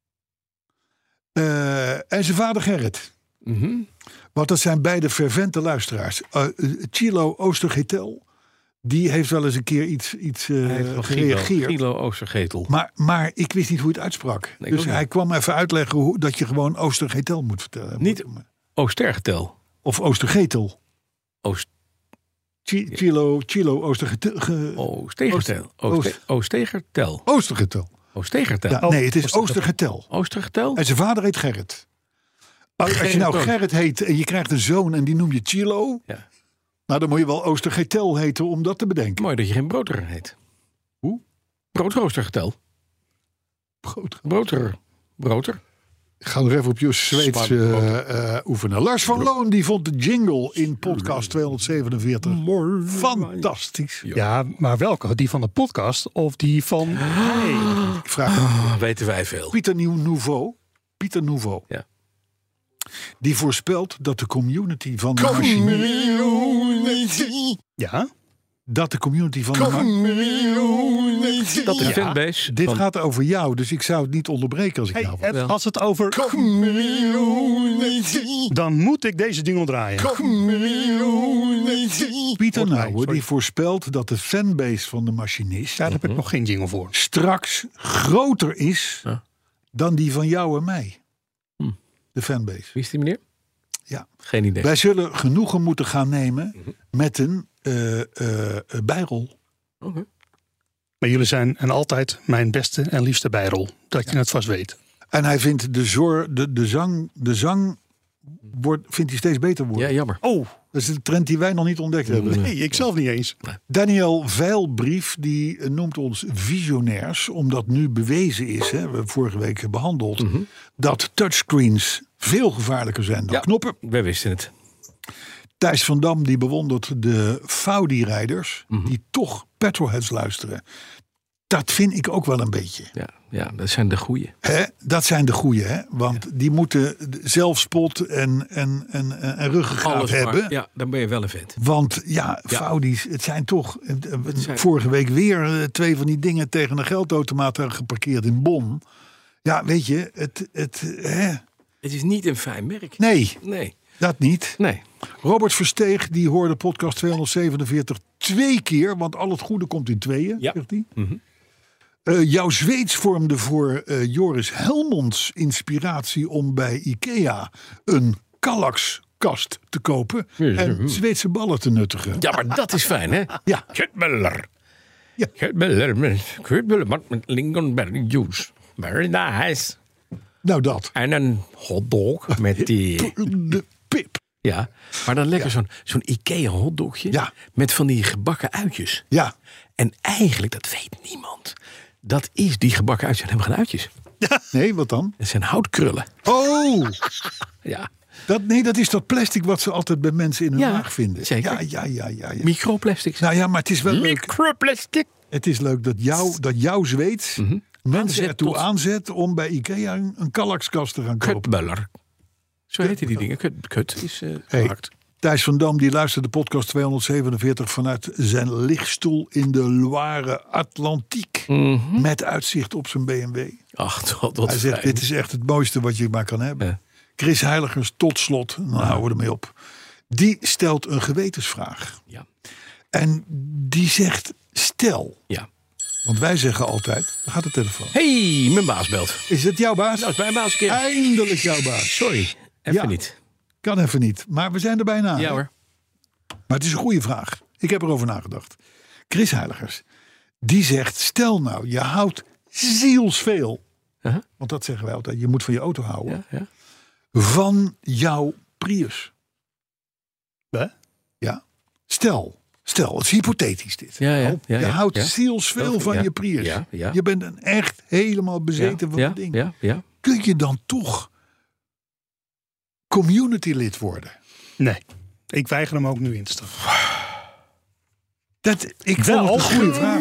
[SPEAKER 4] Uh, en zijn vader Gerrit.
[SPEAKER 5] Mhm.
[SPEAKER 4] Want dat zijn beide fervente luisteraars. Uh, uh, Chilo Oostergetel, die heeft wel eens een keer iets, iets uh,
[SPEAKER 5] Hij heeft wel
[SPEAKER 4] gereageerd.
[SPEAKER 5] Gilo Oostergetel.
[SPEAKER 4] Maar, maar ik wist niet hoe het uitsprak.
[SPEAKER 5] Nee, ik
[SPEAKER 4] dus
[SPEAKER 5] ook niet.
[SPEAKER 4] hij kwam even uitleggen hoe, dat je gewoon Oostergetel moet vertellen.
[SPEAKER 5] Niet Oostergetel.
[SPEAKER 4] Of Oostergetel.
[SPEAKER 5] Oost.
[SPEAKER 4] Chi- Chilo, Chilo Oostergetel. ge-
[SPEAKER 5] Oostegertel.
[SPEAKER 4] Oost-
[SPEAKER 5] Oost- Oostegertel.
[SPEAKER 4] Oostergetel.
[SPEAKER 5] Oostegertel.
[SPEAKER 4] Ja, nee, het is Oostergetel.
[SPEAKER 5] Oostergetel?
[SPEAKER 4] En zijn vader heet Gerrit. Als als je nou
[SPEAKER 5] Gerrit ook.
[SPEAKER 4] Gerrit heet en je krijgt een zoon en die noem je Chilo.
[SPEAKER 5] Ja.
[SPEAKER 4] Nou, dan moet je wel Oostergetel heten om dat te bedenken.
[SPEAKER 5] Mooi dat je geen broodrooster heet.
[SPEAKER 4] Hoe?
[SPEAKER 5] Broodroostergetel.
[SPEAKER 4] Brood.
[SPEAKER 5] Broodrooster. Broodrooster.
[SPEAKER 4] Ik ga nog even op je Zweeds
[SPEAKER 5] Zwart
[SPEAKER 4] uh, uh, oefenen. Lars van Loon die vond de jingle in podcast tweehonderdzevenenveertig fantastisch.
[SPEAKER 6] Ja, maar welke? Die van de podcast of die van... Nee.
[SPEAKER 4] Ik vraag hem.
[SPEAKER 5] Dat weten wij veel.
[SPEAKER 4] Pieter Nieuw- Nouveau. Pieter Nouveau.
[SPEAKER 5] Ja.
[SPEAKER 4] Die voorspelt dat de community van de machine...
[SPEAKER 6] Ja?
[SPEAKER 4] Dat de community van de machine...
[SPEAKER 5] Dat de
[SPEAKER 6] Ja.
[SPEAKER 5] fanbase.
[SPEAKER 4] Dit
[SPEAKER 5] van-
[SPEAKER 4] gaat over jou, dus ik zou het niet onderbreken als ik
[SPEAKER 6] Hey,
[SPEAKER 4] jou was.
[SPEAKER 6] het- als het over... Dan moet ik deze jingle draaien.
[SPEAKER 4] Pieter
[SPEAKER 6] Wordt mij,
[SPEAKER 4] Nouwen
[SPEAKER 6] sorry.
[SPEAKER 4] die voorspelt dat de fanbase van de machinist...
[SPEAKER 6] Daar heb ik nog geen jingle voor.
[SPEAKER 4] straks groter is
[SPEAKER 5] Ja.
[SPEAKER 4] dan die van jou en mij.
[SPEAKER 5] Hm.
[SPEAKER 4] De fanbase.
[SPEAKER 5] Wie is die meneer?
[SPEAKER 4] Ja.
[SPEAKER 5] Geen idee.
[SPEAKER 4] Wij zullen genoegen moeten gaan nemen
[SPEAKER 5] Mhm.
[SPEAKER 4] met een uh, uh, bijrol.
[SPEAKER 5] Oké.
[SPEAKER 6] Maar jullie zijn en altijd mijn beste en liefste bijrol. Dat je het vast weet.
[SPEAKER 4] En hij vindt de, zor, de, de zang, de zang wordt, vindt hij steeds beter worden.
[SPEAKER 5] Ja, jammer.
[SPEAKER 6] Oh,
[SPEAKER 4] Dat is een trend die wij nog niet ontdekt hebben.
[SPEAKER 6] nee, ik zelf niet eens.
[SPEAKER 4] Daniel Veilbrief die uh, noemt ons visionairs, omdat nu bewezen is, hè, we hebben vorige week behandeld,
[SPEAKER 5] Mhm.
[SPEAKER 4] dat touchscreens veel gevaarlijker zijn dan
[SPEAKER 5] Ja.
[SPEAKER 4] knoppen.
[SPEAKER 5] Wij wisten het.
[SPEAKER 4] Thijs van Dam die bewondert de Faudi-rijders
[SPEAKER 5] Mhm.
[SPEAKER 4] die toch petrolheads luisteren. Dat vind ik ook wel een beetje.
[SPEAKER 5] Ja, ja, dat zijn de goeie.
[SPEAKER 4] Hè? Dat zijn de goeie, hè? Want die moeten zelfspot en, en, en, en ruggengraat
[SPEAKER 5] Alles
[SPEAKER 4] hebben.
[SPEAKER 5] maar. Ja, dan ben je wel een vent.
[SPEAKER 4] Want ja,
[SPEAKER 5] Ja.
[SPEAKER 4] Faudi's, het zijn toch... eh, eh,
[SPEAKER 5] zijn-
[SPEAKER 4] Vorige week weer eh, twee van die dingen tegen een geldautomaat geparkeerd in Bonn. Ja, weet je, het... het hè?
[SPEAKER 5] Het is niet een fijn merk.
[SPEAKER 4] Nee,
[SPEAKER 5] Nee.
[SPEAKER 4] dat niet.
[SPEAKER 5] Nee.
[SPEAKER 4] Robert Versteeg, die hoorde podcast tweehonderdzevenenveertig twee keer. Want al het goede komt in tweeën,
[SPEAKER 5] Ja.
[SPEAKER 4] zegt hij.
[SPEAKER 5] Mhm.
[SPEAKER 4] Uh, jouw Zweeds vormde voor uh, Joris Helmonds inspiratie om bij Ikea een Kallax-kast te kopen en Zweedse ballen te nuttigen.
[SPEAKER 5] Ja, maar dat is fijn, hè?
[SPEAKER 4] Ja.
[SPEAKER 5] Kutbeller.
[SPEAKER 4] Ja.
[SPEAKER 5] Kutbeller met kutbeller met lingonberry juice. Very nice.
[SPEAKER 4] Nou dat.
[SPEAKER 5] En een hotdog met die...
[SPEAKER 4] De pip.
[SPEAKER 5] Ja, maar dan lekker zo'n, zo'n Ikea hotdogje
[SPEAKER 4] Ja.
[SPEAKER 5] met van die gebakken uitjes.
[SPEAKER 4] Ja.
[SPEAKER 5] En eigenlijk, dat weet niemand, dat is die gebakken uitjes. Dat hebben geen uitjes.
[SPEAKER 4] Nee, wat dan?
[SPEAKER 5] Dat zijn houtkrullen.
[SPEAKER 4] Oh,
[SPEAKER 5] Ja,
[SPEAKER 4] dat, nee, dat is dat plastic wat ze altijd bij mensen in hun
[SPEAKER 5] Ja,
[SPEAKER 4] maag vinden.
[SPEAKER 5] zeker.
[SPEAKER 4] Ja, ja, ja, ja, ja.
[SPEAKER 5] microplastics.
[SPEAKER 4] Nou ja, maar het is wel leuk.
[SPEAKER 5] Microplastic.
[SPEAKER 4] Het is leuk dat, jou, dat jouw zweet mensen
[SPEAKER 5] Aanzet
[SPEAKER 4] ertoe
[SPEAKER 5] tot-
[SPEAKER 4] aanzet om bij Ikea een, een Kallax-kast te gaan kopen.
[SPEAKER 5] Kutbuller. Zo heten die dingen. Kut, kut is uh,
[SPEAKER 4] Hey,
[SPEAKER 5] gemaakt.
[SPEAKER 4] Thijs van Dam die luistert de podcast tweehonderdzevenenveertig vanuit zijn lichtstoel in de Loire Atlantiek.
[SPEAKER 5] Mhm.
[SPEAKER 4] Met uitzicht op zijn B M W.
[SPEAKER 5] Ach, wat, wat
[SPEAKER 4] Hij zegt,
[SPEAKER 5] fijn.
[SPEAKER 4] dit is echt het mooiste wat je maar kan hebben.
[SPEAKER 5] Ja.
[SPEAKER 4] Chris Heiligers, tot slot, dan houden we ermee op. Die stelt een gewetensvraag.
[SPEAKER 5] Ja.
[SPEAKER 4] En die zegt, stel.
[SPEAKER 5] Ja.
[SPEAKER 4] Want wij zeggen altijd, daar gaat de telefoon.
[SPEAKER 5] Hey, mijn baas belt.
[SPEAKER 4] Is het jouw baas?
[SPEAKER 5] Nou, is mijn baas een keer.
[SPEAKER 4] Eindelijk jouw baas.
[SPEAKER 5] Sorry, even
[SPEAKER 4] Ja.
[SPEAKER 5] niet.
[SPEAKER 4] Kan even niet, maar we zijn er bijna.
[SPEAKER 5] Ja hoor.
[SPEAKER 4] Maar het is een goede vraag. Ik heb erover nagedacht. Chris Heiligers, die zegt, stel nou, je houdt zielsveel.
[SPEAKER 5] Uh-huh.
[SPEAKER 4] Want dat zeggen wij altijd, je moet van je auto houden.
[SPEAKER 5] Ja, ja.
[SPEAKER 4] Van jouw Prius.
[SPEAKER 6] Hè?
[SPEAKER 4] Ja. Stel, stel, het is hypothetisch dit.
[SPEAKER 5] Ja, ja,
[SPEAKER 4] Oh,
[SPEAKER 5] ja,
[SPEAKER 4] je
[SPEAKER 5] ja,
[SPEAKER 4] houdt
[SPEAKER 5] ja.
[SPEAKER 4] zielsveel
[SPEAKER 5] Ja,
[SPEAKER 4] van
[SPEAKER 5] ja,
[SPEAKER 4] je Prius.
[SPEAKER 5] ja, ja.
[SPEAKER 4] Je bent een echt helemaal bezeten van
[SPEAKER 5] ja,
[SPEAKER 4] het ding.
[SPEAKER 5] ja, ja, ja.
[SPEAKER 4] Kun je dan toch community lid worden?
[SPEAKER 6] Nee, ik weiger hem ook nu in te stappen.
[SPEAKER 4] Dat, ik vond
[SPEAKER 6] Wel.
[SPEAKER 4] het een goede vraag.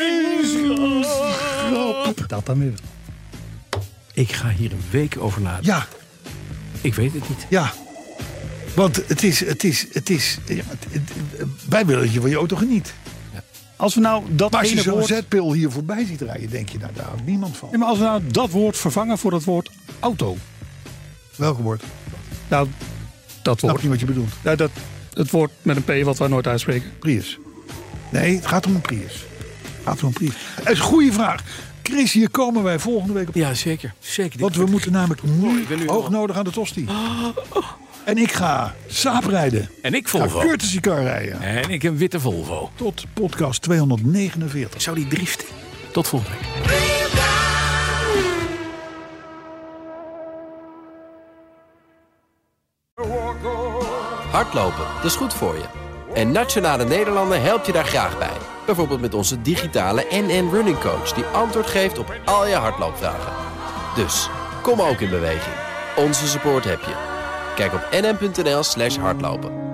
[SPEAKER 6] Dat dan weer.
[SPEAKER 5] Ik ga hier een week over nadenken.
[SPEAKER 4] Ja,
[SPEAKER 5] Ik weet het niet.
[SPEAKER 4] ja. Want het is, het is, het is, ja, het- het- wij willen dat je van je auto geniet.
[SPEAKER 6] Als we nou dat
[SPEAKER 4] Maar als je
[SPEAKER 6] ene
[SPEAKER 4] zo'n
[SPEAKER 6] woord...
[SPEAKER 4] zetpil hier voorbij ziet rijden, denk je, nou, daar houdt niemand van.
[SPEAKER 6] Nee, maar als we nou dat woord vervangen voor dat woord auto.
[SPEAKER 4] Welk woord?
[SPEAKER 6] Nou, dat
[SPEAKER 4] Snap
[SPEAKER 6] woord.
[SPEAKER 4] niet wat je bedoelt.
[SPEAKER 6] Nou, dat, het woord met een P wat wij nooit uitspreken.
[SPEAKER 4] Prius. Nee, het gaat om een Prius. Het gaat om een Prius. Het is een goede vraag. Chris, hier komen wij volgende week op.
[SPEAKER 5] Ja, zeker. Zeker.
[SPEAKER 4] Want we moeten namelijk nu
[SPEAKER 5] ik ben nu
[SPEAKER 4] hoog
[SPEAKER 5] al-
[SPEAKER 4] nodig aan de tosti. En ik ga Saab rijden.
[SPEAKER 5] En ik
[SPEAKER 4] Ik ga
[SPEAKER 5] Volvo.
[SPEAKER 4] courtesy car rijden.
[SPEAKER 5] En ik een witte Volvo.
[SPEAKER 4] Tot podcast tweehonderdnegenenveertig.
[SPEAKER 5] Zou die driften? Tot volgende week.
[SPEAKER 8] Hardlopen, dat is goed voor je. En Nationale Nederlanden helpt je daar graag bij. Bijvoorbeeld met onze digitale N N Running Coach... die antwoord geeft op al je hardloopvragen. Dus, kom ook in beweging. Onze support heb je. Kijk op nn.nl slash hardlopen.